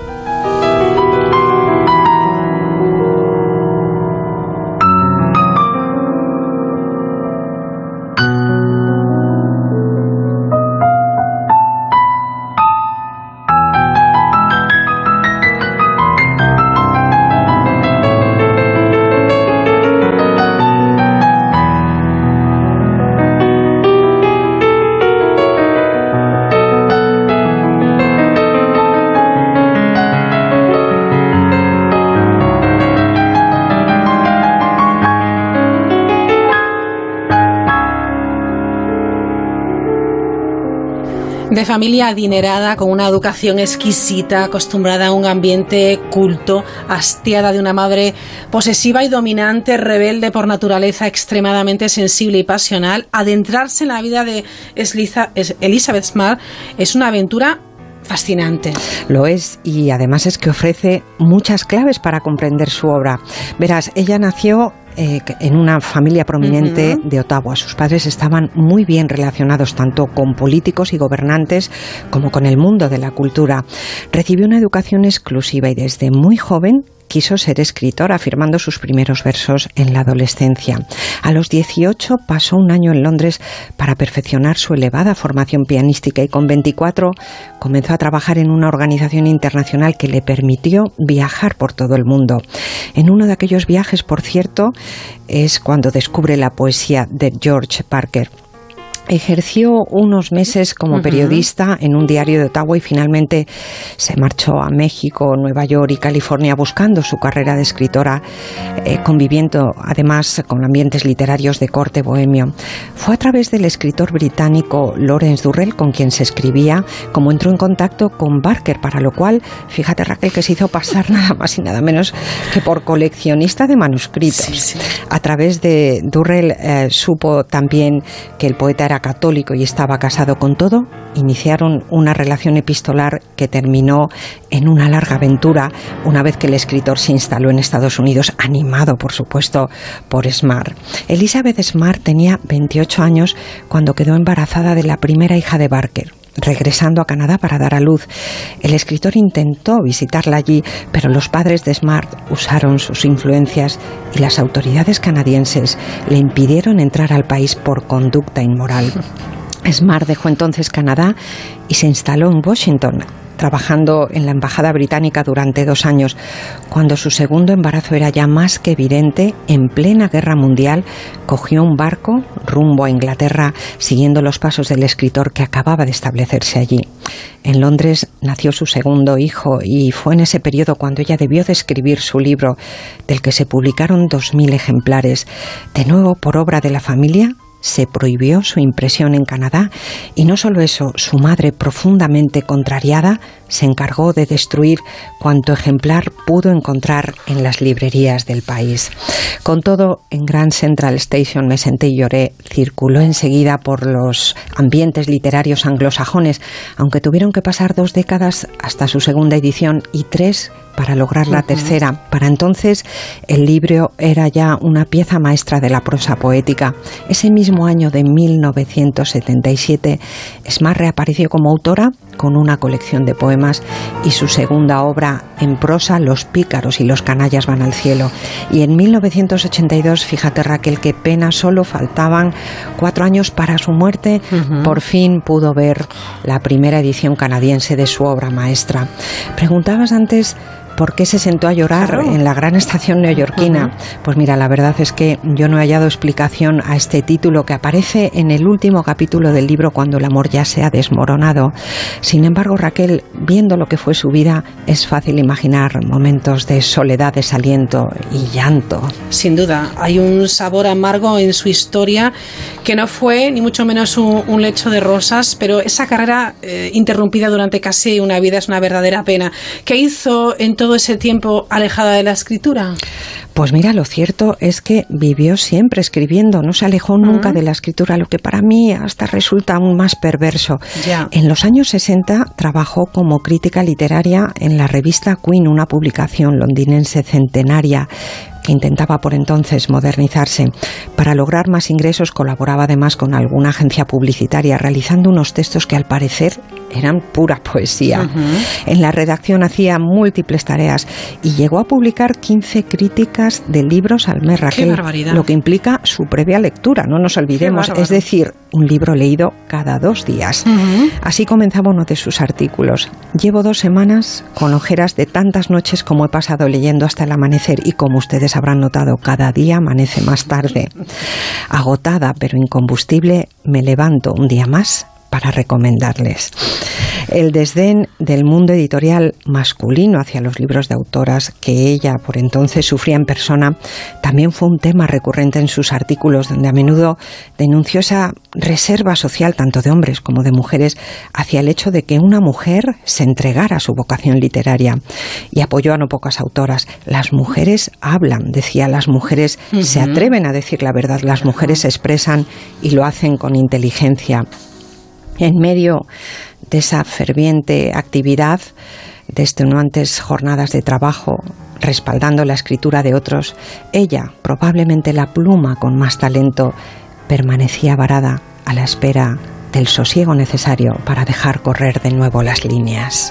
De familia adinerada, con una educación exquisita, acostumbrada a un ambiente culto, hastiada de una madre posesiva y dominante, rebelde por naturaleza, extremadamente sensible y pasional, adentrarse en la vida de Elizabeth Smart es una aventura fascinante. Lo es, y además es que ofrece muchas claves para comprender su obra. Verás, ella nació Eh, en una familia prominente uh-huh. de Ottawa. Sus padres estaban muy bien relacionados tanto con políticos y gobernantes como con el mundo de la cultura. Recibió una educación exclusiva y desde muy joven quiso ser escritora, firmando sus primeros versos en la adolescencia. A los dieciocho pasó un año en Londres para perfeccionar su elevada formación pianística y con veinticuatro comenzó a trabajar en una organización internacional que le permitió viajar por todo el mundo. En uno de aquellos viajes, por cierto, es cuando descubre la poesía de George Parker. Ejerció unos meses como periodista uh-huh. en un diario de Ottawa y finalmente se marchó a México, Nueva York y California buscando su carrera de escritora, eh, conviviendo además con ambientes literarios de corte bohemio. Fue a través del escritor británico Lawrence Durrell, con quien se escribía, como entró en contacto con Barker, para lo cual, fíjate Raquel, que se hizo pasar nada más y nada menos que por coleccionista de manuscritos. Sí, sí. A través de Durrell eh, supo también que el poeta era católico y estaba casado. Con todo, iniciaron una relación epistolar que terminó en una larga aventura una vez que el escritor se instaló en Estados Unidos, animado, por supuesto, por Smart. Elizabeth Smart tenía veintiocho años cuando quedó embarazada de la primera hija de Barker. Regresando a Canadá para dar a luz, el escritor intentó visitarla allí, pero los padres de Smart usaron sus influencias y las autoridades canadienses le impidieron entrar al país por conducta inmoral. Smart dejó entonces Canadá y se instaló en Washington, trabajando en la embajada británica durante dos años. Cuando su segundo embarazo era ya más que evidente, en plena guerra mundial, cogió un barco rumbo a Inglaterra, siguiendo los pasos del escritor que acababa de establecerse allí. En Londres nació su segundo hijo y fue en ese periodo cuando ella debió de escribir su libro, del que se publicaron dos mil ejemplares. De nuevo, por obra de la familia, se prohibió su impresión en Canadá y no solo eso, su madre, profundamente contrariada, se encargó de destruir cuanto ejemplar pudo encontrar en las librerías del país. Con todo, en Grand Central Station me senté y lloré. Circuló enseguida por los ambientes literarios anglosajones, aunque tuvieron que pasar dos décadas hasta su segunda edición y tres para lograr la uh-huh. tercera. Para entonces el libro era ya una pieza maestra de la prosa poética. Ese mismo año de mil novecientos setenta y siete, Smart reapareció como autora con una colección de poemas y su segunda obra en prosa, Los pícaros y los canallas van al cielo. Y en mil novecientos ochenta y dos, fíjate Raquel, qué pena, solo faltaban cuatro años para su muerte, uh-huh. por fin pudo ver la primera edición canadiense de su obra maestra. Preguntabas antes ¿por qué se sentó a llorar claro. en la gran estación neoyorquina? Uh-huh. Pues mira, la verdad es que yo no he hallado explicación a este título que aparece en el último capítulo del libro cuando el amor ya se ha desmoronado. Sin embargo, Raquel, viendo lo que fue su vida, es fácil imaginar momentos de soledad, desaliento y llanto. Sin duda, hay un sabor amargo en su historia que no fue ni mucho menos un, un lecho de rosas, pero esa carrera eh, interrumpida durante casi una vida es una verdadera pena. ¿Qué hizo entonces todo ese tiempo alejada de la escritura? Pues mira, lo cierto es que vivió siempre escribiendo, no se alejó nunca uh-huh. de la escritura, lo que para mí hasta resulta aún más perverso. Ya. En los años sesenta trabajó como crítica literaria en la revista Queen, una publicación londinense centenaria que intentaba por entonces modernizarse. Para lograr más ingresos colaboraba además con alguna agencia publicitaria, realizando unos textos que al parecer eran pura poesía. Uh-huh. En la redacción hacía múltiples tareas y llegó a publicar quince críticas de libros al mes, Raquel. ¡Qué barbaridad! Lo que implica su previa lectura, no nos olvidemos, es decir, un libro leído cada dos días. Uh-huh. Así comenzaba uno de sus artículos. Llevo dos semanas con ojeras de tantas noches como he pasado leyendo hasta el amanecer y como ustedes habrán notado, cada día amanece más tarde. Agotada pero incombustible, me levanto un día más para recomendarles. El desdén del mundo editorial masculino hacia los libros de autoras que ella por entonces sufría en persona también fue un tema recurrente en sus artículos, donde a menudo denunció esa reserva social tanto de hombres como de mujeres hacia el hecho de que una mujer se entregara a su vocación literaria, y apoyó a no pocas autoras. Las mujeres hablan, decía, las mujeres uh-huh. se atreven a decir la verdad, las mujeres se expresan y lo hacen con inteligencia. En medio de esa ferviente actividad, de extenuantes jornadas de trabajo, respaldando la escritura de otros, ella, probablemente la pluma con más talento, permanecía varada a la espera del sosiego necesario para dejar correr de nuevo las líneas.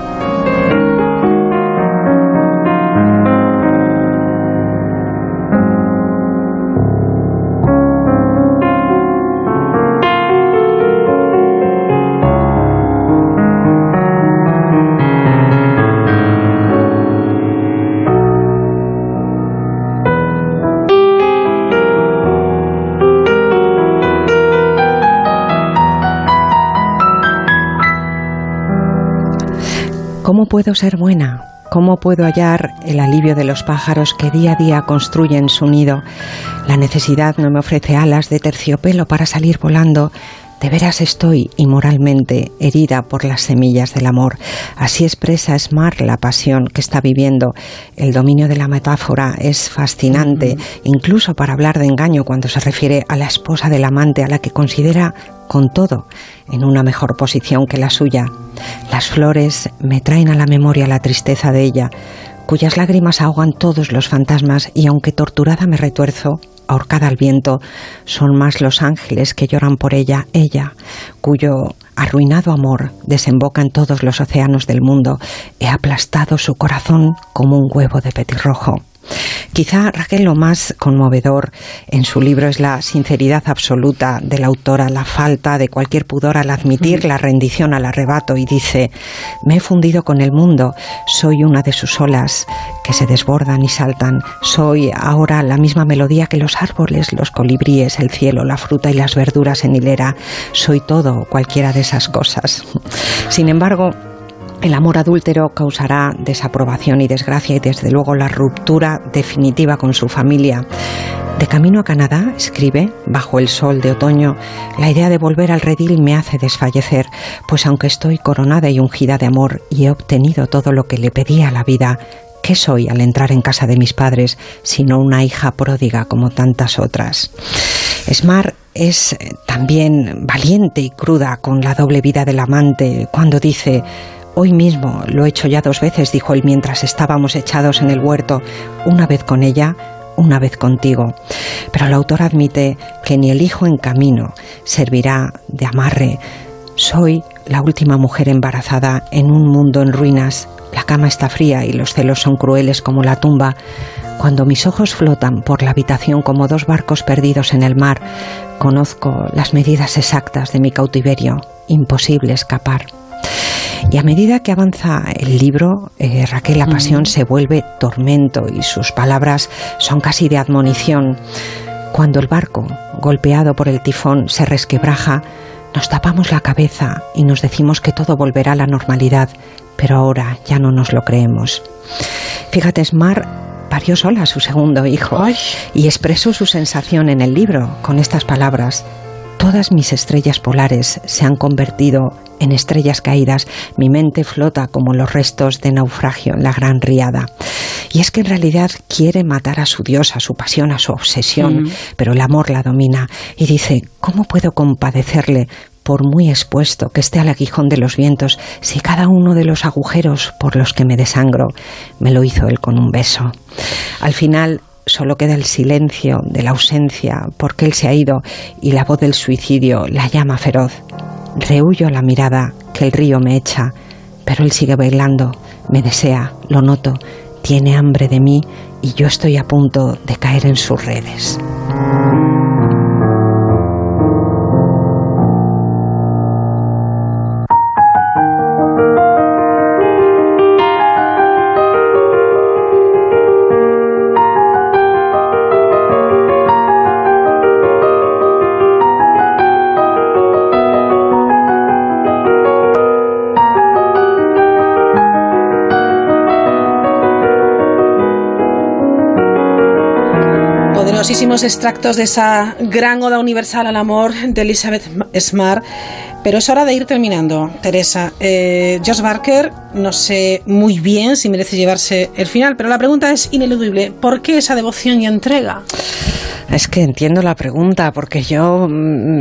¿Cómo puedo ser buena? ¿Cómo puedo hallar el alivio de los pájaros que día a día construyen su nido? La necesidad no me ofrece alas de terciopelo para salir volando. De veras estoy inmoralmente herida por las semillas del amor. Así expresa Smart la pasión que está viviendo. El dominio de la metáfora es fascinante, uh-huh. incluso para hablar de engaño cuando se refiere a la esposa del amante, a la que considera con todo en una mejor posición que la suya. Las flores me traen a la memoria la tristeza de ella, cuyas lágrimas ahogan todos los fantasmas, y aunque torturada me retuerzo, ahorcada al viento, son más los ángeles que lloran por ella, ella, cuyo arruinado amor desemboca en todos los océanos del mundo. He aplastado su corazón como un huevo de petirrojo. Quizá, Raquel, lo más conmovedor en su libro es la sinceridad absoluta de la autora, la falta de cualquier pudor al admitir la rendición al arrebato, y dice: me he fundido con el mundo, soy una de sus olas que se desbordan y saltan, soy ahora la misma melodía que los árboles, los colibríes, el cielo, la fruta y las verduras en hilera, soy todo, cualquiera de esas cosas. Sin embargo, el amor adúltero causará desaprobación y desgracia, y desde luego la ruptura definitiva con su familia. De camino a Canadá, escribe, bajo el sol de otoño, la idea de volver al redil me hace desfallecer, pues aunque estoy coronada y ungida de amor y he obtenido todo lo que le pedía a la vida, ¿qué soy al entrar en casa de mis padres, sino una hija pródiga como tantas otras? Smart es también valiente y cruda con la doble vida del amante cuando dice: hoy mismo lo he hecho ya dos veces, dijo él mientras estábamos echados en el huerto, una vez con ella, una vez contigo. Pero la autora admite que ni el hijo en camino servirá de amarre. Soy la última mujer embarazada en un mundo en ruinas. La cama está fría y los celos son crueles como la tumba. Cuando mis ojos flotan por la habitación como dos barcos perdidos en el mar, conozco las medidas exactas de mi cautiverio. Imposible escapar. Y a medida que avanza el libro, eh, Raquel, la pasión se vuelve tormento y sus palabras son casi de admonición. Cuando el barco, golpeado por el tifón, se resquebraja, nos tapamos la cabeza y nos decimos que todo volverá a la normalidad, pero ahora ya no nos lo creemos. Fíjate, Smart parió sola a su segundo hijo. Ay. Y expresó su sensación en el libro con estas palabras: Todas mis estrellas polares se han convertido en estrellas caídas. Mi mente flota como los restos de naufragio en la gran riada. Y es que en realidad quiere matar a su dios, a su pasión, a su obsesión, mm. pero el amor la domina. Y dice, ¿cómo puedo compadecerle por muy expuesto que esté al aguijón de los vientos, si cada uno de los agujeros por los que me desangro me lo hizo él con un beso? Al final solo queda el silencio de la ausencia, porque él se ha ido, y la voz del suicidio, la llama feroz. Rehuyo la mirada que el río me echa, pero él sigue bailando, me desea, lo noto, tiene hambre de mí y yo estoy a punto de caer en sus redes. Poderosísimos extractos de esa gran oda universal al amor de Elizabeth Smart. Pero es hora de ir terminando, Teresa. Eh, George Barker, no sé muy bien si merece llevarse el final, pero la pregunta es ineludible. ¿Por qué esa devoción y entrega? Es que entiendo la pregunta, porque yo mmm,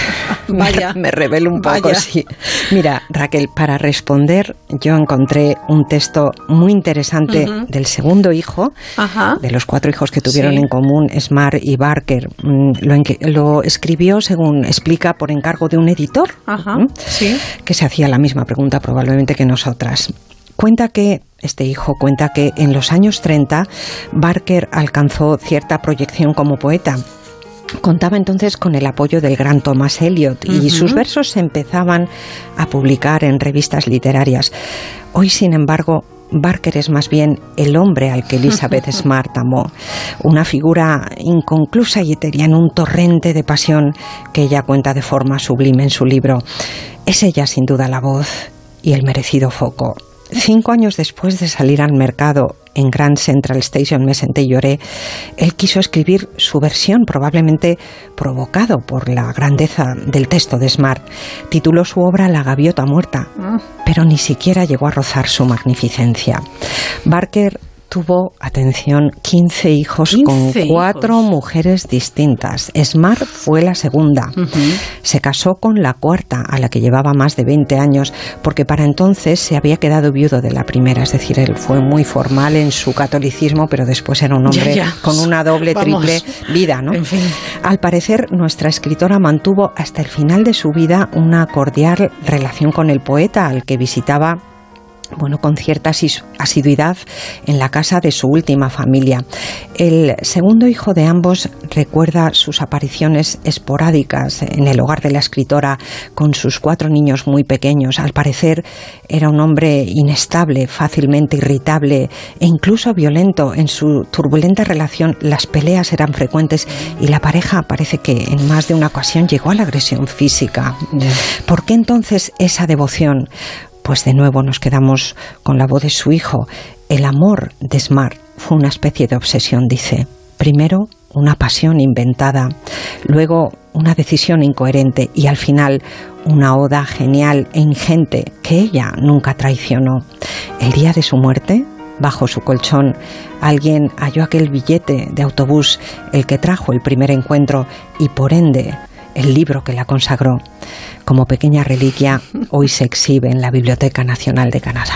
Vaya. me, me revelo un poco. Vaya. Sí. Mira, Raquel, para responder yo encontré un texto muy interesante uh-huh. del segundo hijo, Ajá. de los cuatro hijos que tuvieron sí. en común, Smart y Barker. Lo, en, lo escribió, según explica, por encargo de un editor, Ajá. ¿eh? sí. que se hacía la misma pregunta probablemente que nosotras. Cuenta que, este hijo cuenta que en los años treinta Barker alcanzó cierta proyección como poeta. Contaba entonces con el apoyo del gran Thomas Eliot y uh-huh. sus versos se empezaban a publicar en revistas literarias. Hoy, sin embargo, Barker es más bien el hombre al que Elizabeth Smart amó, una figura inconclusa y etérea en un torrente de pasión que ella cuenta de forma sublime en su libro. Es ella, sin duda, la voz y el merecido foco. Cinco años después de salir al mercado en Grand Central Station me senté y lloré. Él quiso escribir su versión, probablemente provocado por la grandeza del texto de Smart. Tituló su obra La gaviota muerta, pero ni siquiera llegó a rozar su magnificencia. Barker tuvo, atención, quince hijos con cuatro hijos. mujeres distintas. Smart fue la segunda. Uh-huh. Se casó con la cuarta, a la que llevaba más de veinte años, porque para entonces se había quedado viudo de la primera. Es decir, él fue muy formal en su catolicismo, pero después era un hombre ya, ya. con una doble, Vamos. triple vida, ¿no? En fin. Al parecer, nuestra escritora mantuvo hasta el final de su vida una cordial relación con el poeta, al que visitaba bueno, con cierta asiduidad en la casa de su última familia. El segundo hijo de ambos recuerda sus apariciones esporádicas en el hogar de la escritora con sus cuatro niños muy pequeños. Al parecer era un hombre inestable, fácilmente irritable e incluso violento. En su turbulenta relación las peleas eran frecuentes y la pareja parece que en más de una ocasión llegó a la agresión física. ¿Por qué entonces esa devoción? Pues de nuevo nos quedamos con la voz de su hijo. El amor de Smart fue una especie de obsesión, dice. Primero, una pasión inventada, luego una decisión incoherente y al final una oda genial e ingente que ella nunca traicionó. El día de su muerte, bajo su colchón, alguien halló aquel billete de autobús, el que trajo el primer encuentro y por ende el libro que la consagró. Como pequeña reliquia, hoy se exhibe en la Biblioteca Nacional de Canadá.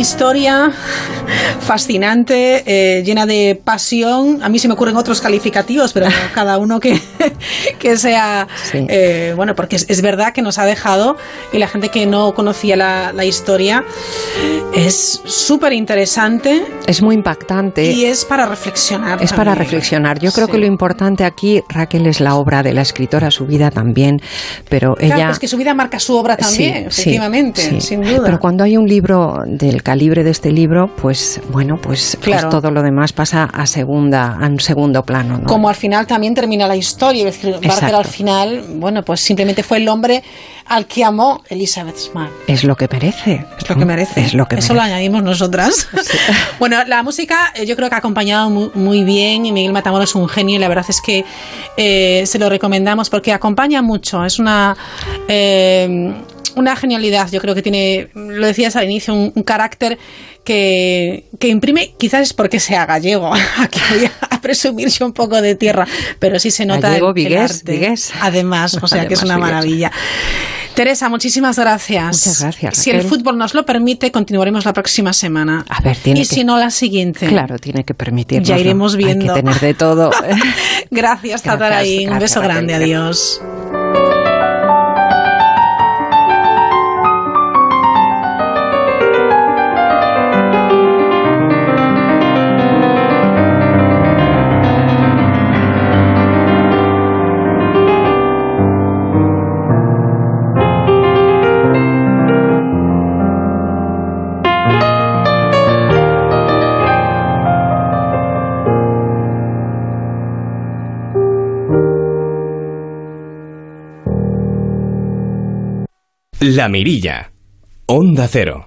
historia fascinante, eh, llena de pasión. A mí se me ocurren otros calificativos, pero no, cada uno que, que sea... Sí. Eh, bueno, porque es, es verdad que nos ha dejado, y la gente que no conocía la, la historia, es súper interesante. Es muy impactante. Y es para reflexionar. Es también. para reflexionar. Yo creo sí. que lo importante aquí, Raquel, es la obra de la escritora, su vida también, pero claro, ella... Pues que su vida marca su obra también, sí, efectivamente, sí, sí. sin duda. Pero cuando hay un libro del calibre de este libro, pues bueno, pues, claro. pues todo lo demás pasa a segunda, a un segundo plano, ¿no? Como al final también termina la historia, es decir, Barker al final, bueno, pues simplemente fue el hombre al que amó Elizabeth Smart. Es lo que merece. Es lo que merece. Es lo que Eso merece. lo añadimos nosotras. Sí. Bueno, la música yo creo que ha acompañado muy, muy bien, y Miguel Matamoros es un genio, y la verdad es que eh, se lo recomendamos porque acompaña mucho. Es una... Eh, una genialidad, yo creo que tiene, lo decías al inicio, un, un carácter que, que imprime, quizás es porque sea gallego, aquí voy a presumirse un poco de tierra, pero sí se nota gallego, el, vigués, el arte, vigués. Además, o sea Además, que es una vigués. maravilla. Teresa, muchísimas gracias. Muchas gracias, Si Raquel. el fútbol nos lo permite, continuaremos la próxima semana. A ver, tiene y que... si no, la siguiente. Claro, tiene que permitirnos. Ya iremos viendo. Hay que tener de todo. Gracias, Tatarain. Un beso Raquel. grande. Adiós. La Mirilla, Onda Cero.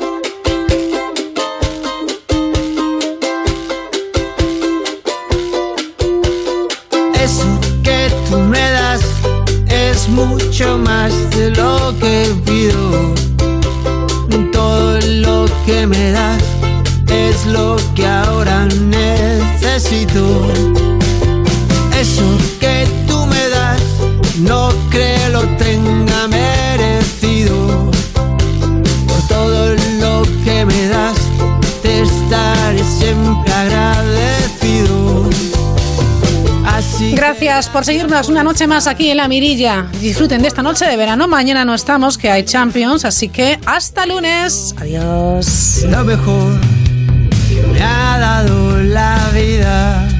Eso que tú me das es mucho más de lo que pido. Todo lo que me das es lo que ahora necesito. Eso que tú me das no creo lo tenga merecido. Por todo lo que me das te estaré siempre agradecido. Así Gracias por seguirnos una noche más aquí en La Mirilla. Disfruten de esta noche de verano. Mañana no estamos, que hay Champions, así que hasta lunes. Adiós. Lo mejor que me ha dado la vida.